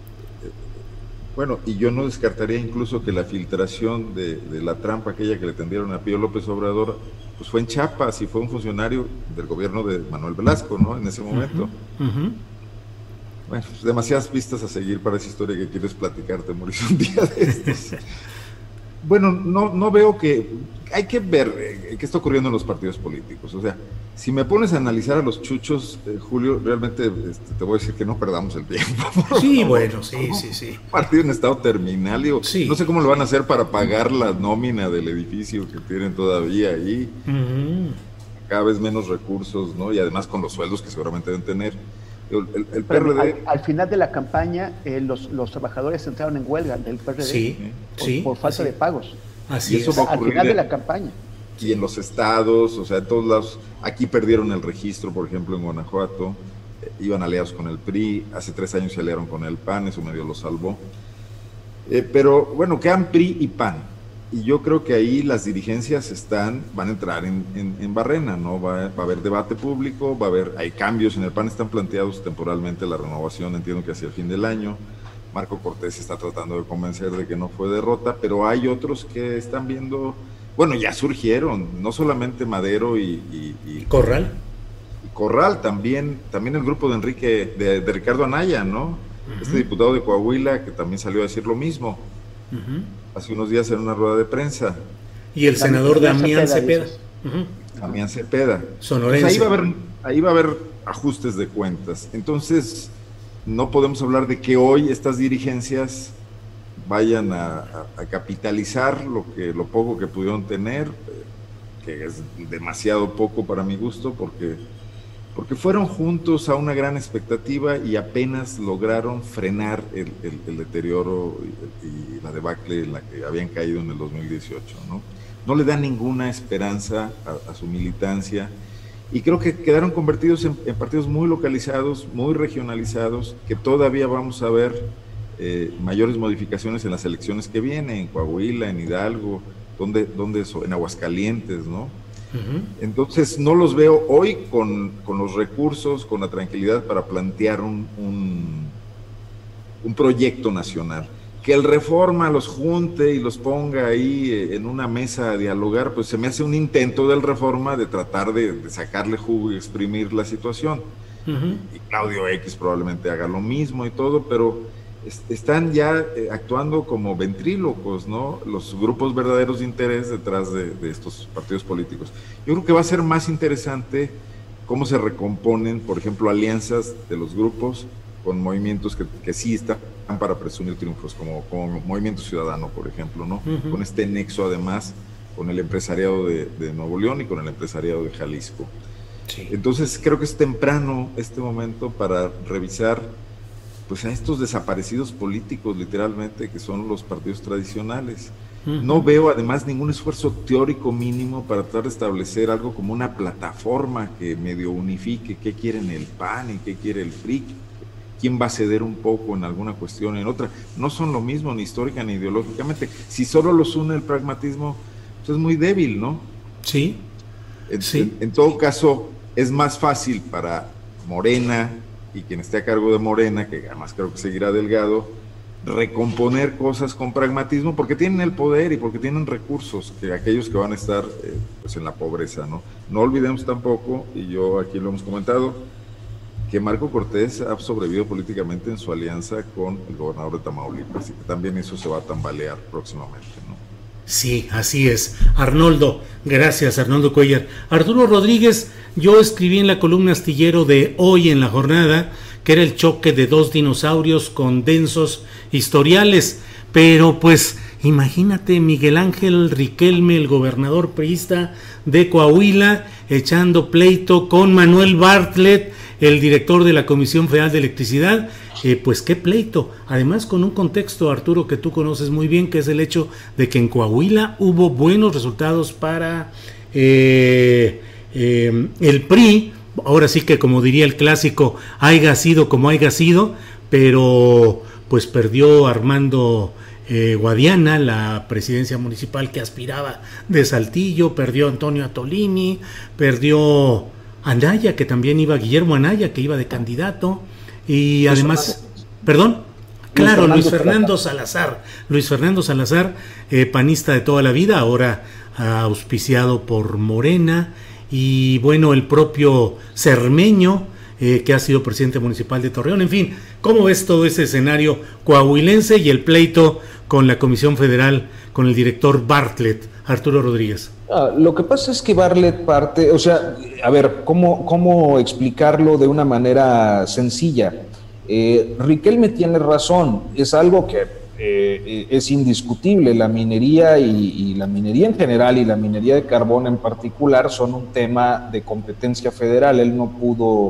Bueno, y yo no descartaría incluso que la filtración de, de la trampa aquella que le tendieron a Pío López Obrador, pues fue en Chiapas y fue un funcionario del gobierno de Manuel Velasco, ¿no? En ese momento. Uh-huh, uh-huh. Bueno, pues demasiadas pistas a seguir para esa historia que quieres platicarte, Mauricio, un día de estos. Bueno, no, no veo que... Hay que ver eh, qué está ocurriendo en los partidos políticos. O sea, si me pones a analizar a los chuchos, eh, Julio, realmente este, te voy a decir que no perdamos el tiempo. Sí, no, bueno, sí, sí, sí. Partido en estado terminal, digo, sí. No sé cómo lo van a hacer para pagar la nómina del edificio que tienen todavía ahí. Uh-huh. Cada vez menos recursos, ¿no? Y además con los sueldos que seguramente deben tener. El, el, el P R D... al, al final de la campaña, eh, los, los trabajadores entraron en huelga del P R D sí, por, sí, por falta así. de pagos. Así y eso es. va a Al final de la campaña. Y en los estados, o sea, todos lados, aquí perdieron el registro, por ejemplo, en Guanajuato, eh, iban aliados con el P R I, hace tres años se aliaron con el P A N, eso medio lo salvó. Eh, pero bueno, quedan P R I y P A N, y yo creo que ahí las dirigencias están, van a entrar en, en, en barrena, ¿no? Va, va a haber debate público, va a haber, hay cambios, en el P A N están planteados temporalmente la renovación, entiendo que hacia el fin del año. Marco Cortés está tratando de convencer de que no fue derrota, pero hay otros que están viendo, bueno, ya surgieron, no solamente Madero y... y, y Corral. Y Corral, también, también el grupo de Enrique, de, de Ricardo Anaya, ¿no? Uh-huh. Este diputado de Coahuila que también salió a decir lo mismo, uh-huh. hace unos días en una rueda de prensa. Y el Damián, senador Damián Cepeda. Cepeda. Uh-huh. Damián Cepeda. Sonorense. Pues ahí va a haber, ahí va a haber ajustes de cuentas. Entonces... no podemos hablar de que hoy estas dirigencias vayan a, a, a capitalizar lo que lo poco que pudieron tener, eh, que es demasiado poco para mi gusto, porque, porque fueron juntos a una gran expectativa y apenas lograron frenar el, el, el deterioro y, y la debacle en la que habían caído en el dos mil dieciocho, ¿no? No le da ninguna esperanza a, a su militancia. Y creo que quedaron convertidos en, en partidos muy localizados, muy regionalizados, que todavía vamos a ver eh, mayores modificaciones en las elecciones que vienen, en Coahuila, en Hidalgo, donde, donde eso, en Aguascalientes, ¿no? Uh-huh. Entonces no los veo hoy con, con los recursos, con la tranquilidad para plantear un, un, un proyecto nacional. Que el Reforma los junte y los ponga ahí en una mesa a dialogar, pues se me hace un intento del Reforma de tratar de, de sacarle jugo y exprimir la situación. Uh-huh. Y Claudio X probablemente haga lo mismo y todo, pero est- están ya eh, actuando como ventrílocos, ¿no? Los grupos verdaderos de interés detrás de, de estos partidos políticos. Yo creo que va a ser más interesante cómo se recomponen, por ejemplo, alianzas de los grupos con movimientos que, que sí están para presumir triunfos, como, como Movimiento Ciudadano, por ejemplo, ¿no? Uh-huh. Con este nexo, además, con el empresariado de, de Nuevo León y con el empresariado de Jalisco. Sí. Entonces, creo que es temprano este momento para revisar pues a estos desaparecidos políticos, literalmente, que son los partidos tradicionales. Uh-huh. No veo, además, ningún esfuerzo teórico mínimo para tratar de establecer algo como una plataforma que medio unifique qué quieren el P A N y qué quiere el P R I, quién va a ceder un poco en alguna cuestión, en otra. No son lo mismo, ni histórica ni ideológicamente. Si solo los une el pragmatismo, pues es muy débil, ¿no? Sí. En, sí. en, en todo caso, es más fácil para Morena y quien esté a cargo de Morena, que además creo que seguirá Delgado, recomponer cosas con pragmatismo porque tienen el poder y porque tienen recursos que aquellos que van a estar eh, pues en la pobreza, ¿no? No olvidemos tampoco, y yo aquí lo hemos comentado, que Marco Cortés ha sobrevivido políticamente en su alianza con el gobernador de Tamaulipas y que también eso se va a tambalear próximamente, ¿no? Sí, así es. Arnoldo, gracias, Arnoldo Cuellar. Arturo Rodríguez, yo escribí en la columna Astillero de hoy en La Jornada que era el choque de dos dinosaurios con densos historiales, pero pues imagínate Miguel Ángel Riquelme, el gobernador priista de Coahuila, echando pleito con Manuel Bartlett, el director de la Comisión Federal de Electricidad. Eh, pues qué pleito, además con un contexto, Arturo, que tú conoces muy bien, que es el hecho de que en Coahuila hubo buenos resultados para eh, eh, el P R I. Ahora sí que, como diría el clásico, haya sido como haya sido, pero pues perdió Armando eh, Guadiana la presidencia municipal que aspiraba de Saltillo, perdió Antonio Atolini, perdió Anaya, que también iba, Guillermo Anaya, que iba de candidato, y Luis además, Fernando. perdón, claro, Luis Fernando Salazar, Luis Fernando Salazar, eh, panista de toda la vida, ahora auspiciado por Morena, y bueno, el propio Cermeño, eh, que ha sido presidente municipal de Torreón. En fin, ¿cómo ves todo ese escenario coahuilense y el pleito con la Comisión Federal, con el director Bartlett, Arturo Rodríguez? Ah, lo que pasa es que Bartlett parte, o sea, a ver, ¿cómo, cómo explicarlo de una manera sencilla? Eh, Riquelme tiene razón, es algo que eh, es indiscutible. La minería y, y la minería en general y la minería de carbón en particular son un tema de competencia federal. Él no pudo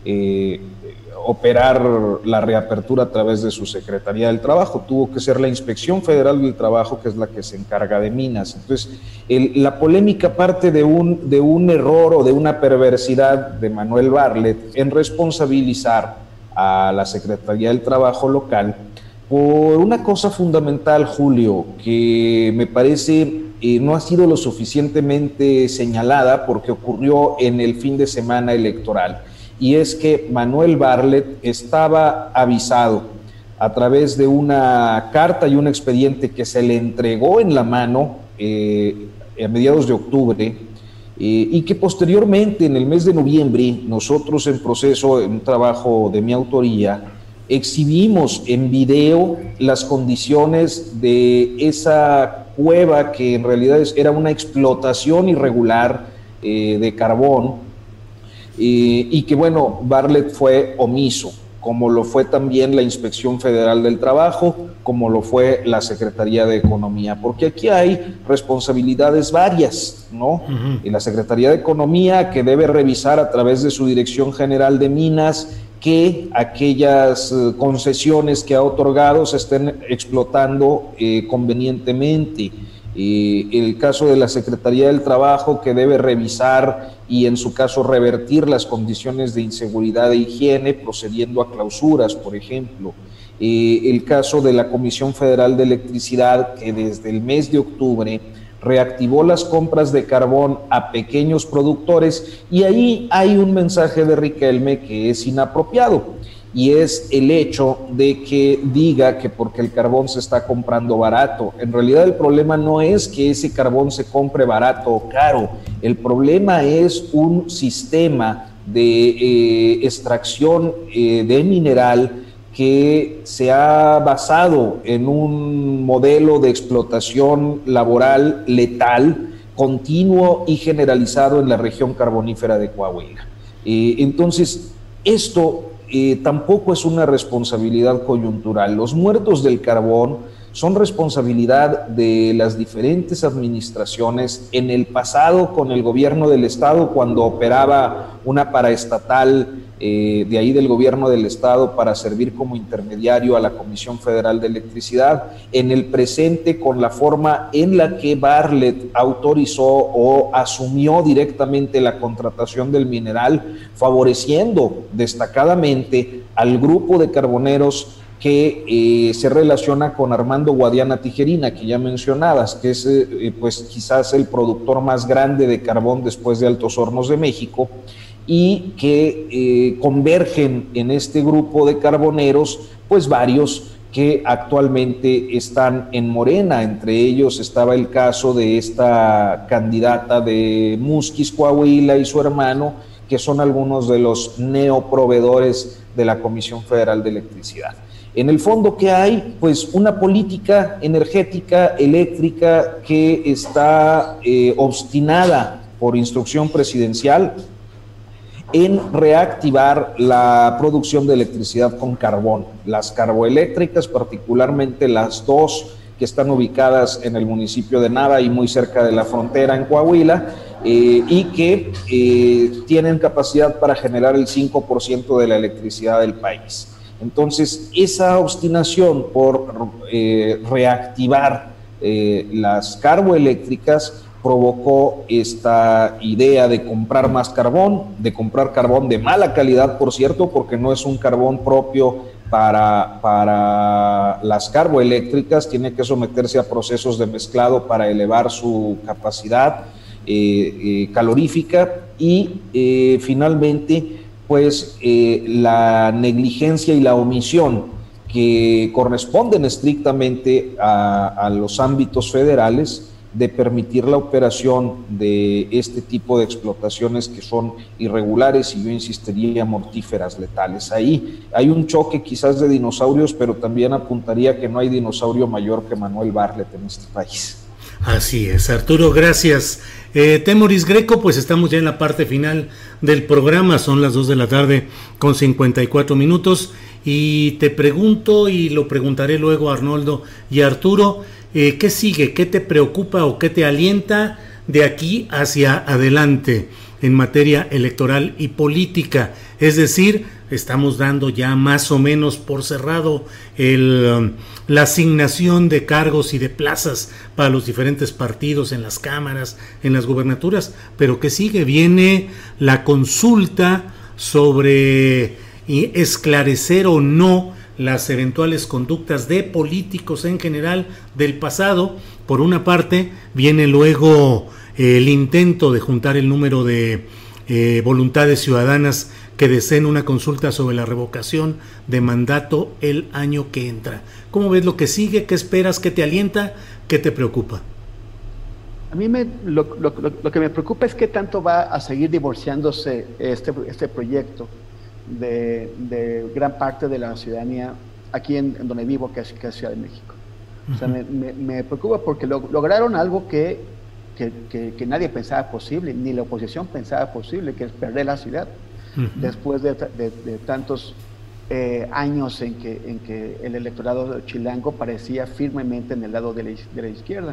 eh, operar la reapertura a través de su Secretaría del Trabajo, tuvo que ser la Inspección Federal del Trabajo, que es la que se encarga de minas. Entonces, el, la polémica parte de un, de un error o de una perversidad de Manuel Bartlett en responsabilizar a la Secretaría del Trabajo local por una cosa fundamental, Julio, que me parece eh, no ha sido lo suficientemente señalada porque ocurrió en el fin de semana electoral. Y es que Manuel Bartlett estaba avisado a través de una carta y un expediente que se le entregó en la mano eh, a mediados de octubre eh, y que posteriormente, en el mes de noviembre, nosotros en proceso, en un trabajo de mi autoría, exhibimos en video las condiciones de esa cueva que en realidad era una explotación irregular eh, de carbón. Eh, y que bueno, Bartlett fue omiso, como lo fue también la Inspección Federal del Trabajo, como lo fue la Secretaría de Economía, porque aquí hay responsabilidades varias, ¿no? Uh-huh. Y la Secretaría de Economía, que debe revisar a través de su Dirección General de Minas que aquellas eh, concesiones que ha otorgado se estén explotando eh, convenientemente. Eh, el caso de la Secretaría del Trabajo, que debe revisar y en su caso revertir las condiciones de inseguridad e higiene procediendo a clausuras, por ejemplo. Eh, el caso de la Comisión Federal de Electricidad, que desde el mes de octubre reactivó las compras de carbón a pequeños productores, y ahí hay un mensaje de Riquelme que es inapropiado, y es el hecho de que diga que porque el carbón se está comprando barato. En realidad el problema no es que ese carbón se compre barato o caro, el problema es un sistema de eh, extracción eh, de mineral que se ha basado en un modelo de explotación laboral letal, continuo y generalizado en la región carbonífera de Coahuila. Eh, entonces, esto eh, tampoco es una responsabilidad coyuntural. Los muertos del carbón son responsabilidad de las diferentes administraciones en el pasado con el gobierno del estado cuando operaba una paraestatal eh, de ahí del gobierno del estado para servir como intermediario a la Comisión Federal de Electricidad, en el presente con la forma en la que Bartlett autorizó o asumió directamente la contratación del mineral, favoreciendo destacadamente al grupo de carboneros que eh, se relaciona con Armando Guadiana Tijerina, que ya mencionabas, que es eh, pues quizás el productor más grande de carbón después de Altos Hornos de México, y que eh, convergen en este grupo de carboneros pues varios que actualmente están en Morena. Entre ellos estaba el caso de esta candidata de Musquis, Coahuila, y su hermano, que son algunos de los neoproveedores de la Comisión Federal de Electricidad. En el fondo, ¿qué hay? Pues una política energética, eléctrica, que está eh, obstinada por instrucción presidencial en reactivar la producción de electricidad con carbón. Las carboeléctricas, particularmente las dos que están ubicadas en el municipio de Nava y muy cerca de la frontera en Coahuila, eh, y que eh, tienen capacidad para generar el cinco por ciento de la electricidad del país. Entonces, esa obstinación por eh, reactivar eh, las carboeléctricas provocó esta idea de comprar más carbón, de comprar carbón de mala calidad, por cierto, porque no es un carbón propio para, para las carboeléctricas, tiene que someterse a procesos de mezclado para elevar su capacidad eh, eh, calorífica y eh, finalmente, pues eh, la negligencia y la omisión que corresponden estrictamente a, a los ámbitos federales de permitir la operación de este tipo de explotaciones que son irregulares y yo insistiría mortíferas, letales. Ahí hay un choque quizás de dinosaurios, pero también apuntaría que no hay dinosaurio mayor que Manuel Bartlett en este país. Así es, Arturo, gracias. Eh, Temoris Greco, pues estamos ya en la parte final del programa, son las dos de la tarde con cincuenta y cuatro minutos y te pregunto y lo preguntaré luego a Arnoldo y a Arturo, eh, ¿qué sigue? ¿Qué te preocupa o qué te alienta de aquí hacia adelante en materia electoral y política? Es decir, estamos dando ya más o menos por cerrado el, la asignación de cargos y de plazas para los diferentes partidos en las cámaras, en las gubernaturas, pero ¿qué sigue? Viene la consulta sobre esclarecer o no las eventuales conductas de políticos en general del pasado. Por una parte, viene luego el intento de juntar el número de eh, voluntades ciudadanas que deseen una consulta sobre la revocación de mandato el año que entra. ¿Cómo ves lo que sigue? ¿Qué esperas? ¿Qué te alienta? ¿Qué te preocupa? A mí me, lo, lo, lo, lo que me preocupa es qué tanto va a seguir divorciándose este, este proyecto de, de gran parte de la ciudadanía aquí en, en donde vivo, que es, que es Ciudad de México. Uh-huh. O sea, me, me, me preocupa porque lo, lograron algo que, que, que, que nadie pensaba posible, ni la oposición pensaba posible, que es perder la ciudad. Uh-huh. Después de, de, de tantos eh, años en que, en que el electorado chilango parecía firmemente en el lado de la, de la izquierda.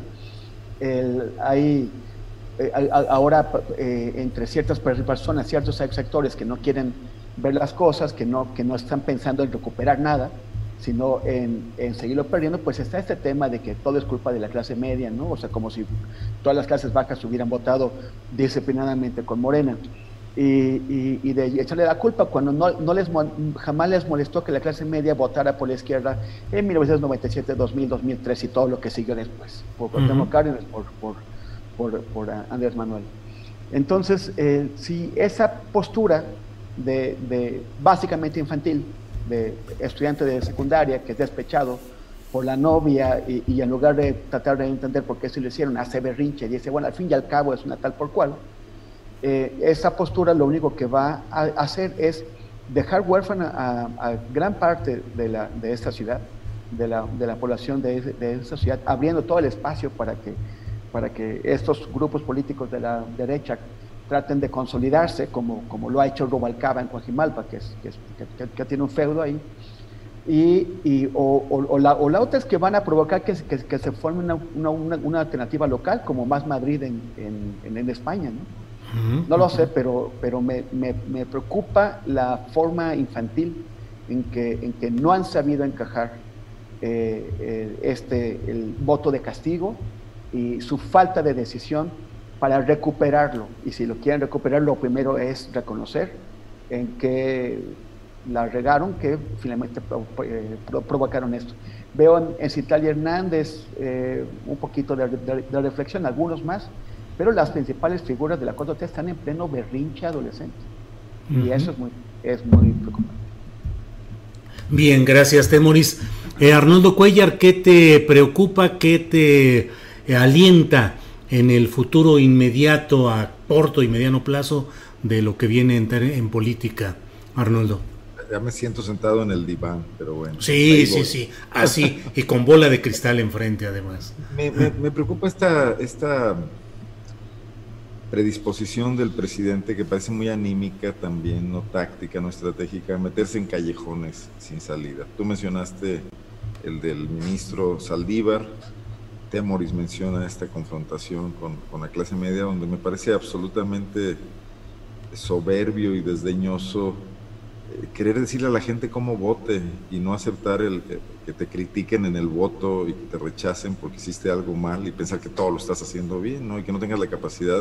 El, hay, eh, ahora eh, entre ciertas personas, ciertos sectores que no quieren ver las cosas, que no, que no están pensando en recuperar nada, sino en, en seguirlo perdiendo, pues está este tema de que todo es culpa de la clase media, ¿no? O sea, como si todas las clases bajas hubieran votado disciplinadamente con Morena. Y, y, y de echarle la culpa cuando no, no les, jamás les molestó que la clase media votara por la izquierda en mil novecientos noventa y siete, dos mil, dos mil tres y todo lo que siguió después, por Cuauhtémoc uh-huh. Cárdenas, por, por, por, por Andrés Manuel. Entonces, eh, si esa postura de, de básicamente infantil, de estudiante de secundaria que es despechado por la novia y, y en lugar de tratar de entender por qué se lo hicieron, hace berrinche y dice, bueno, al fin y al cabo es una tal por cual, eh, esa postura lo único que va a hacer es dejar huérfana a, a gran parte de, la, de esta ciudad, de la, de la población de, de esta ciudad, abriendo todo el espacio para que, para que estos grupos políticos de la derecha traten de consolidarse, como, como lo ha hecho Rubalcaba en Coajimalpa, que, es, que, es, que, que tiene un feudo ahí. Y, y, o, o, o, la, o la otra es que van a provocar que, que, que se forme una, una, una, una alternativa local, como Más Madrid en, en, en España, ¿no? Uh-huh. No lo sé, pero, pero me, me, me preocupa la forma infantil en que, en que no han sabido encajar eh, eh, este, el voto de castigo y su falta de decisión para recuperarlo. Y si lo quieren recuperar, lo primero es reconocer en que la regaron, que finalmente eh, provocaron esto. Veo en, en Citlali Hernández eh, un poquito de, de, de reflexión, algunos más, pero las principales figuras de la cuatro T están en pleno berrinche adolescente. Uh-huh. Y eso es muy, es muy preocupante. Bien, gracias, Temoris. Eh, Arnoldo Cuéllar, ¿qué te preocupa, qué te eh, alienta en el futuro inmediato, a corto y mediano plazo, de lo que viene en, en política, Arnoldo? Ya me siento sentado en el diván, pero bueno. Sí, sí, sí, así, y con bola de cristal enfrente, además. Me, me, me preocupa esta, esta predisposición del presidente, que parece muy anímica también, no táctica, no estratégica, meterse en callejones sin salida. Tú mencionaste el del ministro Saldívar, Temoris menciona esta confrontación con, con la clase media, donde me parece absolutamente soberbio y desdeñoso eh, querer decirle a la gente cómo vote y no aceptar el, eh, que te critiquen en el voto y que te rechacen porque hiciste algo mal y pensar que todo lo estás haciendo bien, ¿no? Y que no tengas la capacidad.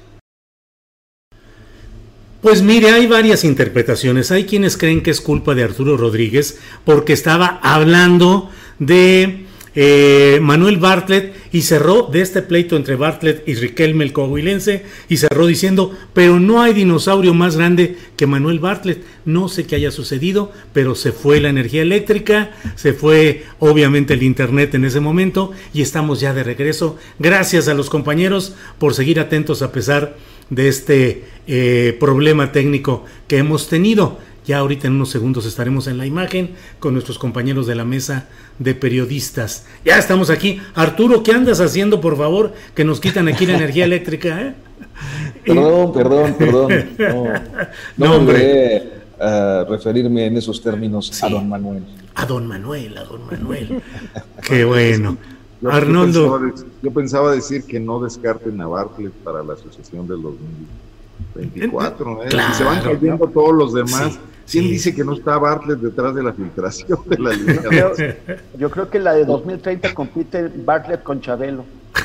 Pues mire, hay varias interpretaciones. Hay quienes creen que es culpa de Arturo Rodríguez porque estaba hablando de Eh, Manuel Bartlett y cerró de este pleito entre Bartlett y Riquelme el coahuilense y cerró diciendo, pero no hay dinosaurio más grande que Manuel Bartlett. No sé qué haya sucedido, pero se fue la energía eléctrica, se fue obviamente el internet en ese momento y estamos ya de regreso. Gracias a los compañeros por seguir atentos a pesar de este eh, problema técnico que hemos tenido. Ya ahorita en unos segundos estaremos en la imagen con nuestros compañeros de la mesa de periodistas. Ya estamos aquí. Arturo, ¿qué andas haciendo, por favor? Que nos quitan aquí la energía eléctrica, ¿eh? Perdón, perdón, perdón. No, no, no hombre. A referirme en esos términos sí. a don Manuel. A don Manuel, a don Manuel. Qué bueno. Yo, Arnoldo. Yo pensaba, yo pensaba decir que no descarten a Bartlett para la asociación del dos mil veinticuatro, ¿eh? Claro, y se van cayendo, ¿no?, todos los demás. Sí. ¿Quién sí. dice que no está Bartlett detrás de la filtración de la línea? Yo, yo creo que la de dos mil treinta compite Bartlett con Chabelo.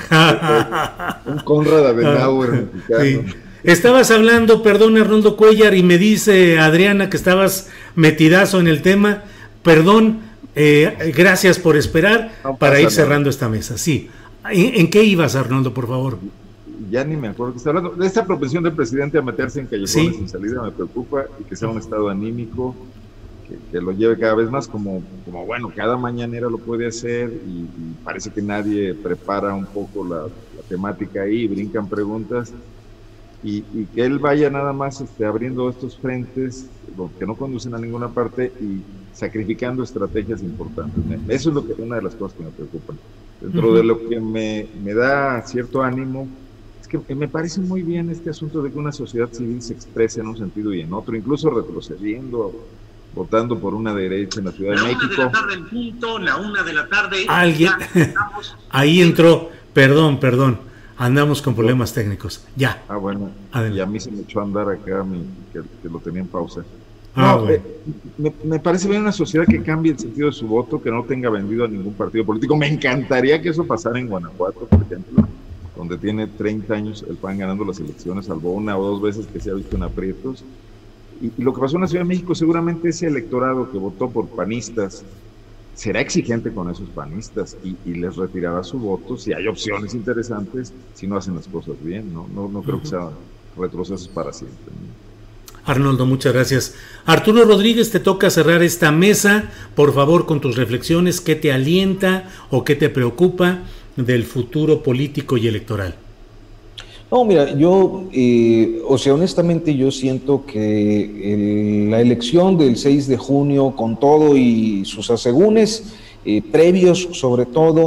Un Konrad Adenauer mexicano. Sí. Estabas hablando, perdón, Arnoldo Cuéllar, y me dice Adriana que estabas metidazo en el tema. Perdón, eh, gracias por esperar no para ir cerrando nada. Esta mesa. Sí. ¿En, ¿En qué ibas, Arnoldo, por favor? Ya ni me acuerdo que está hablando. De esta propensión del presidente a meterse en callejones ¿sí? sin salida me preocupa, y que sea un estado anímico que, que lo lleve cada vez más como, como bueno, cada mañanera lo puede hacer y, y parece que nadie prepara un poco la, la temática ahí, brincan preguntas y, y que él vaya nada más este, abriendo estos frentes que no conducen a ninguna parte y sacrificando estrategias importantes. Eso es lo que, una de las cosas que me preocupan. Dentro uh-huh. de lo que me, me da cierto ánimo, que me parece muy bien este asunto de que una sociedad civil se exprese en un sentido y en otro, incluso retrocediendo, votando por una derecha en la Ciudad de México. La una de la tarde en punto, la una de la tarde. Alguien, ahí entró, perdón, perdón, andamos con problemas técnicos, ya. Ah, bueno, adelante. Y a mí se me echó a andar acá, mi, que, que lo tenía en pausa. Ah, no, bueno. eh, me, me parece bien una sociedad que cambie el sentido de su voto, que no tenga vendido a ningún partido político. Me encantaría que eso pasara en Guanajuato, por ejemplo, donde tiene treinta años el P A N ganando las elecciones, salvo una o dos veces que se ha visto en aprietos. Y, y lo que pasó en la Ciudad de México, seguramente ese electorado que votó por panistas será exigente con esos panistas y, y les retirará su voto si hay opciones interesantes, si no hacen las cosas bien, ¿no? No, no creo uh-huh. que sean retrocesos para siempre, ¿no? Arnoldo, muchas gracias. Arturo Rodríguez, te toca cerrar esta mesa, por favor, con tus reflexiones, ¿qué te alienta o qué te preocupa del futuro político y electoral? No, mira, yo, eh, o sea, honestamente yo siento que el, la elección del seis de junio, con todo y sus asegúnes, eh, previos sobre todo,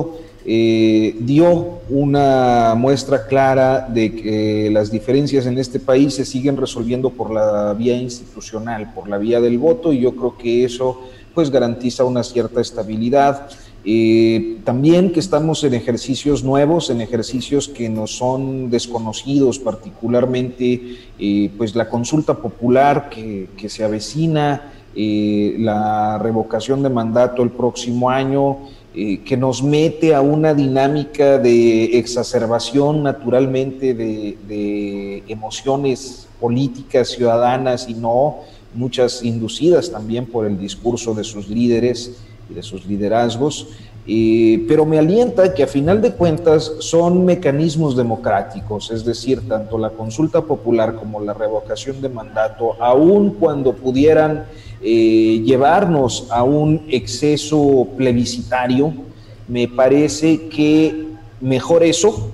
eh, dio una muestra clara de que las diferencias en este país se siguen resolviendo por la vía institucional, por la vía del voto, y yo creo que eso pues garantiza una cierta estabilidad. Eh, también que estamos en ejercicios nuevos, en ejercicios que nos son desconocidos, particularmente eh, pues la consulta popular que, que se avecina, eh, la revocación de mandato el próximo año, eh, que nos mete a una dinámica de exacerbación naturalmente de, de emociones políticas, ciudadanas, y no muchas inducidas también por el discurso de sus líderes y de sus liderazgos, eh, pero me alienta que a final de cuentas son mecanismos democráticos, es decir, tanto la consulta popular como la revocación de mandato, aun cuando pudieran eh, llevarnos a un exceso plebiscitario, me parece que mejor eso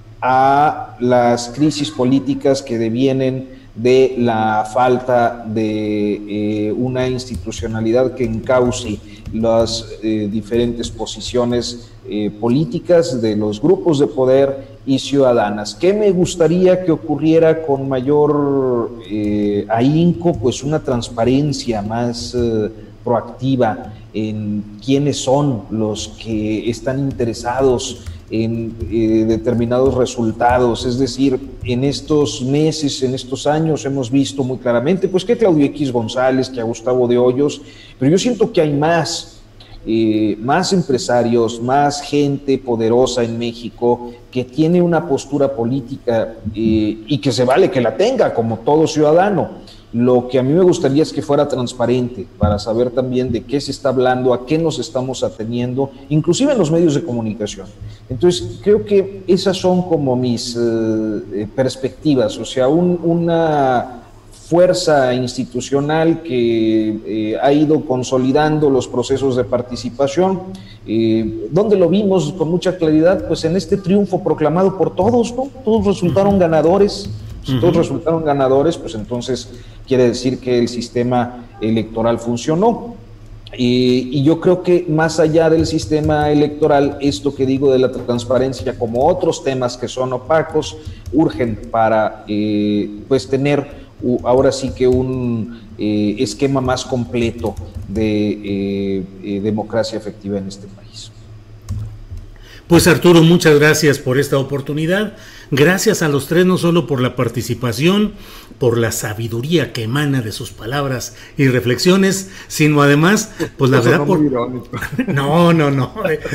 a las crisis políticas que devienen de la falta de eh, una institucionalidad que encauce las eh, diferentes posiciones eh, políticas de los grupos de poder y ciudadanas. ¿Qué me gustaría que ocurriera con mayor eh, ahínco? Pues una transparencia más eh, proactiva en quiénes son los que están interesados en eh, determinados resultados. Es decir, en estos meses, en estos años hemos visto muy claramente pues que a Claudio X González, que a Gustavo de Hoyos, pero yo siento que hay más, eh, más empresarios, más gente poderosa en México que tiene una postura política eh, y que se vale que la tenga como todo ciudadano. Lo que a mí me gustaría es que fuera transparente para saber también de qué se está hablando, a qué nos estamos ateniendo, inclusive en los medios de comunicación. Entonces, creo que esas son como mis eh, perspectivas, o sea, un, una fuerza institucional que eh, ha ido consolidando los procesos de participación. Eh, ¿Dónde lo vimos con mucha claridad? Pues en este triunfo proclamado por todos, ¿no? Todos resultaron ganadores. Si todos resultaron ganadores, pues entonces quiere decir que el sistema electoral funcionó. Y, y yo creo que más allá del sistema electoral, esto que digo de la transparencia, como otros temas que son opacos, urgen para eh, pues tener uh, ahora sí que un eh, esquema más completo de eh, eh, democracia efectiva en este país. Pues Arturo, muchas gracias por esta oportunidad. Gracias a los tres, no solo por la participación, por la sabiduría que emana de sus palabras y reflexiones, sino además, pues la Eso verdad, por... no, no, no,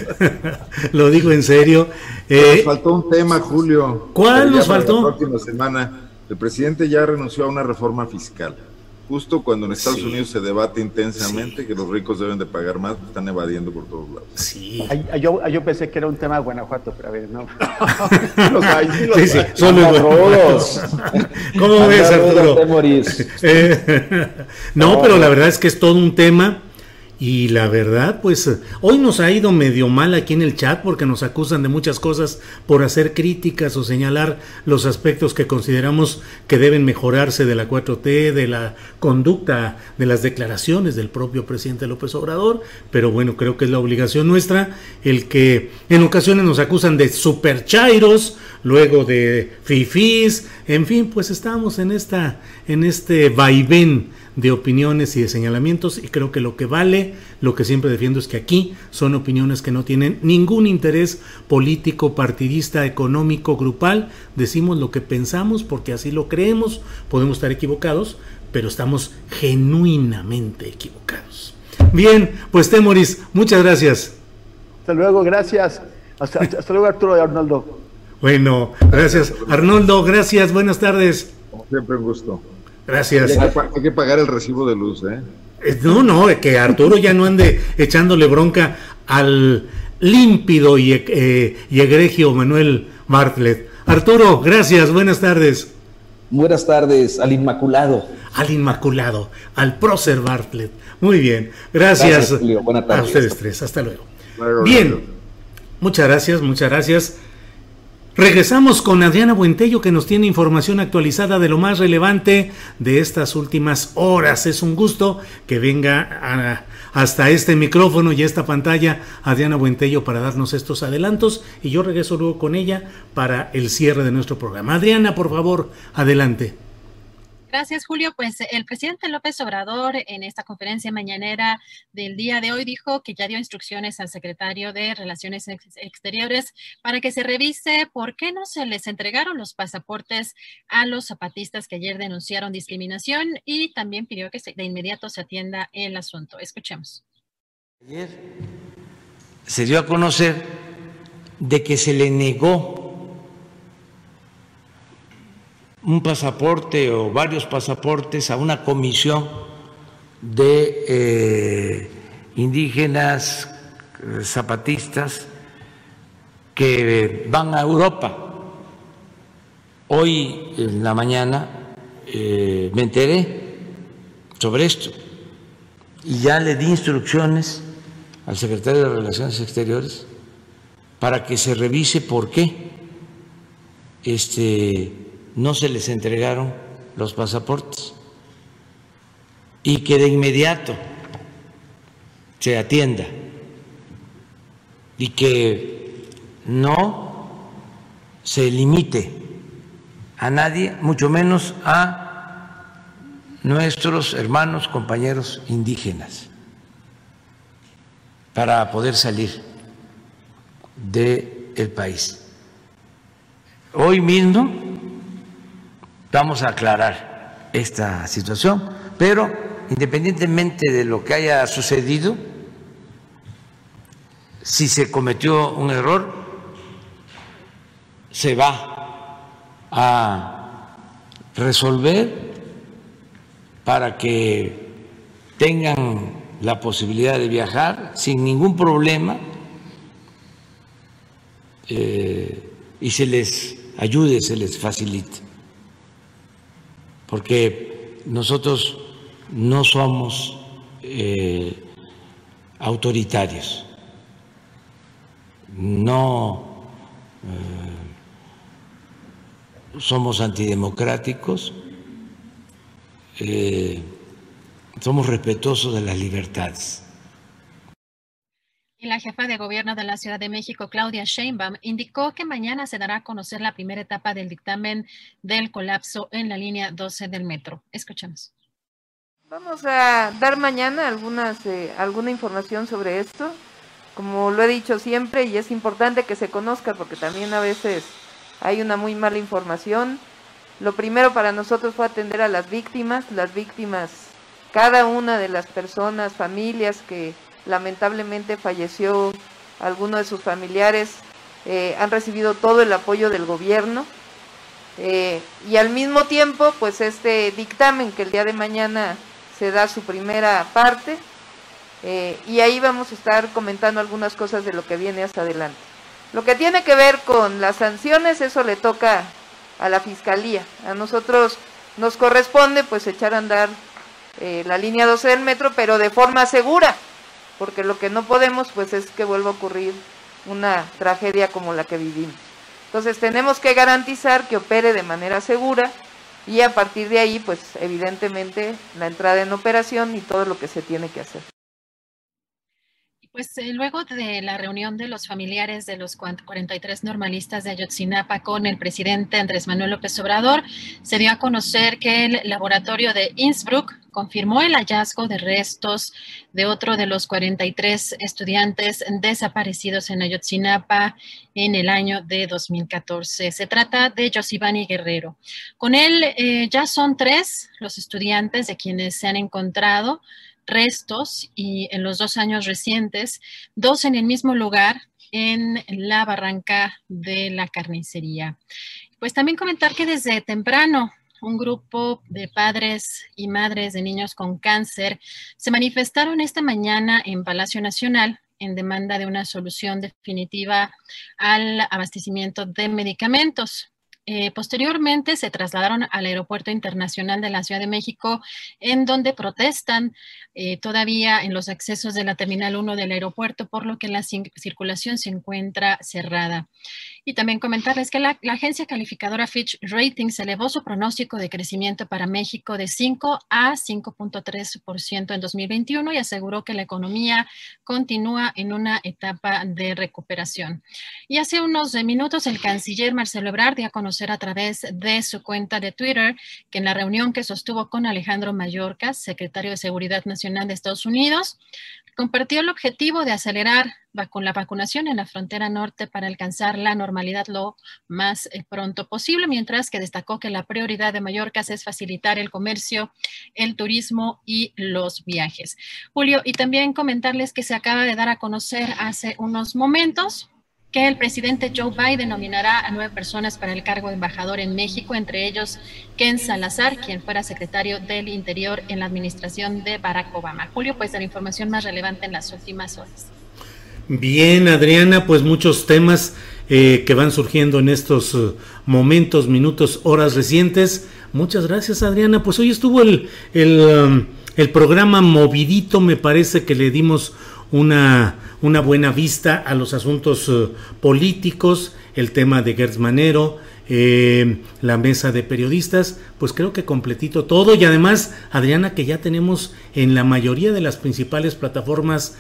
lo digo en serio. Eh... Nos faltó un tema, Julio. ¿Cuál nos faltó? La próxima semana, el presidente ya renunció a una reforma fiscal. Justo cuando en Estados sí. Unidos se debate intensamente sí. que los ricos deben de pagar más, están evadiendo por todos lados. Sí. Ay, yo, yo pensé que era un tema de Guanajuato, pero a ver, no. los hay, sí, los sí, sí, hay. son muy buenos. ¿Cómo ves, Arturo? Eh, no, pero la verdad es que es todo un tema. Y la verdad, pues hoy nos ha ido medio mal aquí en el chat porque nos acusan de muchas cosas por hacer críticas o señalar los aspectos que consideramos que deben mejorarse de la cuatro T, de la conducta, de las declaraciones del propio presidente López Obrador, pero bueno, creo que es la obligación nuestra el que en ocasiones nos acusan de superchairos, luego de fifís, en fin, pues estamos en esta, en este vaivén de opiniones y de señalamientos, y creo que lo que vale, lo que siempre defiendo es que aquí son opiniones que no tienen ningún interés político, partidista, económico, grupal. Decimos lo que pensamos porque así lo creemos, podemos estar equivocados, pero estamos genuinamente equivocados. Bien, pues Temoris, muchas gracias. Hasta luego, gracias. Hasta, hasta luego, Arturo y Arnoldo. Bueno, gracias. Arnoldo, gracias, buenas tardes. Como siempre, un gusto. Gracias. Hay que, hay que pagar el recibo de luz, ¿eh? No, no, que Arturo ya no ande echándole bronca al límpido y, eh, y egregio Manuel Bartlett. Arturo, gracias, buenas tardes. Buenas tardes, al Inmaculado. Al Inmaculado, al prócer Bartlett. Muy bien, gracias. Gracias, Julio. Buenas tardes. A ustedes tres, hasta luego. Bien, muchas gracias, muchas gracias. Regresamos con Adriana Buentello, que nos tiene información actualizada de lo más relevante de estas últimas horas. Es un gusto que venga a, hasta este micrófono y esta pantalla Adriana Buentello para darnos estos adelantos, y yo regreso luego con ella para el cierre de nuestro programa. Adriana, por favor, adelante. Gracias, Julio. Pues el presidente López Obrador en esta conferencia mañanera del día de hoy dijo que ya dio instrucciones al secretario de Relaciones Ex- Exteriores para que se revise por qué no se les entregaron los pasaportes a los zapatistas que ayer denunciaron discriminación, y también pidió que se, de inmediato se atienda el asunto. Escuchemos. Ayer se dio a conocer de que se le negó un pasaporte o varios pasaportes a una comisión de eh, indígenas eh, zapatistas que van a Europa. Hoy en la mañana eh, me enteré sobre esto y ya le di instrucciones al secretario de Relaciones Exteriores para que se revise por qué este no se les entregaron los pasaportes y que de inmediato se atienda y que no se limite a nadie, mucho menos a nuestros hermanos, compañeros indígenas, para poder salir del país. Hoy mismo vamos a aclarar esta situación, pero independientemente de lo que haya sucedido, si se cometió un error, se va a resolver para que tengan la posibilidad de viajar sin ningún problema eh, y se les ayude, se les facilite. Porque nosotros no somos eh, autoritarios, no eh, somos antidemocráticos, eh, somos respetuosos de las libertades. Y la jefa de gobierno de la Ciudad de México, Claudia Sheinbaum, indicó que mañana se dará a conocer la primera etapa del dictamen del colapso en la línea doce del metro. Escuchamos. Vamos a dar mañana algunas, eh, alguna información sobre esto. Como lo he dicho siempre, y es importante que se conozca porque también a veces hay una muy mala información. Lo primero para nosotros fue atender a las víctimas, las víctimas, cada una de las personas, familias que lamentablemente falleció alguno de sus familiares, eh, han recibido todo el apoyo del gobierno, eh, y al mismo tiempo pues este dictamen que el día de mañana se da su primera parte, eh, y ahí vamos a estar comentando algunas cosas de lo que viene hasta adelante. Lo que tiene que ver con las sanciones, eso le toca a la Fiscalía. A nosotros nos corresponde pues echar a andar eh, la línea doce del metro, pero de forma segura, porque lo que no podemos pues es que vuelva a ocurrir una tragedia como la que vivimos. Entonces tenemos que garantizar que opere de manera segura y a partir de ahí pues evidentemente la entrada en operación y todo lo que se tiene que hacer. Pues eh, luego de la reunión de los familiares de los cuarenta y tres normalistas de Ayotzinapa con el presidente Andrés Manuel López Obrador, se dio a conocer que el laboratorio de Innsbruck confirmó el hallazgo de restos de otro de los cuarenta y tres estudiantes desaparecidos en Ayotzinapa en el año de dos mil catorce. Se trata de Yosivani Guerrero. Con él eh, ya son tres los estudiantes de quienes se han encontrado restos, y en los dos años recientes, dos en el mismo lugar, en la barranca de la carnicería. Pues también comentar que desde temprano un grupo de padres y madres de niños con cáncer se manifestaron esta mañana en Palacio Nacional en demanda de una solución definitiva al abastecimiento de medicamentos. Eh, posteriormente se trasladaron al Aeropuerto Internacional de la Ciudad de México, en donde protestan eh, todavía en los accesos de la Terminal uno del aeropuerto, por lo que la circulación se encuentra cerrada. Y también comentarles que la, la agencia calificadora Fitch Ratings elevó su pronóstico de crecimiento para México de cinco a cinco punto tres por ciento en dos mil veintiuno y aseguró que la economía continúa en una etapa de recuperación. Y hace unos minutos el canciller Marcelo Ebrard dio a conocer a través de su cuenta de Twitter que en la reunión que sostuvo con Alejandro Mayorkas, secretario de Seguridad Nacional de Estados Unidos, compartió el objetivo de acelerar con la vacunación en la frontera norte para alcanzar la normalidad lo más pronto posible, mientras que destacó que la prioridad de Mayorkas es facilitar el comercio, el turismo y los viajes. Julio, y también comentarles que se acaba de dar a conocer hace unos momentos que el presidente Joe Biden nominará a nueve personas para el cargo de embajador en México, entre ellos Ken Salazar, quien fuera secretario del Interior en la administración de Barack Obama. Julio, pues la información más relevante en las últimas horas. Bien, Adriana, pues muchos temas eh, que van surgiendo en estos uh, momentos, minutos, horas recientes. Muchas gracias, Adriana. Pues hoy estuvo el, el, um, el programa movidito, me parece que le dimos una... una buena vista a los asuntos uh, políticos, el tema de Gertz Manero, eh, la mesa de periodistas, pues creo que completito todo. Y además, Adriana, que ya tenemos en la mayoría de las principales plataformas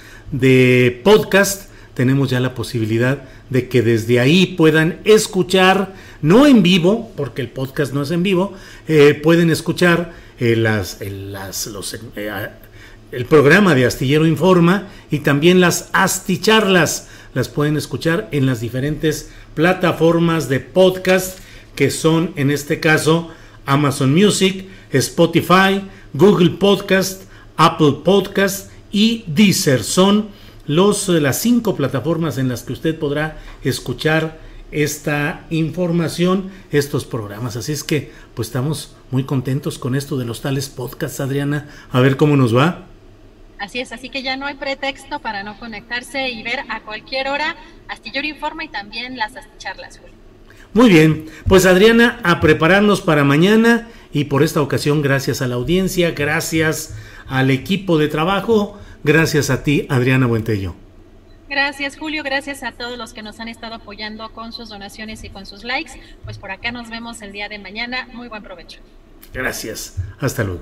de podcast, tenemos ya la posibilidad de que desde ahí puedan escuchar, no en vivo, porque el podcast no es en vivo, eh, pueden escuchar eh, las, eh, las los eh, el programa de Astillero Informa y también las Asticharlas. Las pueden escuchar en las diferentes plataformas de podcast que son, en este caso, Amazon Music, Spotify, Google Podcast, Apple Podcast y Deezer. Son los, las cinco plataformas en las que usted podrá escuchar esta información, estos programas. Así es que pues estamos muy contentos con esto de los tales podcasts, Adriana. A ver cómo nos va. Así es, así que ya no hay pretexto para no conectarse y ver a cualquier hora Astillero Informa y también las Asticharlas, Julio. Muy bien, pues Adriana, a prepararnos para mañana, y por esta ocasión gracias a la audiencia, gracias al equipo de trabajo, gracias a ti, Adriana Buentello. Gracias, Julio, gracias a todos los que nos han estado apoyando con sus donaciones y con sus likes. Pues por acá nos vemos el día de mañana. Muy buen provecho. Gracias, hasta luego.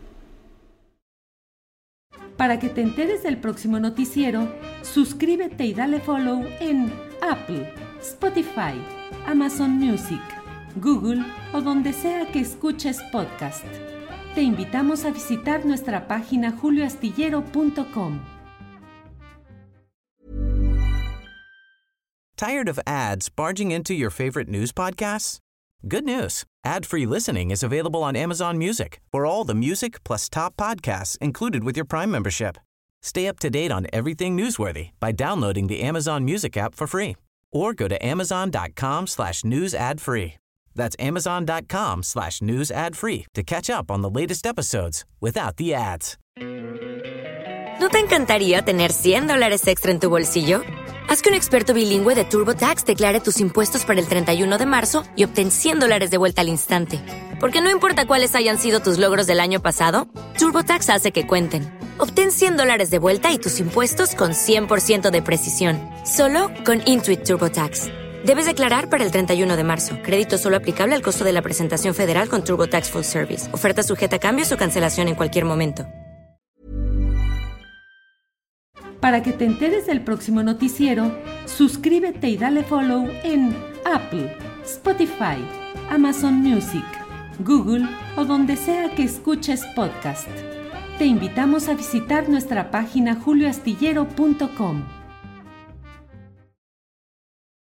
Para que te enteres del próximo noticiero, suscríbete y dale follow en Apple, Spotify, Amazon Music, Google o donde sea que escuches podcast. Te invitamos a visitar nuestra página julio astillero punto com. Tired of ads barging into your favorite news podcasts? Good news. Ad-free listening is available on Amazon Music for all the music plus top podcasts included with your Prime membership. Stay up to date on everything newsworthy by downloading the Amazon Music app for free or go to amazon.com slash news ad free. That's amazon.com slash news ad free to catch up on the latest episodes without the ads. ¿No te encantaría tener cien dólares extra en tu bolsillo? Haz que un experto bilingüe de TurboTax declare tus impuestos para el treinta y uno de marzo y obtén cien dólares de vuelta al instante. Porque no importa cuáles hayan sido tus logros del año pasado, TurboTax hace que cuenten. Obtén cien dólares de vuelta y tus impuestos con cien por ciento de precisión. Solo con Intuit TurboTax. Debes declarar para el treinta y uno de marzo. Crédito solo aplicable al costo de la presentación federal con TurboTax Full Service. Oferta sujeta a cambios o cancelación en cualquier momento. Para que te enteres del próximo noticiero, suscríbete y dale follow en Apple, Spotify, Amazon Music, Google o donde sea que escuches podcast. Te invitamos a visitar nuestra página julio astillero punto com.